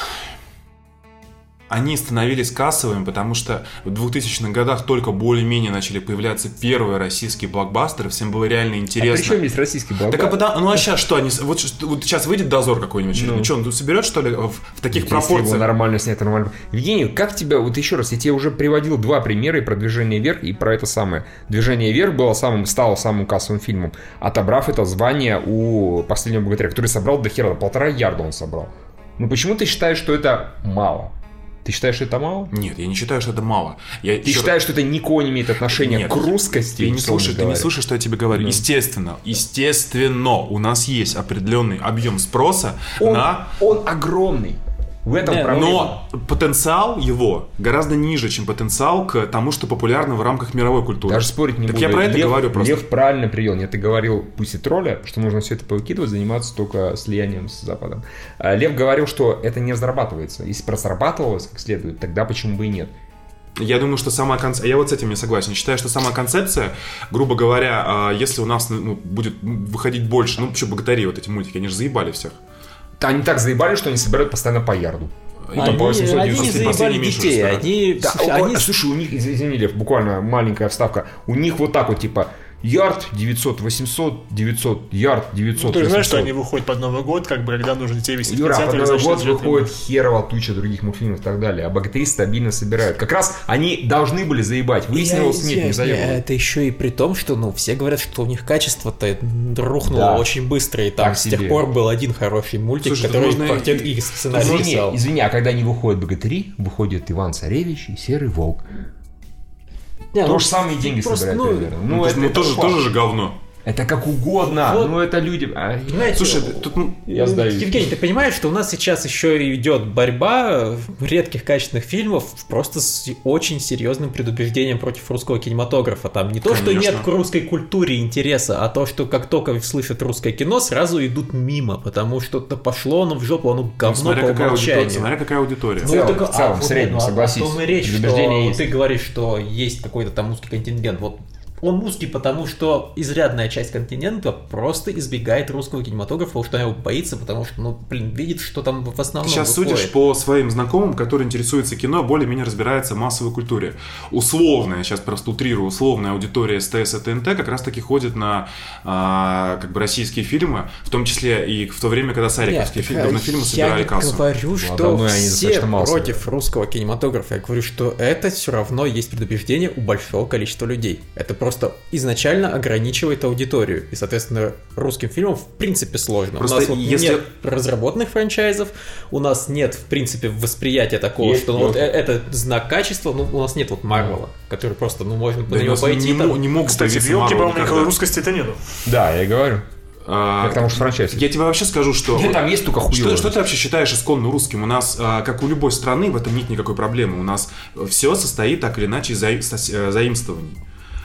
Они становились кассовыми, потому что в двухтысячных годах только более-менее начали появляться первые российские блокбастеры, всем было реально интересно. А при чем здесь российский блокбастер? Так, а потому, ну а сейчас что? Они, вот, вот сейчас выйдет «Дозор» какой-нибудь, ну. что, он соберет, что ли, в, в таких Если пропорциях? Его нормально снять, нормально. Евгений, как тебя, вот еще раз, я тебе уже приводил два примера и про «Движение вверх», и про это самое. «Движение вверх» было самым, стало самым кассовым фильмом, отобрав это звание у «Последнего богатыря», который собрал до хера, полтора ярда он собрал. Ну почему ты считаешь, что это мало? Ты считаешь, что это мало? Нет, я не считаю, что это мало. Я ты считаешь, раз... что это никакого не имеет отношения Нет, к русскости? Ты не, слушай, ты не слушаешь, что я тебе говорю. Ну. Естественно, естественно, у нас есть определенный объем спроса он, на... Он огромный. В этом да, проблема. Но потенциал его гораздо ниже, чем потенциал к тому, что популярно в рамках мировой культуры. Даже спорить не так буду. Так я про это Лев, говорю просто. Лев правильно привел. Нет, ты говорил, пусть и тролля, что нужно все это повыкидывать, заниматься только слиянием с Западом. А Лев говорил, что это не разрабатывается. Если бы разрабатывалось как следует, тогда почему бы и нет? Я думаю, что сама концепция... Я вот с этим не согласен. Считаю, что сама концепция, грубо говоря, если у нас ну, будет выходить больше... Ну, что «Богатыри», вот эти мультики, они же заебали всех. Они так заебали, что они собирают постоянно по ярду. Они, они заебали детей, они... Да, слушай, о, они... слушай, у них, извини, Лев, буквально маленькая вставка, у них вот так вот, типа, ярд девятьсот, восемьсот, девятьсот, ярд девятьсот, ну, ты восемьсот. знаешь, что они выходят под Новый год, как бы, когда нужно детей вести в Юра, кинотеатр, под Новый год значит, выходит херова туча других мультфильмов и так далее, а богатыри стабильно собирают. Как раз они должны были заебать. Выяснилось, нет, не заебали. Это еще и при том, что, ну, все говорят, что у них качество-то рухнуло Да. очень быстро, и там Так с себе. тех пор был один хороший мультик, Слушай, который можно Квартет и- X сценарий Извини, писал. извини, а когда не выходят богатыри, выходит Иван Царевич и Серый Волк. Не, То ну, же самое деньги просто, собирают ну, примерно. Ну, это, ну, это тоже, факт. тоже же говно. Это как угодно. Вот. Ну, это люди... а, Понимаете, Слушай, тут ну, Я сдаюсь. Евгений, ты понимаешь, что у нас сейчас еще идет борьба редких качественных фильмов просто с очень серьезным предубеждением против русского кинематографа. Там не то, что Конечно. нет к русской культуре интереса, а то, что как только слышат русское кино, сразу идут мимо, потому что это пошло оно в жопу, оно говно смотря по какая аудитория, умолчанию. смотря какая аудитория. В целом, только- в целом, в вот среднем, нет, ну, согласись. О том и речь, что Предубеждение есть. ты говоришь, что есть какой-то там узкий контингент. Вот он узкий, потому что изрядная часть континента просто избегает русского кинематографа, потому что она его боится, потому что, ну, блин, видит, что там в основном Ты сейчас выходит. судишь по своим знакомым, которые интересуются кино, более-менее разбираются в массовой культуре. Условная, сейчас просто утрирую, условная аудитория СТС и ТНТ как раз-таки ходит на а, как бы российские фильмы, в том числе и в то время, когда сариковские Нет, фильмы, говнофильмы я собирали не кассу. говорю, что давно они все достаточно массовые. против русского кинематографа. Я говорю, что это все равно есть предубеждение у большого количества людей. Это просто изначально ограничивает аудиторию. И, соответственно, русским фильмам в принципе сложно. Просто у нас вот если- нет разработанных франчайзов, у нас нет, в принципе, восприятия такого, Есть, что ну, вот есть. э- это знак качества, ну, у нас нет вот Марвела, который просто, ну, можно Да на него у нас пойти. не, там- мо- не могут Кстати, в появиться елке, Marvel по-моему, никакой никогда. русскости-то нету. Да, я и говорю. А, Как там уж франчайз. Я тебе вообще скажу, что... Нет, там есть только Что, хуёво. что ты вообще считаешь исконно русским? У нас, а, как у любой страны, в этом нет никакой проблемы. У нас все состоит так или иначе из заим- со- э, заимствований.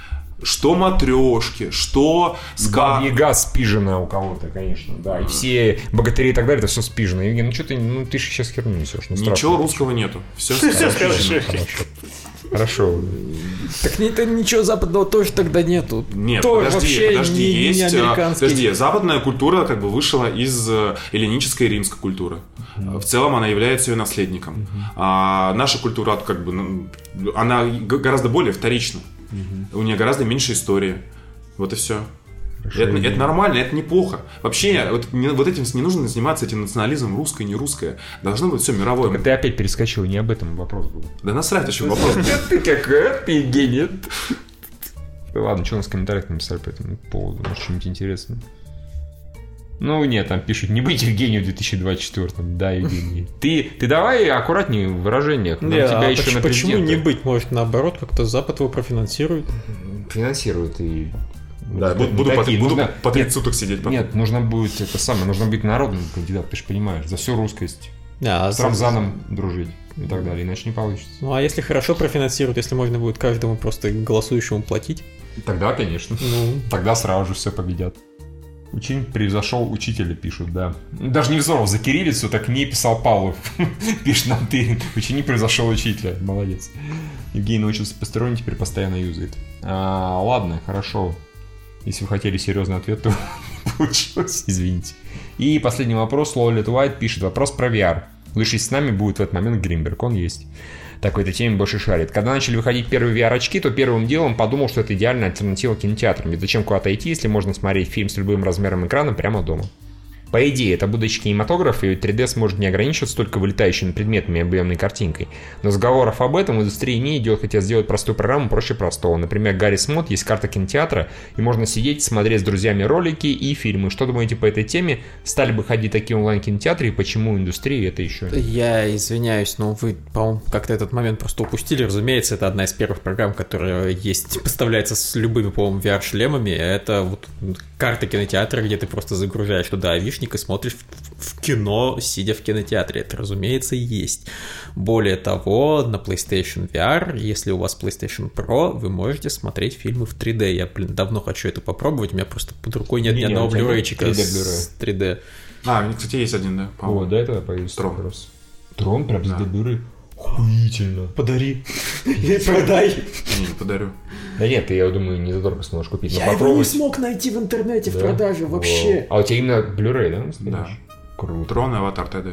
Что матрешки, что ска... Яга спижена у кого-то, конечно, да. И все богатыри и так далее, это все спижено. Евгений, ну что ты, ну ты же сейчас херню несешь. Ну, Ничего страшно. русского нету. Все Всё хорошо. Хорошо. Хорошо. Так не- это ничего западного тоже тогда нету. Нет, Тоже подожди, вообще подожди, не, не есть, а, американский. подожди, западная культура как бы вышла из э, эллинической и римской культуры. В целом она является ее наследником. А наша культура как бы, ну, она г- гораздо более вторична. У нее гораздо меньше истории. Вот и все. Это, это нормально, это неплохо. Вообще, вот, не- вот этим не нужно заниматься, этим национализмом, русское, не русское. Должно быть все мировое. Только ты опять перескочил, не об этом вопрос был. Да насрать, о чем вопрос. Ты как это, Евгений? Ладно, что у нас в комментариях написали по этому поводу? Может, что-нибудь интересное? Ну, нет, там пишут, не быть Евгением в две тысячи двадцать четвёртом. Да, Евгений. Ты, ты давай аккуратнее в выражениях. Нам Не, тебя а еще поч- на почему президента не быть? Может, наоборот, как-то Запад его профинансирует? финансируют и... Да, буду, буду такие, по, буду нужно- по тридцать нет, суток сидеть. потом. Нет, нужно будет это самое, нужно быть народным кандидатом, ты же понимаешь, за всю русскость, А, с Рамзаном дружить и так далее, иначе не получится. Ну, а если хорошо профинансируют, если можно будет каждому просто голосующему платить? Тогда, конечно. Ну, Тогда сразу же все победят. Учень превзошел учителя, пишут, да. Даже Невзоров за кириллицу так не писал Павлов. Пишет нам ты. Ученик превзошел учителя. Молодец. Евгений научился посторонне, теперь постоянно юзает. А, ладно, хорошо. Если вы хотели серьезный ответ, то получилось, извините. И последний вопрос. Лолит Уайт пишет вопрос про ви ар. Лучше с нами будет в этот момент Гринберг, он есть. Такой этой теме больше шарит. Когда начали выходить первые ви ар-очки, то первым делом подумал, что это идеальная альтернатива кинотеатрам. Ведь зачем куда-то идти, если можно смотреть фильм с любым размером экрана прямо дома? По идее, это будущий кинематограф, и три дэ сможет не ограничиваться только вылетающими предметами и объемной картинкой. Но разговоров об этом в индустрии не идет, хотя сделать простую программу проще простого. Например, Гаррис Мод, есть карта кинотеатра, и можно сидеть, смотреть с друзьями ролики и фильмы. Что думаете по этой теме? Стали бы ходить такие онлайн-кинотеатры, и почему индустрии это еще? я извиняюсь, но вы, по-моему, как-то этот момент просто упустили. Разумеется, это одна из первых программ, которая есть, поставляется с любыми, по-моему, ви ар-шлемами. Это вот карта кинотеатра, где ты просто загружаешь туда авишник и смотришь в, в кино, сидя в кинотеатре. Это, разумеется, есть. Более того, на PlayStation ви ар, если у вас PlayStation Pro, вы можете смотреть фильмы в три дэ. Я, блин, давно хочу это попробовать. У меня просто под рукой нет ни Не-не, одного у тебя блюрейчика три дэ с три дэ. А, у меня, кстати, есть один, да. О, по-моему. до этого появился Трон. вопрос. Трон прям с Да. дыры. Охуительно. Подари. И продай. Не, не подарю. Да нет, ты, я думаю, не задорого сможешь купить. Но Я его не попробовать. смог найти в интернете в Да? продаже вообще. О. А у тебя именно Blu-ray, да? Да. Круто. Трон и Аватар тогда есть.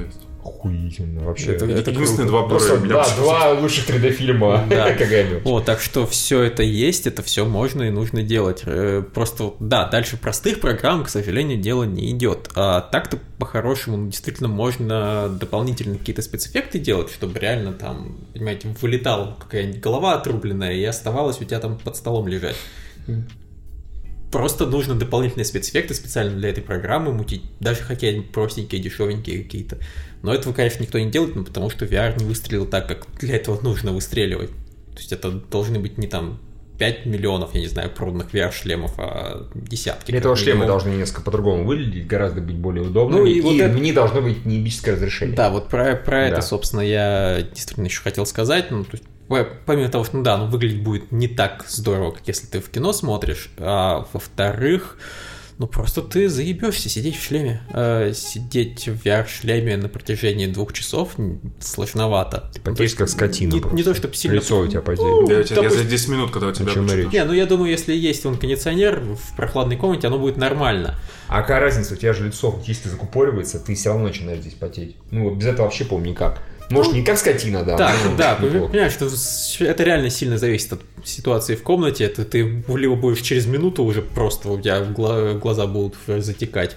охуительно. Вообще, это, это единственные два просто, да, два лучших три дэ-фильма. Да. Вот, так что все это есть, это все можно и нужно делать. Просто, да, дальше простых программ, к сожалению, дело не идет. А так-то, по-хорошему, действительно можно дополнительно какие-то спецэффекты делать, чтобы реально там, понимаете, вылетала какая-нибудь голова отрубленная и оставалась у тебя там под столом лежать. Просто нужно дополнительные спецэффекты специально для этой программы мутить, даже какие-нибудь простенькие, дешевенькие какие-то. Но этого, конечно, никто не делает, ну, потому что ви ар не выстрелил так, как для этого нужно выстреливать. То есть это должны быть не там пять миллионов, я не знаю, проданных ви ар-шлемов, а десятки. Для этого шлемы должны несколько по-другому выглядеть, гораздо быть более удобными, ну, и, и вот это... не должно быть неебическое разрешение. Да, вот про, про да. это, собственно, я действительно еще хотел сказать. Ну, то есть, помимо того, что, ну да, ну выглядеть будет не так здорово, как если ты в кино смотришь, а во-вторых, ну просто ты заебешься сидеть в шлеме. А, сидеть в ви ар-шлеме на протяжении двух часов сложновато. Ты потеешь как скотина. Не, не то, чтобы сильно... Лицо у тебя потеет. Ну, я, я за десять минут, когда у тебя... Не, ну я думаю, если есть вон кондиционер в прохладной комнате, оно будет нормально. А какая разница, у тебя же лицо чисто закупоривается, ты все равно начинаешь здесь потеть. Ну вот без этого вообще, по-моему, никак. Может, не как скотина, да. Так, ну, да, понимаешь, что это реально сильно зависит от ситуации в комнате. Это ты либо будешь через минуту уже просто у тебя глаза будут затекать,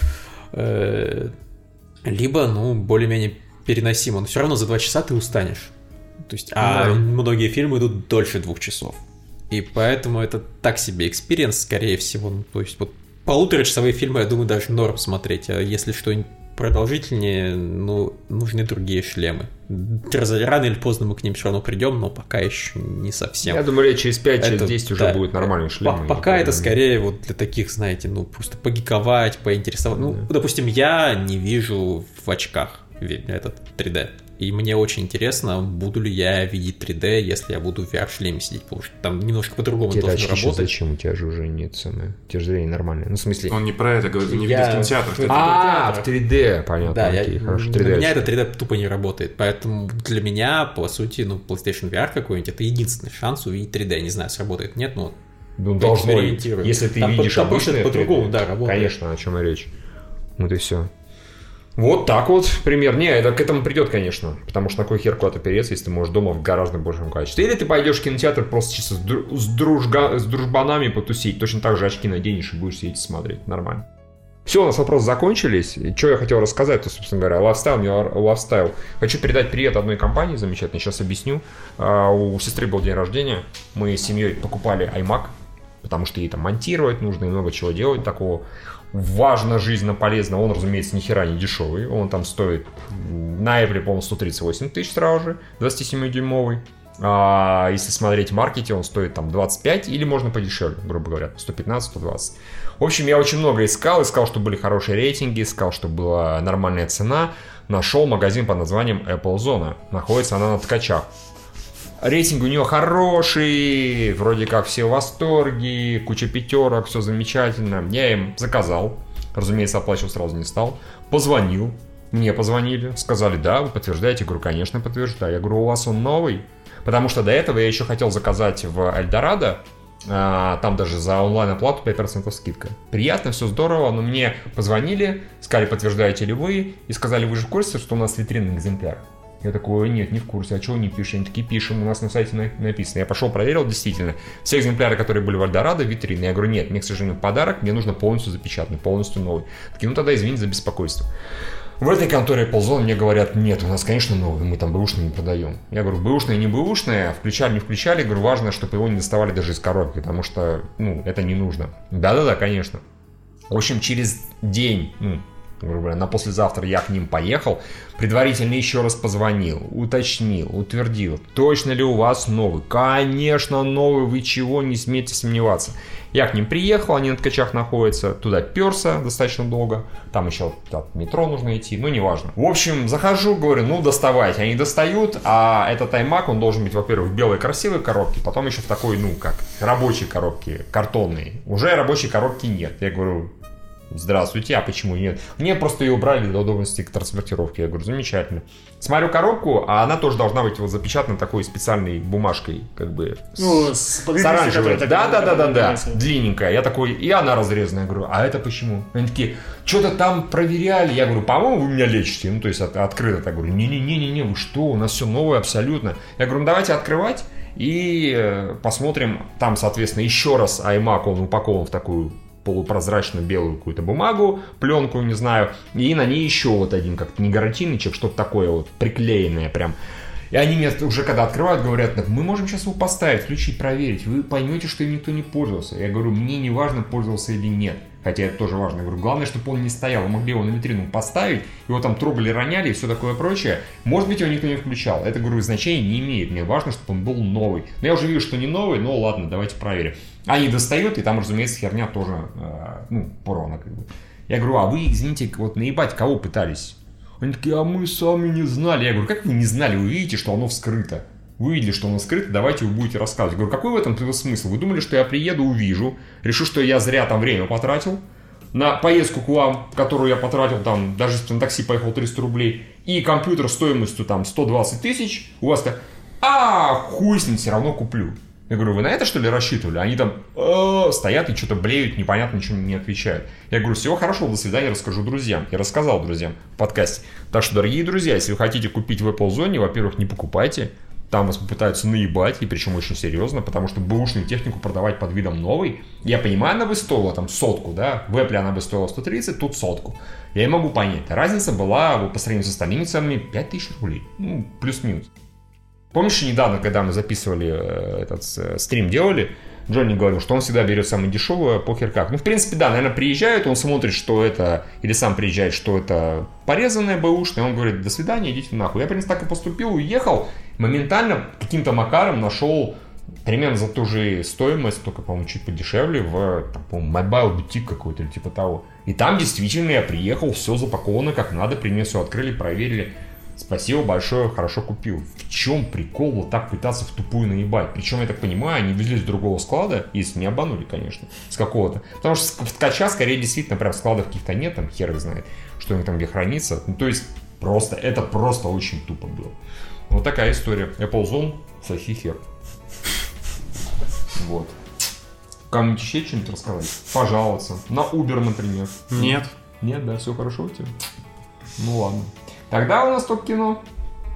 либо, ну, более-менее переносимо. Но все равно за два часа ты устанешь. То есть, а да. многие фильмы идут дольше двух часов. И поэтому это так себе экспириенс, скорее всего. Ну, то есть, вот полуторачасовые фильмы, я думаю, даже норм смотреть. А если что-нибудь продолжительнее, ну, нужны другие шлемы. Рано или поздно мы к ним все равно придем, но пока еще не совсем. Я думаю, лет через пять через десять уже да, будет нормальный шлем. Пока это скорее вот для таких, знаете, ну, просто погиковать, поинтересовать. Ну, да. допустим, я не вижу в очках этот три дэ. И мне очень интересно, буду ли я видеть три дэ, если я буду в ви ар-шлеме сидеть, потому что там немножко по-другому тебе должно работать. Зачем? У тебя же уже нет цены. У тебя же зрение нормальное. Ну, в смысле... Он не про это говорит, не я... видит кинотеатр. А, в три дэ, понятно. Да, окей, я... хорошо. Для меня это три дэ тупо не работает. Поэтому для меня, по сути, ну, PlayStation ви ар какой-нибудь, это единственный шанс увидеть три дэ. Не знаю, сработает, нет, но... Ну, должно. Если ты там видишь по- обычное по-другому, да, работает. Конечно, о чем и речь. Вот и все. Вот так вот пример. Не, это к этому придет, конечно. Потому что на кой хер куда-то переться, если ты можешь дома в гораздо большем качестве. Или ты пойдешь в кинотеатр просто чисто с, дру- с, дружга- с дружбанами потусить. Точно так же очки наденешь и будешь сидеть и смотреть. Нормально. Все, у нас вопросы закончились. Что я хотел рассказать, то, собственно говоря, Lifestyle, мне Lifestyle. Хочу передать привет одной компании замечательной, сейчас объясню. У сестры был день рождения, мы с семьей покупали iMac, потому что ей там монтировать нужно и много чего делать такого. Важно, жизненно полезно. Он, разумеется, ни хера не дешевый. Он там стоит на Apple, по-моему, сто тридцать восемь тысяч сразу же, двадцатисемидюймовый. А если смотреть в маркете, он стоит там двадцать пять, или можно подешевле, грубо говоря, сто пятнадцать - сто двадцать. В общем, я очень много искал, искал, чтобы были хорошие рейтинги, искал, чтобы была нормальная цена. Нашел магазин под названием Apple Zone. Находится она на Ткачах. Рейтинг у нее хороший, вроде как все в восторге, куча пятерок, все замечательно. Я им заказал, разумеется, оплачивать сразу не стал. Позвонил, мне позвонили, сказали, да, вы подтверждаете? Я говорю, конечно, подтверждаю. Я говорю, у вас он новый? Потому что до этого я еще хотел заказать в Эльдорадо, там даже за онлайн-оплату пять процентов скидка. Приятно, все здорово, но мне позвонили, сказали, подтверждаете ли вы, и сказали, вы же в курсе, что у нас витринный экземпляр? Я такой, нет, не в курсе, а чего не пишешь? Они такие, пишем, у нас на сайте написано. Я пошел, проверил, действительно, все экземпляры, которые были в Эльдорадо, витрины. Я говорю, нет, мне, к сожалению, подарок, мне нужно полностью запечатанный, полностью новый. Такие, ну тогда извините за беспокойство. В этой конторе Apple Zone мне говорят, нет, у нас, конечно, новый, мы там бэушные не продаем. Я говорю, бэушные, не бэушные, включали, не включали, говорю, важно, чтобы его не доставали даже из коробки, потому что, ну, это не нужно. Да-да-да, конечно. В общем, через день, ну, грубо говоря, на послезавтра я к ним поехал, предварительно еще раз позвонил, уточнил, утвердил, точно ли у вас новый. Конечно, новый, вы чего, не смейте сомневаться. Я к ним приехал, они на Ткачах находятся, туда перся достаточно долго, там еще от метро нужно идти, ну неважно. В общем, захожу, говорю, ну доставайте, они достают, а этот iMac, он должен быть, во-первых, в белой красивой коробке, потом еще в такой, ну как, рабочей коробке, картонной. Уже рабочей коробки нет. Я говорю, Здравствуйте, а почему нет? Мне просто ее убрали для удобности к транспортировке. Я говорю, замечательно. Смотрю коробку, а она тоже должна быть вот запечатана такой специальной бумажкой, как бы ну, с, с оранжевой. Да, да, да, да, да, длинненькая. Я такой, и она разрезанная. Я говорю, а это почему? Они такие, что-то там проверяли. Я говорю, по-моему, вы меня лечите. Ну, то есть от, открыто так говорю, не-не-не-не, вы что, у нас все новое абсолютно. Я говорю, ну давайте открывать и э, посмотрим. Там, соответственно, еще раз iMac, он упакован в такую полупрозрачную белую какую-то бумагу, пленку, не знаю, и на ней еще вот один как-то не гарантийный чек, что-то такое вот приклеенное прям. И они мне уже когда открывают, говорят, мы можем сейчас его поставить, включить, проверить, вы поймете, что им никто не пользовался. Я говорю, мне не важно, пользовался или нет, хотя это тоже важно. Я говорю, главное, чтобы он не стоял, вы могли его на витрину поставить, его там трогали, роняли и все такое прочее. Может быть, его никто не включал, это, говорю, значения не имеет, мне важно, чтобы он был новый. Но я уже вижу, что не новый, но ладно, давайте проверим. Они достают, и там, разумеется, херня тоже, э, ну, порвана как бы. Я говорю, а вы, извините, вот наебать кого пытались? Они такие, а мы сами не знали. Я говорю, как вы не знали? Вы видите, что оно вскрыто. Вы видели, что оно вскрыто, давайте вы будете рассказывать. Я говорю, какой в этом смысл? Вы думали, что я приеду, увижу, решу, что я зря там время потратил на поездку к вам, которую я потратил там, даже если на такси поехал триста рублей, и компьютер стоимостью там сто двадцать тысяч, у вас-то, а, хуй с ним, все равно куплю. Я говорю, вы на это, что ли, рассчитывали? Они там стоят и что-то блеют, непонятно, ничего не отвечают. Я говорю, всего хорошего, до свидания, расскажу друзьям. Я рассказал друзьям в подкасте. Так что, дорогие друзья, если вы хотите купить в Apple Zone, во-первых, не покупайте. Там вас попытаются наебать, и причем очень серьезно, потому что бэушную технику продавать под видом новой. Я понимаю, она бы стоила там сотку, да? В Apple она бы стоила сто тридцать, тут сотку. Я и могу понять. Разница была вот, по сравнению с остальными ценами пять тысяч рублей. Ну, плюс-минус. Помнишь, недавно, когда мы записывали э, этот э, стрим, делали, Джонни говорил, что он всегда берет самое дешевое, похер как. Ну, в принципе, да, наверное, приезжает, он смотрит, что это, или сам приезжает, что это порезанное бэушное, он говорит, до свидания, идите нахуй. Я, в принципе, так и поступил, уехал, моментально каким-то макаром нашел примерно за ту же стоимость, только, по-моему, чуть подешевле, в, там, по-моему, Mobile Boutique какой-то, или типа того. И там действительно я приехал, все запаковано как надо, при мне все открыли, проверили. Спасибо большое, хорошо купил. В чем прикол вот так пытаться в тупую наебать? Причем, я так понимаю, они везли с другого склада, если не обманули, конечно, с какого-то. Потому что в ткача, скорее, действительно, прям складов каких-то нет, там хер их знает, что у них там где хранится. Ну, то есть, просто, это просто очень тупо было. Вот такая история. Apple Zone, соси хер. Вот. Кому-нибудь еще что-нибудь рассказать? Пожаловаться. На Uber, например. Нет. Нет, да, все хорошо у тебя? Ну ладно. Тогда у нас только кино.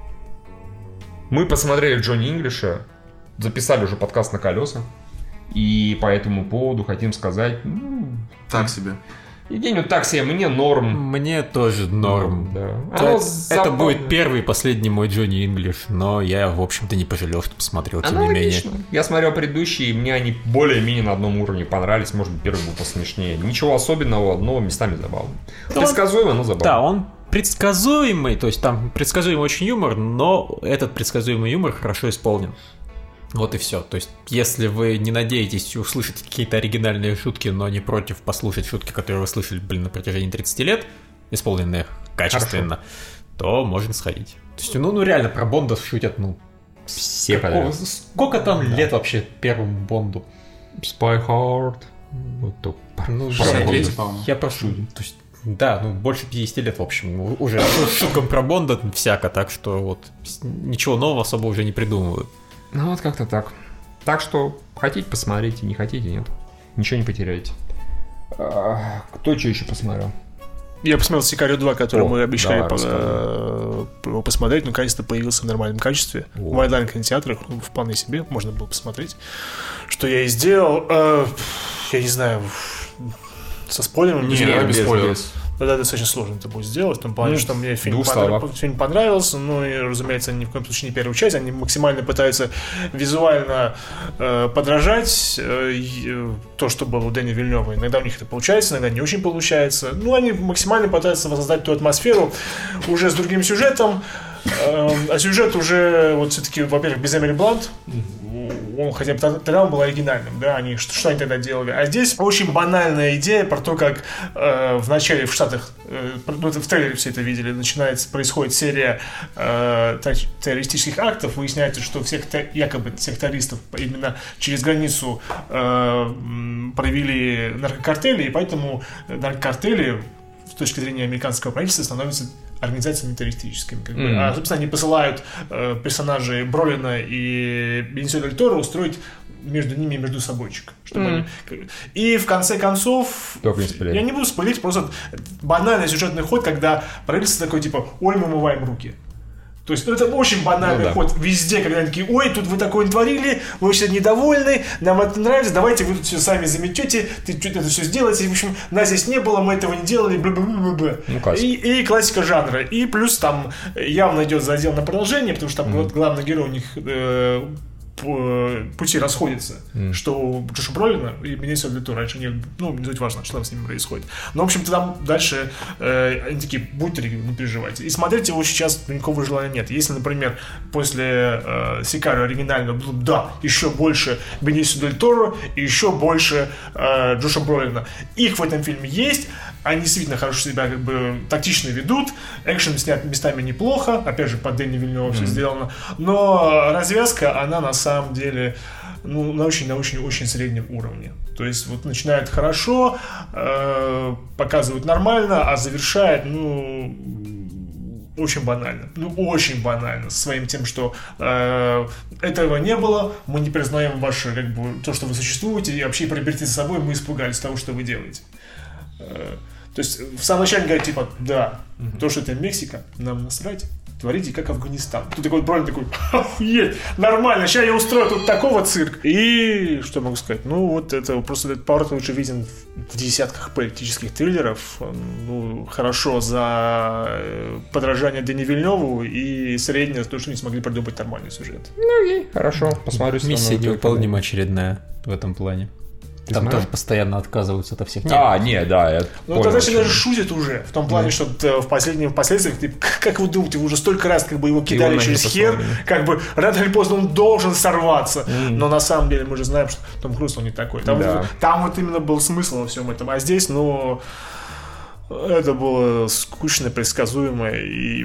Мы посмотрели Джонни Инглиша, записали уже подкаст на колесах, и по этому поводу хотим сказать... Ну, так себе. Евгений, вот так себе, мне норм. Мне тоже норм. Да. Это, это будет первый и последний мой Джонни Инглиш, но я, в общем-то, не пожалел, что посмотрел, тем не менее. Я смотрел предыдущие, и мне они более-менее на одном уровне понравились. Может быть, первый был посмешнее. Ничего особенного, но местами забавно. Предсказуемо, но забавно. Да, он предсказуемый, то есть там предсказуемый очень юмор, но этот предсказуемый юмор хорошо исполнен. Вот и все. То есть, если вы не надеетесь услышать какие-то оригинальные шутки, но не против послушать шутки, которые вы слышали, блин, на протяжении тридцати лет, исполненные качественно, хорошо, то можно сходить. То есть, ну, ну реально, про Бонда шутят, ну, все подряд. Сколько там да. лет вообще первому Бонду? Spy Hard. Вот то. Ну, шестьдесят третий, по-моему. Я прошу. То есть, да, ну больше пятидесяти лет, в общем, уже шуткам про Бонда всяко, так что вот ничего нового особо уже не придумывают. Ну вот как-то так. Так что хотите посмотрите, не хотите нет. Ничего не потеряете. А, кто что еще посмотрел? Я посмотрел Сикарио два, который О, мы обещали давай, по- по- посмотреть, но наконец-то появился в нормальном качестве. О. В онлайн-кинотеатрах, ну, вполне себе, можно было посмотреть. Что я и сделал. Э, я не знаю, со спойлером? Нет, без, без спойлеров. Да, достаточно сложно это будет сделать, в том плане, ну, что мне фильм, понрав... фильм понравился, ну и, разумеется, ни в коем случае не первая часть, они максимально пытаются визуально э, подражать э, то, что было у Дэни Вильнёва. Иногда у них это получается, иногда не очень получается. Ну, они максимально пытаются воссоздать ту атмосферу уже с другим сюжетом, э, а сюжет уже, вот все-таки, во-первых, без Эмили Блант, он хотя бы тогда он был оригинальным, да, они, что, что они тогда делали. А здесь очень банальная идея про то, как э, в начале в Штатах, э, ну, в трейлере все это видели, начинается, происходит серия э, террористических актов, выясняется, что всех якобы террористов именно через границу э, провели наркокартели, и поэтому наркокартели с точки зрения американского правительства становятся организациями террористическими. Как бы. Mm. А, собственно, они посылают э, персонажей Бролина и Бенисио дель Торо устроить между ними между собойчик. Чтобы mm. они... И в конце концов, не я не буду спойлерить, просто банальный сюжетный ход, когда правительство такое типа: ой, мы умываем руки. То есть, ну, это очень банальный ну, да. ход везде, когда они такие: ой, тут вы такое натворили, вы все недовольны, нам это нравится, давайте вы тут все сами заметете, ты это все сделаете. В общем, нас здесь не было, мы этого не делали, бла-бла-бла-бла. Ну, и, и классика жанра. И плюс там явно идет задел на продолжение, потому что там mm-hmm. главный герой у них э, пути расходятся, mm. что у Джоша Бролина и Бенисио дель Торо раньше не, ну, не суть важно, что там с ними происходит. Но, в общем-то, там дальше э, они такие: будьте, не переживайте. И смотреть его сейчас никакого желания нет. Если, например, после э, Сикарио оригинального было, да, еще больше Бенисио дель Торо и еще больше э, Джоша Бролина. Их в этом фильме есть. Они действительно хорошо себя как бы тактично ведут. Экшен снят местами неплохо. Опять же, по Дэнни Вильнёву mm-hmm. все сделано. Но развязка, она на самом деле ну, на очень-очень-очень среднем уровне. То есть вот начинает хорошо, э, показывают нормально, а завершает, ну, очень банально. Ну, очень банально. Со своим тем, что э, этого не было, мы не признаем ваше, как бы, то, что вы существуете, и вообще проберите за собой, мы испугались того, что вы делаете. Э, то есть в самом начале говорят, типа, да, mm-hmm. то, что это Мексика, нам насрать. Творите как Афганистан. Тут такой Бролин такой: охуеть, нормально, сейчас я устрою тут такого цирк. И что могу сказать? Ну, вот это просто этот поворот уже виден в десятках политических триллеров. Ну, хорошо за подражание Дэнни Вильнёву и среднее за то, что не смогли придумать нормальный сюжет. Ну и хорошо, посмотрю. Миссия невыполнима очередная в этом плане. Ты Там знаешь? Тоже постоянно отказываются от всех. Нет. А, не, да, я Ну, это, значит, даже шутят уже. В том плане, mm. что в последнем впоследствии, как вы думаете, вы уже столько раз как бы его кидали его через хер, как бы рано или поздно он должен сорваться. Mm. Но на самом деле мы же знаем, что Том Круз, он не такой. Там, да. вот, там вот именно был смысл во всем этом. А здесь, ну, это было скучно, предсказуемо, и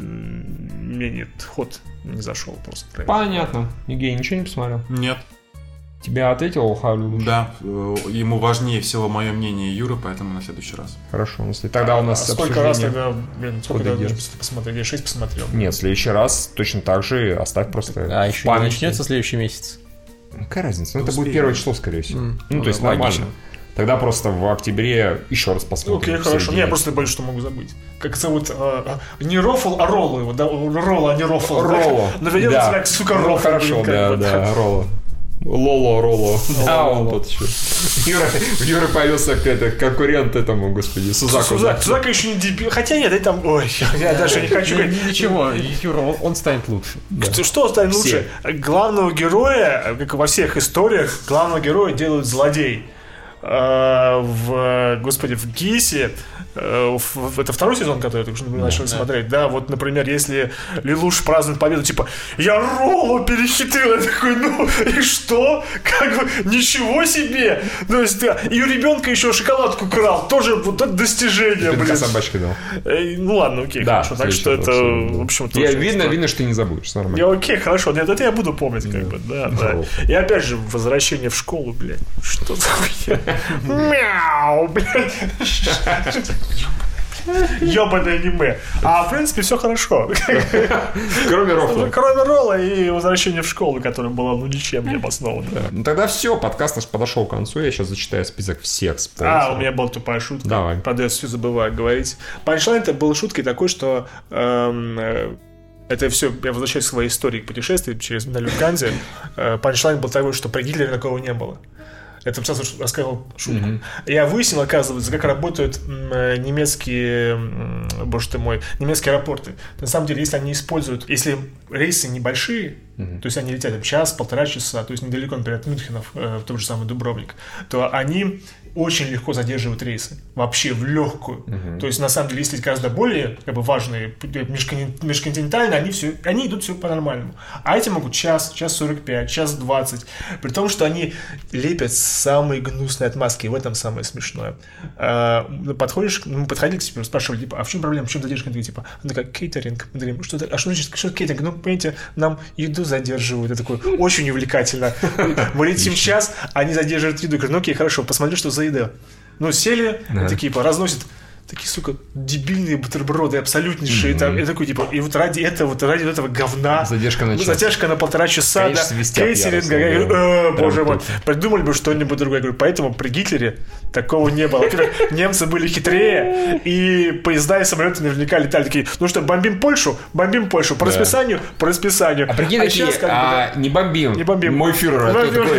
мне нет, ход не зашел просто. Понятно. Евгений, ничего не посмотрел? Нет. Тебя ответил Хавлю? Да, ему важнее всего мое мнение Юры, поэтому на следующий раз. Хорошо, если тогда у нас а сколько раз тогда, блин, сколько раз посмотрел? Я шесть посмотрел. Нет, в следующий раз точно так же оставь просто. А еще не начнется следующий месяц? Какая разница? Ну, это будет первое число, скорее всего. Mm. Ну, ну, то есть да, нормально. Логично. Тогда просто в октябре еще раз посмотрим. Окей, хорошо. Не, я просто боюсь, что могу забыть. Как зовут? А, не Рофл, а Ролло его, да? Ролло, а не Рофл. Ролло. Наведем да. тебя, сука, Рофл. Хорошо, да, да, Ролло. Лоло, Ролло. Да, он тут еще. Юра, Юра появился какой-то конкурент этому, господи, Сузаку. Сузак, Сузака еще не дебил. Хотя нет, это там... Ой, я даже не хочу... Ничего, Юра, он станет лучше. Что станет лучше? Главного героя, как во всех историях, главного героя делают злодей. В, господи, в Гисе, это второй сезон, который только что мы начали да, смотреть, да. да, вот, например, если Лелуш празднует победу, типа, я Ролло перехитрил, я такой, ну, и что? Как бы, ничего себе! То есть, да, и у ребенка еще шоколадку крал, тоже вот это достижение, блин. Ты собачкой дал. Ну, ладно, окей, да, хорошо, так что это, в общем, я видно, видно, что ты не забудешь, нормально. Я, окей, хорошо, нет, это я буду помнить, как бы, да, да. И опять же, возвращение в школу, блядь, что за хуйня? Мяу, блядь. Ёбаное аниме. А в принципе все хорошо. Кроме Ролла. Кроме Ролла и возвращение в школу, которое было ну ничем не обосновано. Да. Ну тогда все, подкаст наш подошел к концу. Я сейчас зачитаю список всех спонсоров. А, у меня была тупая шутка. Давай. Правда, я все забываю говорить. Панчлайн-то был шуткой такой, что эм, э, это все, я возвращаюсь к своей истории путешествий через Люфтганзе. Панчлайн был такой, что при Гитлере такого не было. Это сейчас рассказывал шутку. Mm-hmm. Я выяснил, оказывается, как работают немецкие, боже ты мой, немецкие аэропорты. На самом деле, если они используют, если рейсы небольшие, mm-hmm. то есть они летят час, полтора часа, то есть недалеко, например, от Мюнхена в тот же самый Дубровник, то они очень легко задерживают рейсы. Вообще в легкую. Uh-huh. То есть, на самом деле, если гораздо более как бы, важные, межконтинентальные, они, все, они идут все по-нормальному. А эти могут час, час сорок пять, час двадцать. При том, что они лепят самые гнусные отмазки. И в этом самое смешное. А, подходишь, мы подходили к тебе, спрашивали, типа, а в чем проблема, в чем задержка? Типа, она такая, кейтеринг. Мы говорим, что, а что значит, что кейтеринг? Ну, понимаете, нам еду задерживают. Это такое очень увлекательно. Мы летим час, они задерживают еду. Я говорю, ну окей, хорошо, посмотри, что за еда. Ну, сели, да. такие, типа, разносят такие, сука, дебильные бутерброды, абсолютнейшие. Mm-hmm. Там, и такой, типа, и вот ради этого, вот ради этого говна. Задержка на час. Задержка на полтора часа, да. Кейтеринга. Я говорю, э, боже мой. Придумали бы что-нибудь другое. Я говорю, поэтому при Гитлере такого не было. Во-первых, немцы были хитрее, и поезда и самолеты наверняка летали такие, ну что, бомбим Польшу? Бомбим Польшу. По да. расписанию? По расписанию. А прикинь, а такие, сейчас, а, бы, не бомбим. Не бомбим. Мой фюрер.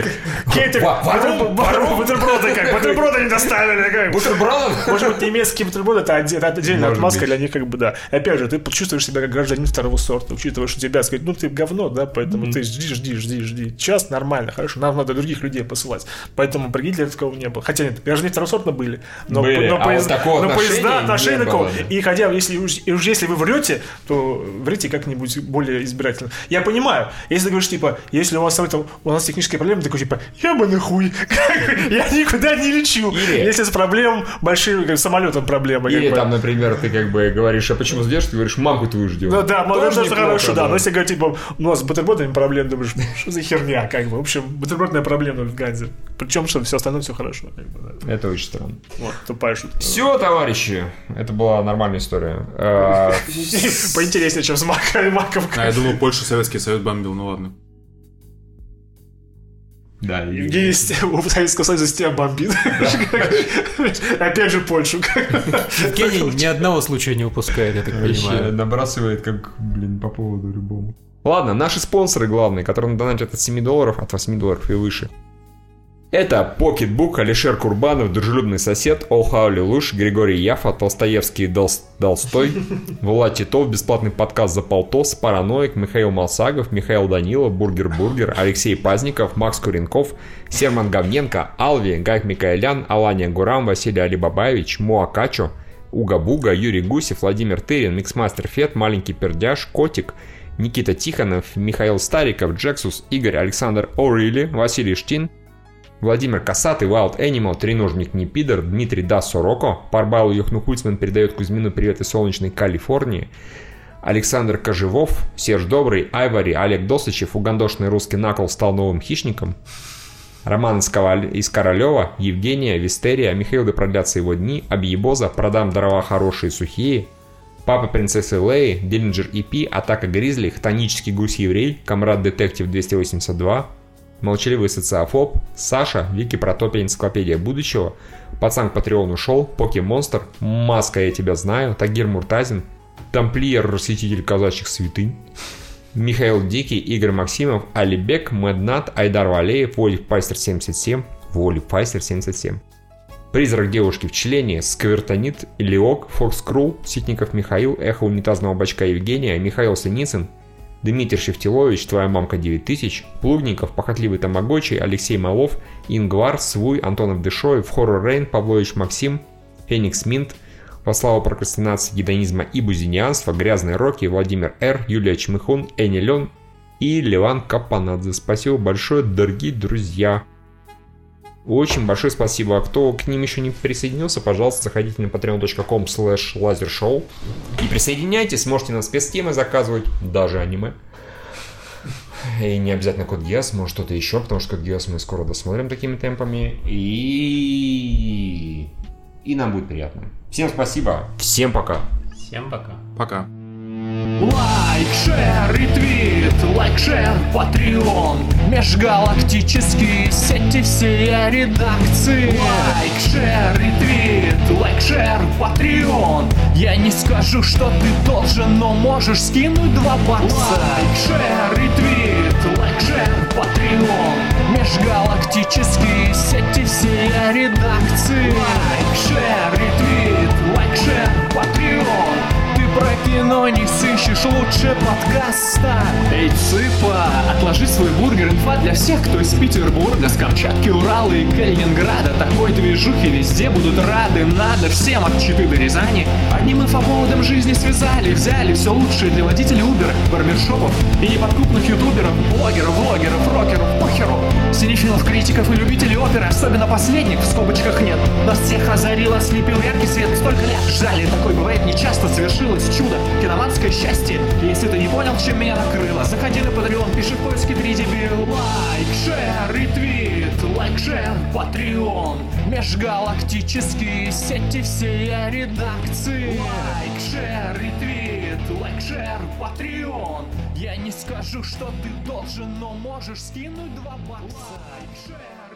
Кейтеринг. Бутерброды как? Бутерброды не доставили. Бутерброды? Может быть, немецкие бутерброды, это отдельная отмазка для них, как бы, да. И опять же, ты чувствуешь себя как гражданин второго сорта, учитывая, что тебя сказать, ну ты говно, да, поэтому mm-hmm. ты жди, жди, жди, жди. Час нормально, хорошо, нам надо других людей посылать. Поэтому при Гитлере такого не было. Хотя нет, граждане второго сорта были, но, были. но, а поезд, вот но поезда отношения такого. Да. И хотя, если уж, и уж если вы врете, то врите как-нибудь более избирательно. Я понимаю, если ты говоришь, типа, если у вас у нас техническая проблема, такой, типа, я бы нахуй, я никуда не лечу. Или... Если с проблем большим, как с самолетом проблема. Или там, например, ты как бы говоришь, а почему задержишь? Ты говоришь, мамку твою ждем. Ну да, мамку тоже хорошо, да. Но если говорить, типа, у нас с бутербродами проблем, думаешь, что за херня, как бы. В общем, бутербродная проблема в Ганзе. Причем, что все остальное все хорошо. Как бы, да. Это очень странно. Вот, тупая шутка. Все, товарищи, это была нормальная история. Поинтереснее, чем с Маковкой. А я думал, Польша Советский Союз бомбил, ну ладно. Да, Евгений у Советского Союза тебя бомбит. Опять же Польшу. Евгений ни одного случая не упускает, я так понимаю. Набрасывает как, блин, по поводу любому. Ладно, наши спонсоры главные, которые донатят от семи долларов, от восьми долларов и выше. Это Pocketbook, Алишер Курбанов, Дружелюбный сосед, Олхаули Луш, Григорий Яфа, Толстоевский Дол... Долстой, Влад Титов, Бесплатный подкаст за полтос, Параноик, Михаил Малсагов, Михаил Данилов, Бургер Бургер, Алексей Пазников, Макс Куренков, Серман Говненко, Алви, Гайк Микаэлян, Алания Гурам, Василий Алибабаевич, Моа Качо, Уга Буга, Юрий Гусев, Владимир Тырин, Миксмастер Фет, Маленький Пердяж, Котик, Никита Тихонов, Михаил Стариков, Джексус, Игорь, Александр О'Рилли, Василий Штин, Владимир Касатый, Wild Animal, Треножник не пидор, Дмитрий Дас Сороко, Парбалу Йохнухульцман передает Кузьмину привет из солнечной Калифорнии, Александр Кожевов, Серж Добрый, Айвари, Олег Досычев, угандошный русский Накл стал новым хищником, Роман из, Коваль... из Королева, Евгения, Вистерия, Михаил да продлятся его дни, Абьебоза, Продам дрова хорошие сухие, Папа принцессы Леи, Диллинджер и Пи, Атака Гризли, Хтонический гусь-еврей, Комрад Детектив двести восемьдесят два, Молчаливый социофоб, Саша, Вики Протопия, Энциклопедия будущего, Пацан к Патреону ушел, Покемонстр, Маска я тебя знаю, Тагир Муртазин, Тамплиер, Расхититель казачьих святынь, Михаил Дикий, Игорь Максимов, Алибек, Мэднат, Айдар Валеев, Волик Пайстер семьдесят семь, Волик Пайстер семьдесят семь, Призрак девушки в члене, Сквертонит, Илиок, Фокс Крул, Ситников Михаил, Эхо унитазного бачка Евгения, Михаил Синицын, Дмитрий Шевтилович, Твоя мамка девять тысяч, Плугников, Похотливый Тамагочи, Алексей Малов, Ингвар, Свуй, Антонов Дешоев, Хоррор Рейн, Павлович Максим, Феникс Минт, Во славу прокрастинации, гедонизма и бузинианства, Грязный Рокки, Владимир Р, Юлия Чмыхун, Энни Лен и Леван Капанадзе. Спасибо большое, дорогие друзья. Очень большое спасибо. А кто к ним еще не присоединился, пожалуйста, заходите на patreon точка com слэш лазершоу и присоединяйтесь. Можете на спецтемы заказывать, даже аниме. И не обязательно Код Гиас, может что-то еще, потому что Код Гиас мы скоро досмотрим такими темпами. И... и нам будет приятно. Всем спасибо. Всем пока. Всем пока. Пока. Лайк, шер, ретвит, лайк, шер, патреон, межгалактические сети, все редакции. Лайк, шер, ретвит, лайк, шер, патреон. Я не скажу, что ты должен, но можешь скинуть два бакса. Лайк, шер, ретвит, лайк, шер, патреон, межгалактические сети. сети всей редакции. Лайк, шер, ретвит, лайк, шер, патреон. Ты про кино не сыщешь лучше подкаста. Эй, цыпа, отложи свой бургер. Инфа для всех, кто из Петербурга, с Камчатки, Урала и Калининграда. Такой движухи везде будут рады. Надо всем от Читы до Рязани. Одним инфоповодом жизни связали. Взяли все лучшее для водителей Uber, барбершопов и неподкупных ютуберов, блогеров, влогеров, рокеров, похеру, синефилов, критиков и любителей оперы. Особенно последних в скобочках нет. Нас всех озарил, ослепил яркий свет. Столько лет ждали, такое бывает нечасто. Совершилось чудо, киноманское счастье. Если ты не понял, чем меня накрыло, заходи на Patreon, пиши в поиске три дебил. Лайк, шер, ретвит, лайк, шер, Patreon. Межгалактические сети всей редакции. Лайк, шер, ретвит, лайк, шер, Patreon. Я не скажу, что ты должен, но можешь скинуть два бакса. Лайк, шер.